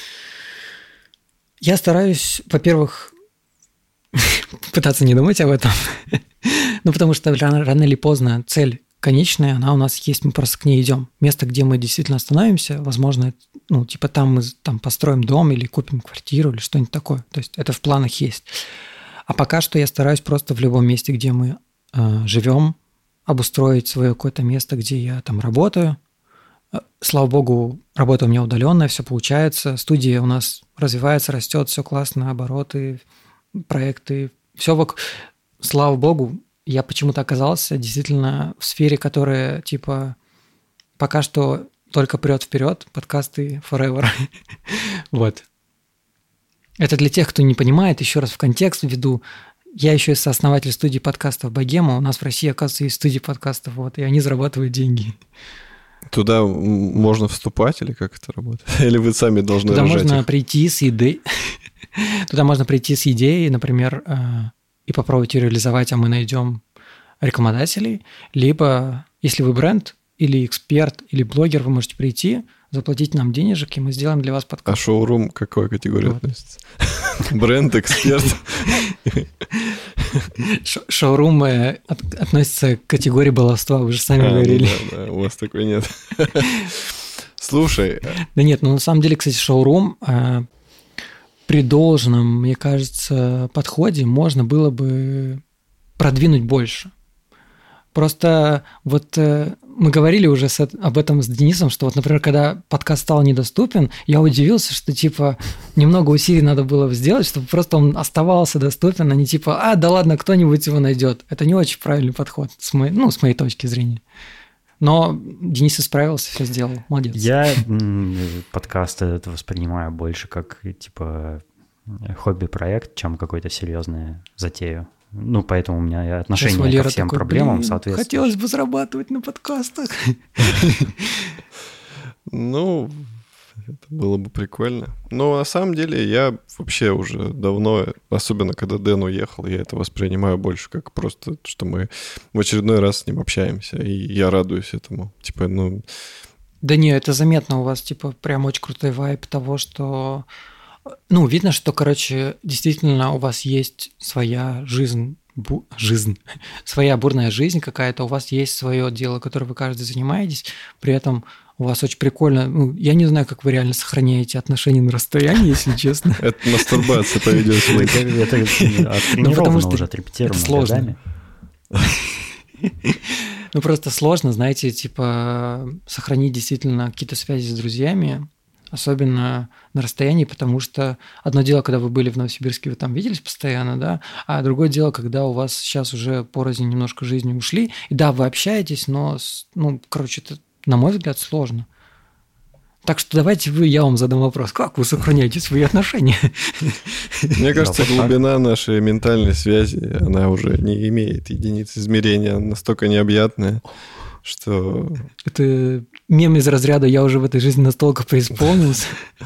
я стараюсь, во-первых, пытаться не думать об этом. Ну, потому что рано, рано или поздно цель конечная, она у нас есть, мы просто к ней идем. Место, где мы действительно остановимся, возможно, ну, типа там мы там построим дом или купим квартиру или что-нибудь такое. То есть это в планах есть. А пока что я стараюсь просто в любом месте, где мы э, живем, обустроить свое какое-то место, где я там работаю. Слава богу, работа у меня удаленная, все получается. Студия у нас развивается, растет, все классно, обороты, проекты, все вокруг. Слава богу, я почему-то оказался действительно в сфере, которая типа пока что только прет вперед, подкасты forever. Вот. Это для тех, кто не понимает, еще раз в контекст введу. Я еще и сооснователь студии подкастов «Богема». У нас в России, оказывается, есть студии подкастов, вот, и они зарабатывают деньги. Туда м, можно вступать или как это работает? Или вы сами должны Туда рожать можно их? прийти с идеей, туда можно прийти с идеей, например, э, и попробовать ее реализовать, а мы найдем рекламодателей. Либо, если вы бренд или эксперт, или блогер, вы можете прийти, заплатить нам денежек, и мы сделаем для вас А подкаст. шоурум к какой категории Вот. относится? Бренд, эксперт? Ш- Шоурум э, от- относится к категории баловства, вы же сами А, ну говорили. да, да, у вас такой нет. Слушай, Да нет, ну на самом деле, кстати, шоурум э, при должном, мне кажется, подходе можно было бы продвинуть больше. Просто вот э, мы говорили уже с, эт- об этом с Денисом, что вот, например, когда подкаст стал недоступен, я удивился, что типа немного усилий надо было сделать, чтобы просто он оставался доступен, а не типа, а, да ладно, кто-нибудь его найдет. Это не очень правильный подход, с моей, ну, с моей точки зрения. Но Денис исправился, все сделал. Молодец. Я м, подкасты это воспринимаю больше как, типа, хобби-проект, чем какую-то серьезную затею. Ну, поэтому у меня и Сейчас отношение Валера ко всем такой, проблемам «Блин, соответствует. хотелось бы зарабатывать на подкастах. ну, это было бы прикольно. Но на самом деле я вообще уже давно, особенно когда Дэн уехал, я это воспринимаю больше как просто, что мы в очередной раз с ним общаемся, и я радуюсь этому. Типа, ну, Да не, это заметно у вас, типа, прям очень крутой вайб того, что... Ну, видно, что, короче, действительно у вас есть своя жизнь, бу- жизнь, своя бурная жизнь какая-то, у вас есть свое дело, которым вы каждый занимаетесь, при этом у вас очень прикольно, ну, я не знаю, как вы реально сохраняете отношения на расстоянии, если честно. это мастурбация по видеосвязи. Это, это оттренировано что уже, отрепетировано это сложно. годами. Ну, просто сложно, знаете, типа, сохранить действительно какие-то связи с друзьями, особенно на расстоянии, потому что одно дело, когда вы были в Новосибирске, вы там виделись постоянно, да, а другое дело, когда у вас сейчас уже порознь немножко жизни ушли, и да, вы общаетесь, но, ну, короче, это, на мой взгляд, сложно. Так что давайте вы, я вам задам вопрос. Как вы сохраняете свои отношения? Мне кажется, глубина нашей ментальной связи, она уже не имеет единиц измерения, она настолько необъятная, что... Это мем из разряда «я уже в этой жизни настолько преисполнился».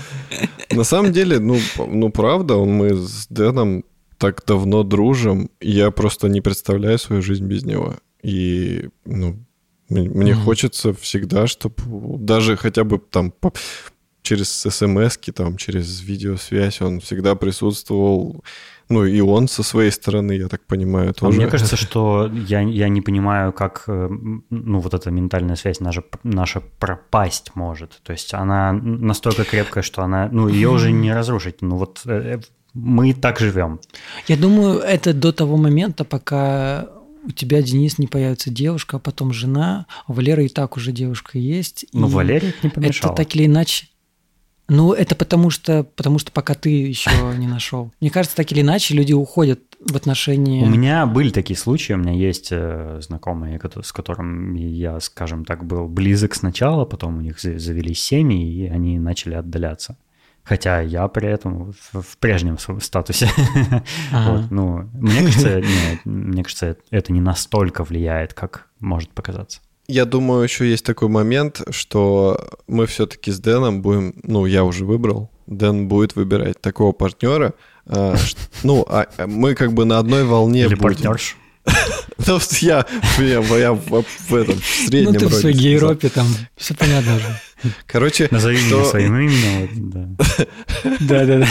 На самом деле, ну, ну правда, мы с Дэном так давно дружим, и я просто не представляю свою жизнь без него. И, ну... Мне mm-hmm. хочется всегда, чтобы даже хотя бы там через смс-ки, там, через видеосвязь он всегда присутствовал. Ну, и он со своей стороны, я так понимаю, тоже. А мне кажется, что я, я не понимаю, как ну, вот эта ментальная связь наша, наша пропасть может. То есть она настолько крепкая, что она, ну, ее уже не разрушить. Ну, вот мы так живем. Я думаю, это до того момента, пока... У тебя, Денис, не появится девушка, а потом жена. У Валеры и так уже девушка есть. Ну, Валерия не помешала. Это так или иначе... Ну, это потому что, потому что пока ты еще не нашел. Мне кажется, так или иначе люди уходят в отношения... У меня были такие случаи. У меня есть знакомые, с которыми я, скажем так, был близок сначала, потом у них завелись семьи, и они начали отдаляться. Хотя я при этом в, в прежнем статусе. Ага. Вот, ну, мне кажется, нет, мне кажется, это не настолько влияет, как может показаться. Я думаю, еще есть такой момент, что мы все-таки с Дэном будем, ну, я уже выбрал, Дэн будет выбирать такого партнера. А, ну, а мы как бы на одной волне Или будем. партнерш. Ну, я, я, я в, в этом в среднем ну, ты роде. в своей Европе там, все понятно же. Короче, назови что... меня своим именем. Да. Да-да-да.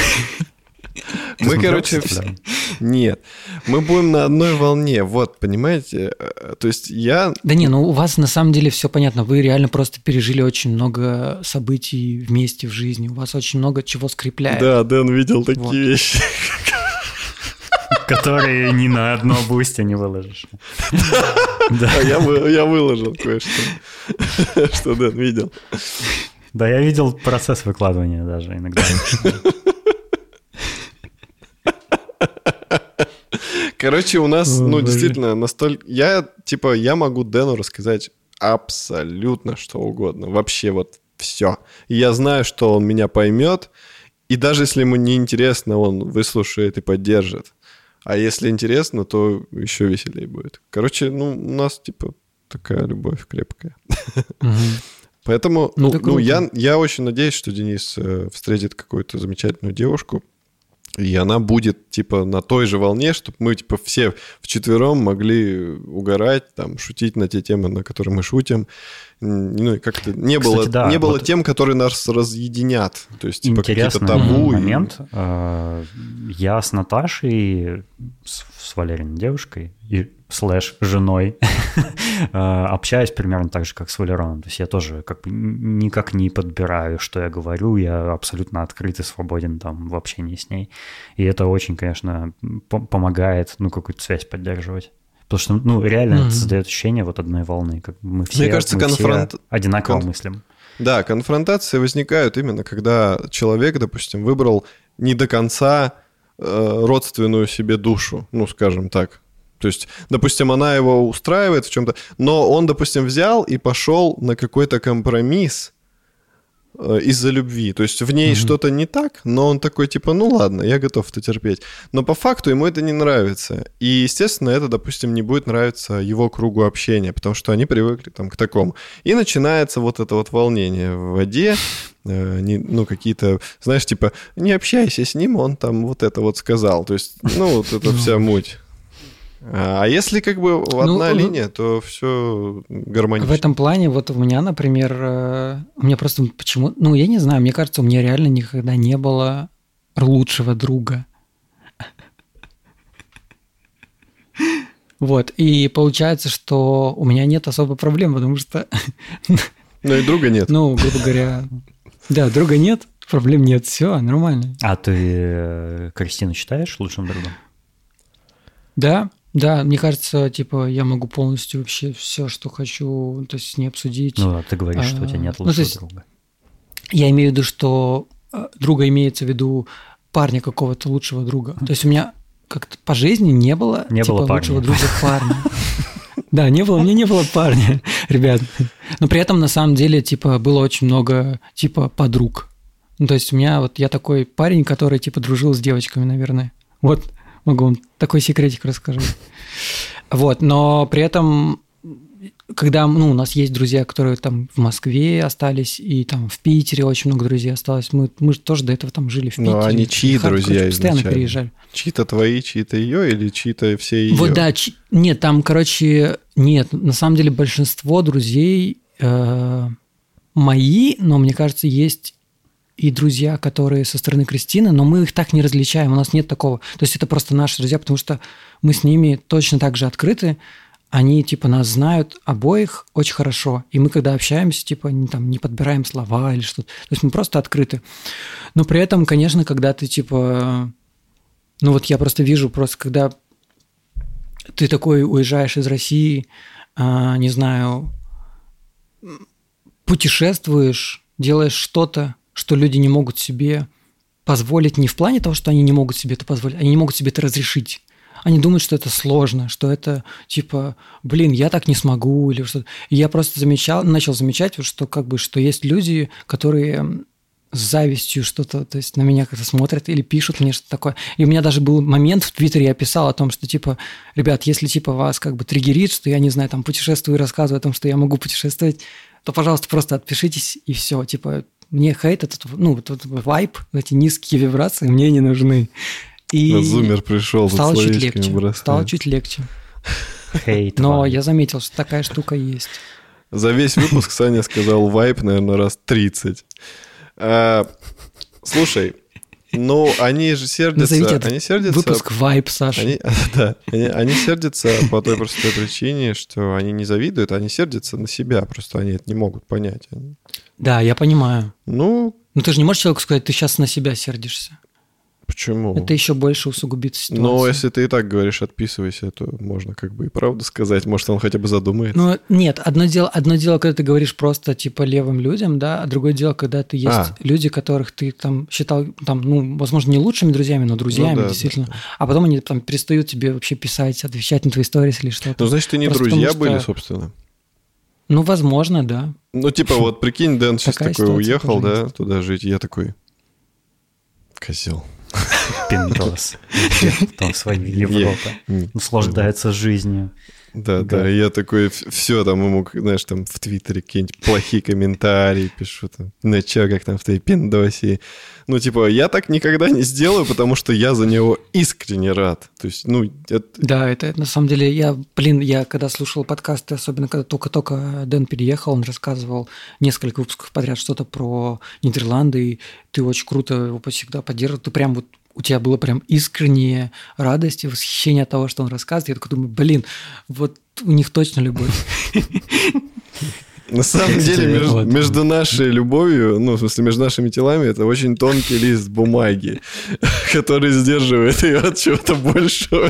Мы, короче, вс... нет, мы будем на одной волне, вот, понимаете, то есть я... Да не, ну у вас на самом деле все понятно, вы реально просто пережили очень много событий вместе в жизни, у вас очень много чего скрепляет. Да, Дэн видел такие вот. Вещи. Которые ни на одно бусте не выложишь. Да, я выложил кое-что, что Дэн видел. Да, я видел процесс выкладывания даже иногда. Короче, у нас, ну, действительно, настолько... Я, типа, я могу Дэну рассказать абсолютно что угодно. Вообще вот все. И я знаю, что он меня поймет. И даже если ему не интересно, он выслушает и поддержит. А если интересно, то еще веселее будет. Короче, ну, у нас, типа, такая любовь крепкая. Угу. Поэтому, ну, ну я, я очень надеюсь, что Денис э, встретит какую-то замечательную девушку, и она будет, типа, на той же волне, чтобы мы, типа, все вчетвером могли угорать, там, шутить на те темы, на которые мы шутим. Ну, и как-то не Кстати, было, да, не было вот тем, которые нас разъединят. То есть, типа, какие-то табу. Момент. И... Я с Наташей, с, с Валериной девушкой, и слэш женой, общаюсь примерно так же, как с Валероном. То есть я тоже как бы никак не подбираю, что я говорю, я абсолютно открыт и свободен там в общении с ней. И это очень, конечно, помогает, ну, какую-то связь поддерживать. Потому что, ну, реально mm-hmm. это создает ощущение вот одной волны. Как мы все, Мне кажется, мы конфронт... все одинаково Кон... мыслим. Да, конфронтации возникают именно, когда человек, допустим, выбрал не до конца э, родственную себе душу, ну, скажем так. То есть, допустим, она его устраивает в чем-то, но он, допустим, взял и пошел на какой-то компромисс э, из-за любви. То есть в ней mm-hmm. что-то не так, но он такой, типа, ну ладно, я готов это терпеть. Но по факту ему это не нравится. И, естественно, это, допустим, не будет нравиться его кругу общения, потому что они привыкли там к такому. И начинается вот это вот волнение в воде, э, не, ну, какие-то, знаешь, типа, не общайся с ним, он там вот это вот сказал. То есть, ну, вот эта вся муть. А если как бы одна ну, линия, то все гармонично. В этом плане вот у меня, например, у меня просто почему... Ну, я не знаю, мне кажется, у меня реально никогда не было лучшего друга. Вот, и получается, что у меня нет особой проблем, потому что... Ну и друга нет. Ну, грубо говоря... Да, друга нет, проблем нет, все нормально. А ты Кристину считаешь лучшим другом? Да. Да, мне кажется, типа, я могу полностью вообще все, что хочу, то есть с ней обсудить. Ну, а ты говоришь, а, что у тебя нет лучшего ну, есть, друга. Я имею в виду, что э, друга имеется в виду парня какого-то лучшего друга. То есть у меня как-то по жизни не было, Не типа, было парня. лучшего друга парня. Да, не было, у меня не было парня, ребят. Но при этом, на самом деле, типа, было очень много, типа, подруг. Ну, то есть у меня вот я такой парень, который, типа, дружил с девочками, наверное. Вот, могу вам такой секретик рассказать. Вот, но при этом, когда, ну, у нас есть друзья, которые там в Москве остались, и там в Питере очень много друзей осталось. Мы, мы же тоже до этого там жили в Питере. Но они чьи Харьков, друзья короче, постоянно изначально? переезжали. Чьи-то твои, чьи-то ее или чьи-то все ее? Вот да, ч- нет, там, короче, нет, на самом деле большинство друзей э, мои, но мне кажется, есть и друзья, которые со стороны Кристины, но мы их так не различаем, у нас нет такого. То есть это просто наши друзья, потому что мы с ними точно так же открыты, они типа нас знают обоих очень хорошо, и мы когда общаемся, типа не, там, не подбираем слова или что-то, то есть мы просто открыты. Но при этом, конечно, когда ты типа... Ну вот я просто вижу, просто когда ты такой уезжаешь из России, а, не знаю, путешествуешь, делаешь что-то, что люди не могут себе позволить не в плане того, что они не могут себе это позволить, они не могут себе это разрешить. Они думают, что это сложно, что это типа, блин, я так не смогу или что-то. И я просто замечал, начал замечать, что как бы, что есть люди, которые с завистью что-то, то есть на меня как-то смотрят или пишут мне что-то такое. И у меня даже был момент в Твиттере, я писал о том, что типа, ребят, если типа вас как бы триггерит, что я не знаю, там путешествую и рассказываю о том, что я могу путешествовать, то, пожалуйста, просто отпишитесь и все. Типа, мне хейт, этот, ну, вот этот вайб, эти низкие вибрации мне не нужны. И Вот зумер пришел, стало тут чуть словечками легче. бросает. Стало чуть легче. Хейт. Но вайб. я заметил, что такая штука есть. За весь выпуск Саня сказал вайп, наверное, раз тридцать. А, слушай, ну они же сердятся... Назовите этот Они сердятся... выпуск вайп, Саша. Они, да, они, они сердятся по той простой причине, что они не завидуют, они сердятся на себя, просто они это не могут понять. Они- Да, я понимаю. Ну, Но ты же не можешь человеку сказать, ты сейчас на себя сердишься. почему? Это еще больше усугубит ситуацию. Но если ты и так говоришь, отписывайся, то можно как бы и правду сказать. Может, он хотя бы задумается. Ну, нет, одно дело, одно дело, когда ты говоришь просто типа левым людям, да, а другое дело, когда ты есть А. люди, которых ты там считал, там, ну, возможно, не лучшими друзьями, но друзьями, Ну да, действительно. да, да. А потом они там перестают тебе вообще писать, отвечать на твои сторис или что-то. Ну, значит, и не Просто друзья потому что- были, собственно. Ну, возможно, да. Ну, типа, вот прикинь, Дэн сейчас Такая такой ситуация уехал, тоже да, есть. туда жить. И я такой, козел. Пиндос. Где-то там в своей Европе. М, Наслаждается жизнью. Да, Да. да, и я такой, все, там ему, знаешь, там в Твиттере какие-нибудь плохие комментарии пишу, там, ну чё, как там в твоей пиндосе. Ну, типа, я так никогда не сделаю, потому что я за него искренне рад. То есть, ну, это... Да, это на самом деле, я, блин, я когда слушал подкасты, особенно когда только-только Дэн переехал, он рассказывал несколько выпусков подряд что-то про Нидерланды, и ты очень круто его всегда поддерживал, ты прям вот у тебя было прям искренняя радость и восхищение от того, что он рассказывает. Я такой думаю, блин, вот у них точно любовь. На самом Кстати, деле, между, вот. между нашей любовью, ну, в смысле, между нашими телами, это очень тонкий лист бумаги, который сдерживает ее от чего-то большего.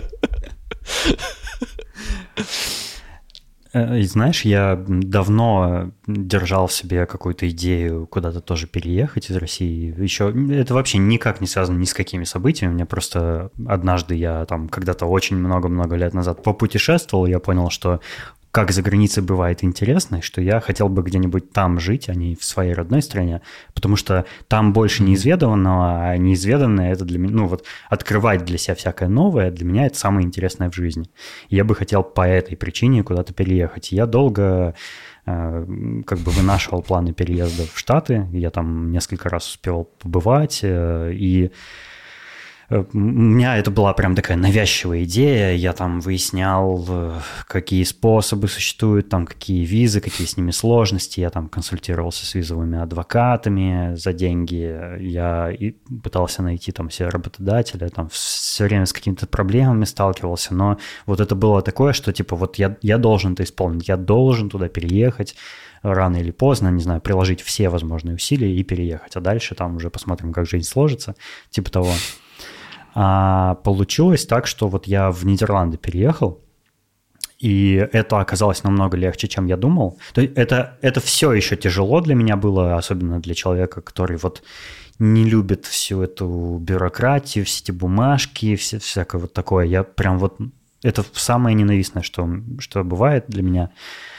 Э, И знаешь, я давно держал в себе какую-то идею куда-то тоже переехать из России. Еще это вообще никак не связано ни с какими событиями. Мне просто однажды я там когда-то очень много-много лет назад попутешествовал, и я понял, что как за границей бывает интересно, и что я хотел бы где-нибудь там жить, а не в своей родной стране, потому что там больше неизведанного, а неизведанное это для меня, ну вот открывать для себя всякое новое, для меня это самое интересное в жизни. И я бы хотел по этой причине куда-то переехать. И я долго э, как бы вынашивал планы переезда в Штаты, я там несколько раз успел побывать, э, и у меня это была прям такая навязчивая идея. Я там выяснял, э, какие способы существуют, там, какие визы, какие с ними сложности. Я там консультировался с визовыми адвокатами за деньги. Я и пытался найти там себе работодателя, там все время с какими-то проблемами сталкивался. Но вот это было такое, что типа вот я, я должен это исполнить, я должен туда переехать рано или поздно, не знаю, приложить все возможные усилия и переехать. А дальше там уже посмотрим, как жизнь сложится, типа того. А получилось так, что вот я в Нидерланды переехал, И это оказалось намного легче, чем я думал. То есть это, это все еще тяжело для меня было, особенно для человека, который вот не любит всю эту бюрократию, все эти бумажки, все, всякое вот такое. Я прям вот... Это самое ненавистное, что, что бывает для меня.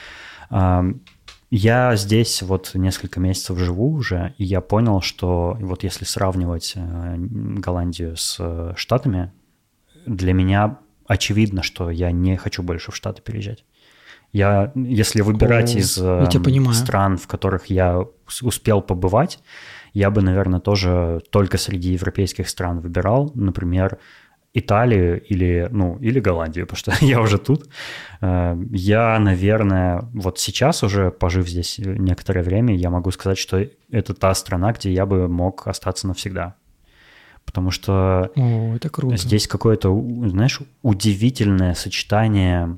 Я здесь вот несколько месяцев живу уже, и я понял, что вот если сравнивать Голландию с Штатами, для меня очевидно, что я не хочу больше в Штаты переезжать. Я, если выбирать О, из стран, в которых я успел побывать, я бы, наверное, тоже только среди европейских стран выбирал, например, Италию или, ну, или Голландию, потому что я уже тут. Я, наверное, вот сейчас уже, пожив здесь некоторое время, я могу сказать, что это та страна, где я бы мог остаться навсегда. Потому что О, это круто. Здесь какое-то, знаешь, удивительное сочетание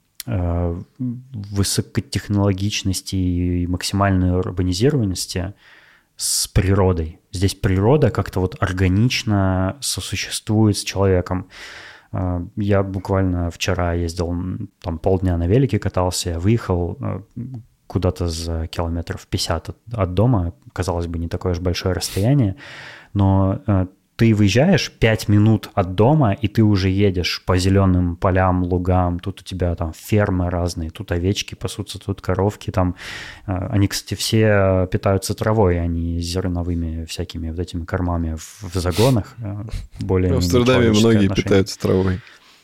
высокотехнологичности и максимальной урбанизированности с природой. Здесь природа как-то вот органично сосуществует с человеком. Я буквально вчера ездил, там полдня на велике катался, я выехал куда-то за километров пятьдесят от, от дома, казалось бы, не такое уж большое расстояние, но ты выезжаешь пять минут от дома, и ты уже едешь по зеленым полям, лугам, тут у тебя там фермы разные, тут овечки пасутся, тут коровки, там, они, кстати, все питаются травой, а не зерновыми всякими вот этими кормами в, в загонах. Более в Амстердаме многие отношения. Питаются травой.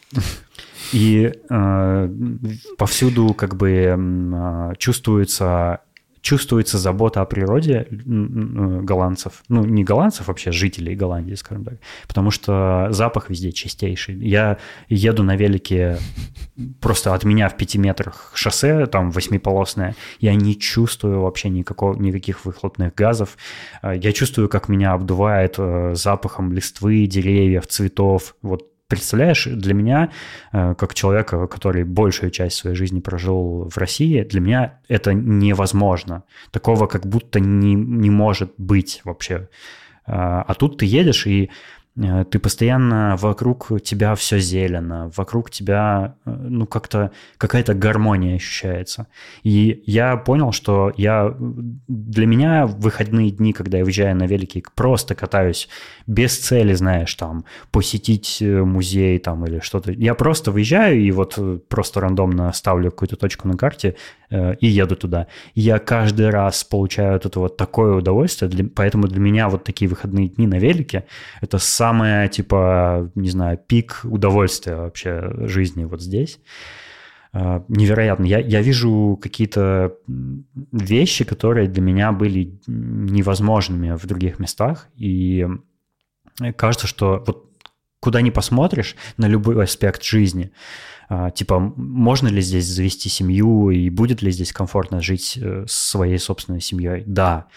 И э, повсюду как бы э, чувствуется... Чувствуется забота о природе голландцев. Ну, не голландцев, вообще жителей Голландии, скажем так. Потому что запах везде чистейший. Я еду на велике, просто от меня в пяти метрах шоссе, там восьмиполосное. Я не чувствую вообще никакого, никаких выхлопных газов. Я чувствую, как меня обдувает запахом листвы, деревьев, цветов. Вот. Представляешь, для меня, как человека, который большую часть своей жизни прожил в России, для меня это невозможно. Такого как будто не, не может быть вообще. А тут ты едешь, и ты постоянно вокруг тебя все зелено, вокруг тебя ну, как-то какая-то гармония ощущается. И я понял, что я, для меня выходные дни, когда я выезжаю на велике, просто катаюсь без цели, знаешь, там, посетить музей там, или что-то. Я просто выезжаю и вот просто рандомно ставлю какую-то точку на карте э, и еду туда. И я каждый раз получаю от этого такое удовольствие, для, поэтому для меня вот такие выходные дни на велике – это самое самое, типа, не знаю, пик удовольствия вообще жизни вот здесь. Невероятно. Я, я вижу какие-то вещи, которые для меня были невозможными в других местах, и кажется, что вот куда ни посмотришь, на любой аспект жизни, типа, можно ли здесь завести семью и будет ли здесь комфортно жить с своей собственной семьей? Да.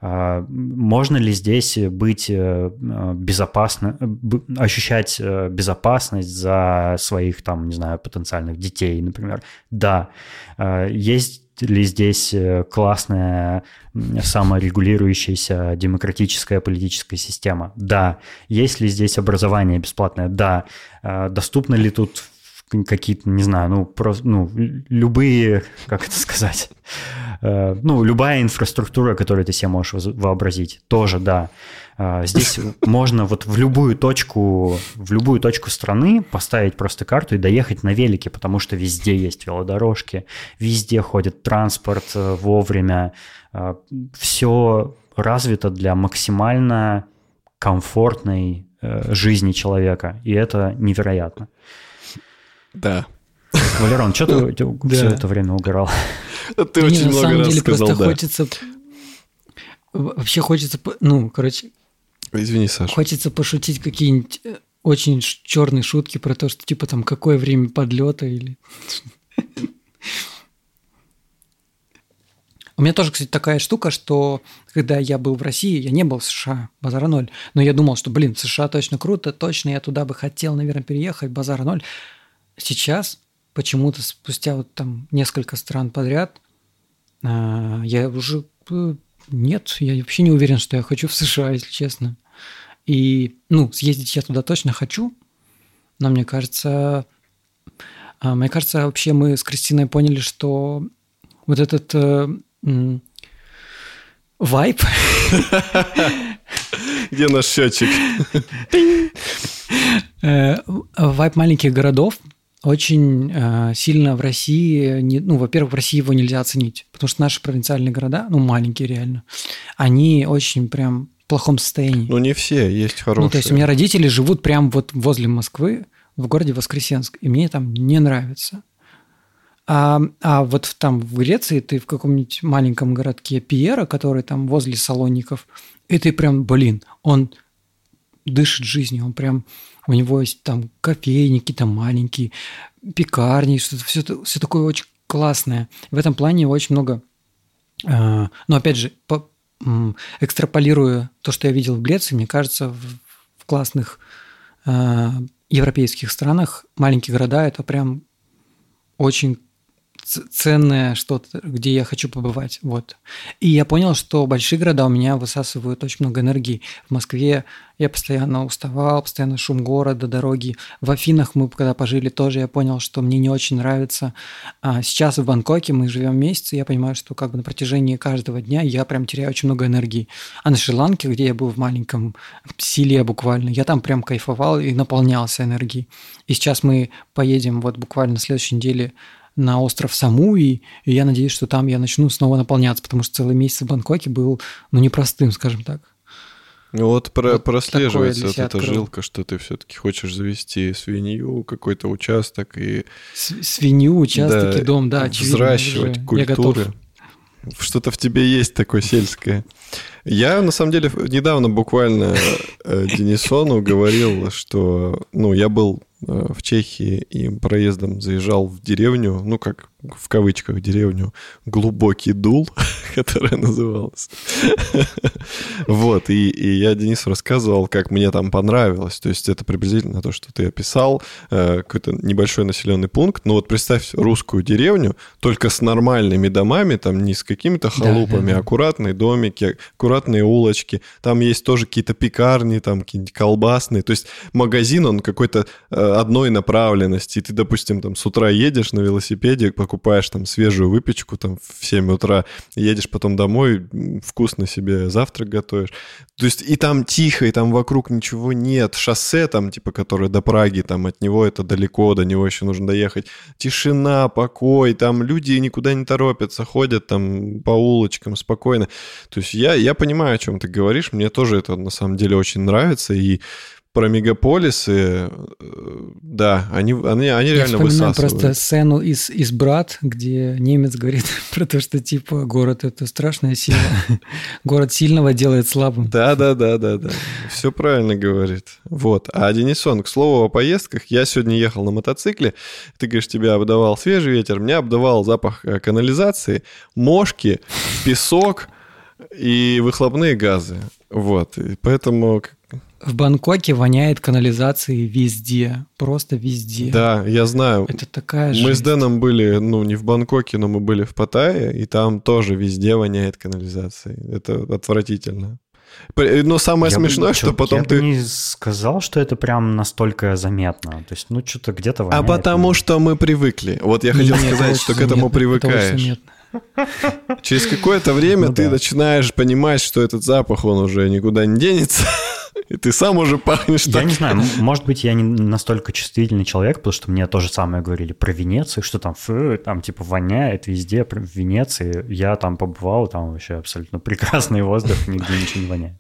Можно ли здесь быть безопасно, ощущать безопасность за своих, там, не знаю, потенциальных детей, например? Да. Есть ли здесь классная саморегулирующаяся демократическая политическая система? Да. Есть ли здесь образование бесплатное? Да. Доступно ли тут какие-то, не знаю, ну, просто, ну, любые, как это сказать, э, ну, любая инфраструктура, которую ты себе можешь вообразить, тоже, да. Э, здесь можно вот в любую точку, в любую точку страны поставить просто карту и доехать на велике, потому что везде есть велодорожки, везде ходит транспорт э, вовремя, э, все развито для максимально комфортной э, жизни человека, и это невероятно. Да. Валерон, что ты да. все это время угорал? Ты не, очень на много самом раз деле сказал, просто да. хочется... Вообще хочется... Ну, короче... Извини, Саша. Хочется пошутить какие-нибудь очень черные шутки про то, что типа там какое время подлета или... У меня тоже, кстати, такая штука, что когда я был в России, я не был в США, базара ноль, но я думал, что, блин, США точно круто, точно я туда бы хотел, наверное, переехать, базара ноль. Сейчас почему-то спустя вот там несколько стран подряд я уже... Нет, я вообще не уверен, что я хочу в США, если честно. И, ну, съездить я туда точно хочу, но мне кажется, А, мне кажется, вообще мы с Кристиной поняли, что вот этот э, м, вайб... Где наш счетчик? э, Вайб маленьких городов очень э, сильно в России... не- ну, во-первых, в России его нельзя оценить, потому что наши провинциальные города, ну, маленькие реально, они очень прям в плохом состоянии. Ну, не все, есть хорошие. Ну, то есть у меня родители живут прям вот возле Москвы, в городе Воскресенск, и мне там не нравится. А, а вот в- там в Греции ты в каком-нибудь маленьком городке Пьера, который там возле Салоников, и ты прям, блин, он дышит жизнью, он прям, у него есть там кофейни какие-то маленькие, пекарни, что-то все, все такое очень классное. В этом плане очень много, э, но опять же, по- м, экстраполируя то, что я видел в Греции, мне кажется, в, в классных э, европейских странах маленькие города – это прям очень ц- ценное что-то, где я хочу побывать. Вот. И я понял, что большие города у меня высасывают очень много энергии. В Москве я постоянно уставал, постоянно шум города, дороги. В Афинах мы, когда пожили, тоже я понял, что мне не очень нравится. А сейчас в Бангкоке мы живем месяц, и я понимаю, что как бы на протяжении каждого дня я прям теряю очень много энергии. А на Шри-Ланке, где я был в маленьком селе буквально, я там прям кайфовал и наполнялся энергией. И сейчас мы поедем вот буквально на следующей неделе на остров Самуи, и я надеюсь, что там я начну снова наполняться, потому что целый месяц в Бангкоке был, ну, непростым, скажем так. Ну вот, про- Вот прослеживается такое для вот себя эта открыл. жилка, что ты все-таки хочешь завести свинью, какой-то участок и С- Свинью, участок да, и дом, да, очевидно. взращивать уже я готов. культуры. Что-то в тебе есть такое сельское. Я, на самом деле, недавно буквально э, Денисону говорил, что, ну, я был э, в Чехии и проездом заезжал в деревню, ну, как в кавычках деревню, Глубокий Дул, которая называлась. Вот, и, и я Денису рассказывал, как мне там понравилось. То есть это приблизительно то, что ты описал, э, какой-то небольшой населенный пункт. Но вот представь русскую деревню, только с нормальными домами, там не с какими-то халупами, да, да. аккуратные домики, аккуратные улочки. Там есть тоже какие-то пекарни, там какие-нибудь колбасные. То есть магазин, он какой-то э, одной направленности. И ты, допустим, там с утра едешь на велосипеде, покупаешь там свежую выпечку там в семь утра, едешь потом домой, м, вкусно себе завтрак готовишь. То есть и там тихо, и там вокруг ничего нет. Шоссе там, типа, которое до Праги, там от него это далеко, до него еще нужно доехать. Тишина, покой, там люди никуда не торопятся, ходят там по улочкам спокойно. То есть я, я понимаю, о чем ты говоришь, мне тоже это на самом деле очень нравится, и про мегаполисы, э, да, они, они, они Я реально вспоминаю высасывают. просто сцену из, из «Брат», где немец говорит про то, что типа город – это страшная сила. Город сильного делает слабым. Да, да, да, да, да. Все правильно говорит. Вот. А Денисон, к слову о поездках, я сегодня ехал на мотоцикле. Ты говоришь, тебя обдавал свежий ветер, меня обдавал запах э, канализации, мошки, песок и выхлопные газы. Вот. И поэтому, В Бангкоке воняет канализацией везде. Просто везде. да, я знаю. Это такая Мы с жесть. Дэном были, ну, не в Бангкоке, но мы были в Паттайе, и там тоже везде воняет канализацией. Это отвратительно. П- Но самое Я бы- смешное, что чё, потом я ты... бы не сказал, что это прям настолько заметно. То есть, ну, что-то где-то А воняет. потому ну. что мы привыкли. Вот я хотел Нет, это сказать, очень что к этому заметно, это очень привыкаешь. заметно. Через какое-то время Ну ты да. начинаешь понимать, что этот запах, он уже никуда не денется, и ты сам уже пахнешь Я так. не знаю, м- может быть, я не настолько чувствительный человек, потому что мне то же самое говорили про Венецию, что там, фу, там типа воняет везде про- в Венеции. Я там побывал, там вообще абсолютно прекрасный воздух, нигде ничего не воняет.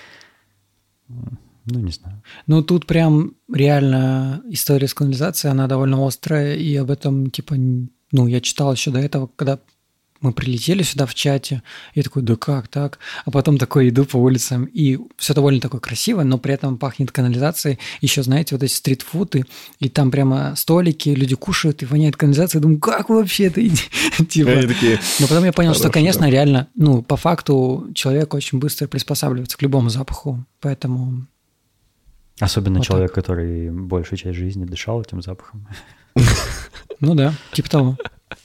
Ну, не знаю. Ну, тут прям реально история с канализацией, она довольно острая, и об этом, типа, н- ну, я читал еще до этого, когда мы прилетели сюда в чате, я такой, да как так? А потом такой иду по улицам, и все довольно такое красиво, но при этом пахнет канализацией. Еще, знаете, вот эти стритфуды, и там прямо столики, люди кушают, и воняет канализация. Я думаю, как вообще это? Типа... Они такие, Но потом я понял, что, Хороший конечно, запах. реально, ну, по факту человек очень быстро приспосабливается к любому запаху, поэтому... Особенно Вот человек, который большую часть жизни дышал этим запахом. Ну да, типа того.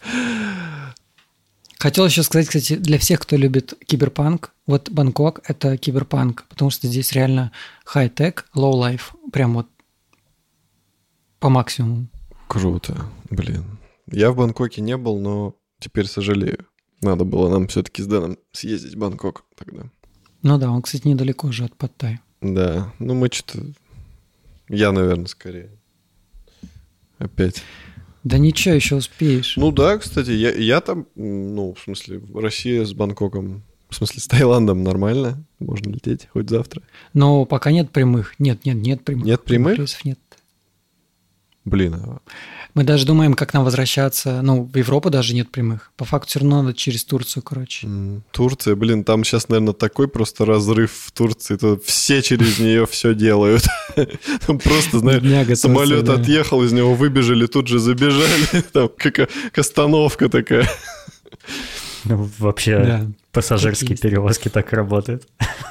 Хотел еще сказать, кстати, для всех, кто любит киберпанк, вот Бангкок – это киберпанк, потому что здесь реально хай-тек, low-life, прям вот по максимуму. Круто, блин. Я в Бангкоке не был, но теперь сожалею. Надо было нам все-таки с Дэном съездить в Бангкок тогда. Ну да, он, кстати, недалеко же от Паттайи. Да, ну мы что-то... Я, наверное, скорее. Опять. Да ничего, еще успеешь. Ну да, кстати, я, я там, ну, в смысле, Россия с Бангкоком, в смысле, с Таиландом нормально. Можно лететь хоть завтра. Но пока нет прямых. Нет, нет, нет прямых. Нет прямых? Рейсов нет. Блин, а... Мы даже думаем, как нам возвращаться. Ну, в Европу даже нет прямых. По факту все равно надо через Турцию, короче. м, Турция, блин, там сейчас, наверное, такой просто разрыв в Турции. То все через нее все делают. Там просто, знаешь, Бедняга самолет Турция, да. отъехал, из него выбежали, тут же забежали. Там как остановка такая. Ну, вообще, Да, пассажирские так есть. перевозки так работают.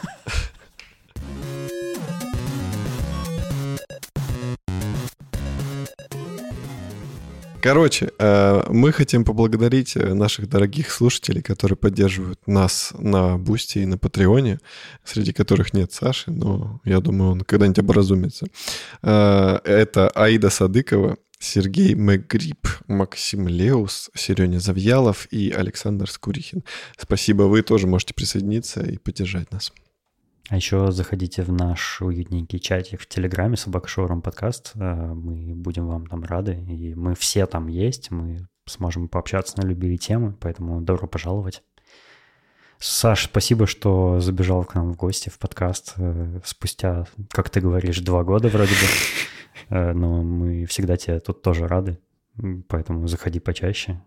Короче, э, мы хотим поблагодарить э, наших дорогих слушателей, которые поддерживают нас на Бусти и на Патреоне, среди которых нет Саши, но я думаю, он когда-нибудь образумится. Э, Это Аида Садыкова, Сергей Мэгрип, Максим Леус, Серёня Завьялов и Александр Скурихин. Спасибо, вы тоже можете присоединиться и поддержать нас. А еще заходите в наш уютненький чатик в Телеграме «Собака Шоурум подкаст». Э, Мы будем вам там рады. И мы все там есть. Мы сможем пообщаться на любые темы. Поэтому добро пожаловать. Саш, спасибо, что забежал к нам в гости в подкаст э, спустя, как ты говоришь, два года вроде бы. Э, Но мы всегда тебе тут тоже рады. М, Поэтому заходи почаще.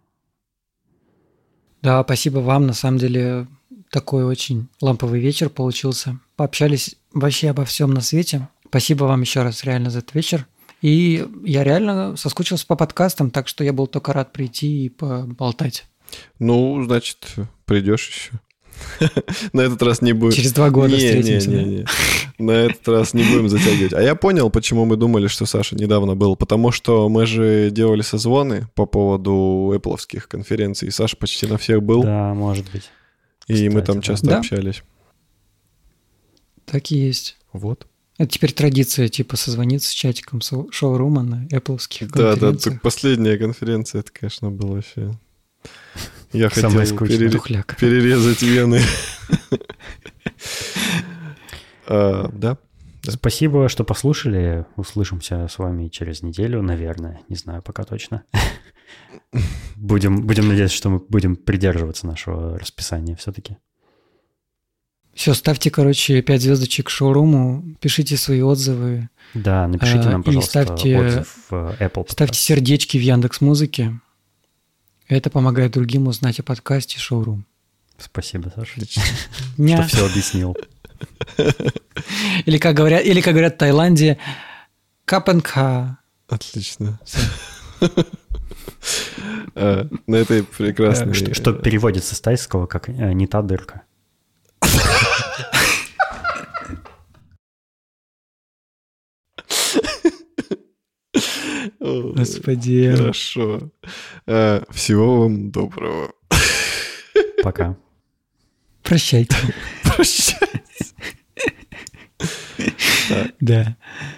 Да, спасибо вам. На самом деле такой очень ламповый вечер получился. Пообщались вообще обо всем на свете. Спасибо вам еще раз реально за этот вечер. И я реально соскучился по подкастам, так что я был только рад прийти и поболтать. Ну, значит, придешь еще. На этот раз не будем. Через два года Не, встретимся, не, да? не, не. На этот раз не будем затягивать. А я понял, почему мы думали, что Саша недавно был. Потому что мы же делали созвоны по поводу Apple-овских конференций. И Саша почти на всех был. Да, может быть. И мы Кстати, там да. часто Да. общались. Так и есть. Вот. Это теперь традиция, типа, созвониться с чатиком со- шоурума на Apple-овских Да, да, конференциях. только последняя конференция, это, конечно, было вообще... Я хотел Самое скучное. перере- Тухляк. перерезать вены. А, Да. Да. Спасибо, что послушали. Услышимся с вами через неделю, наверное. Не знаю пока точно. Будем, будем надеяться, что мы будем придерживаться нашего расписания все-таки. Все, ставьте, короче, пять звездочек шоуруму, пишите свои отзывы, Да, напишите А, нам, и пожалуйста, ставьте- отзыв в Apple ставьте Podcast. сердечки в Яндекс.Музыке. Это помогает другим узнать о подкасте шоурум. Спасибо, Саша, Ня. что все объяснил. Или как говорят, или как говорят в Таиланде, капанка. Отлично. А, На этой Э, прекрасной... Что, что переводится с тайского как э, «не та дырка». О, Господи. Хорошо. А, Всего вам доброго. Пока. Прощайте. Прощай. Да.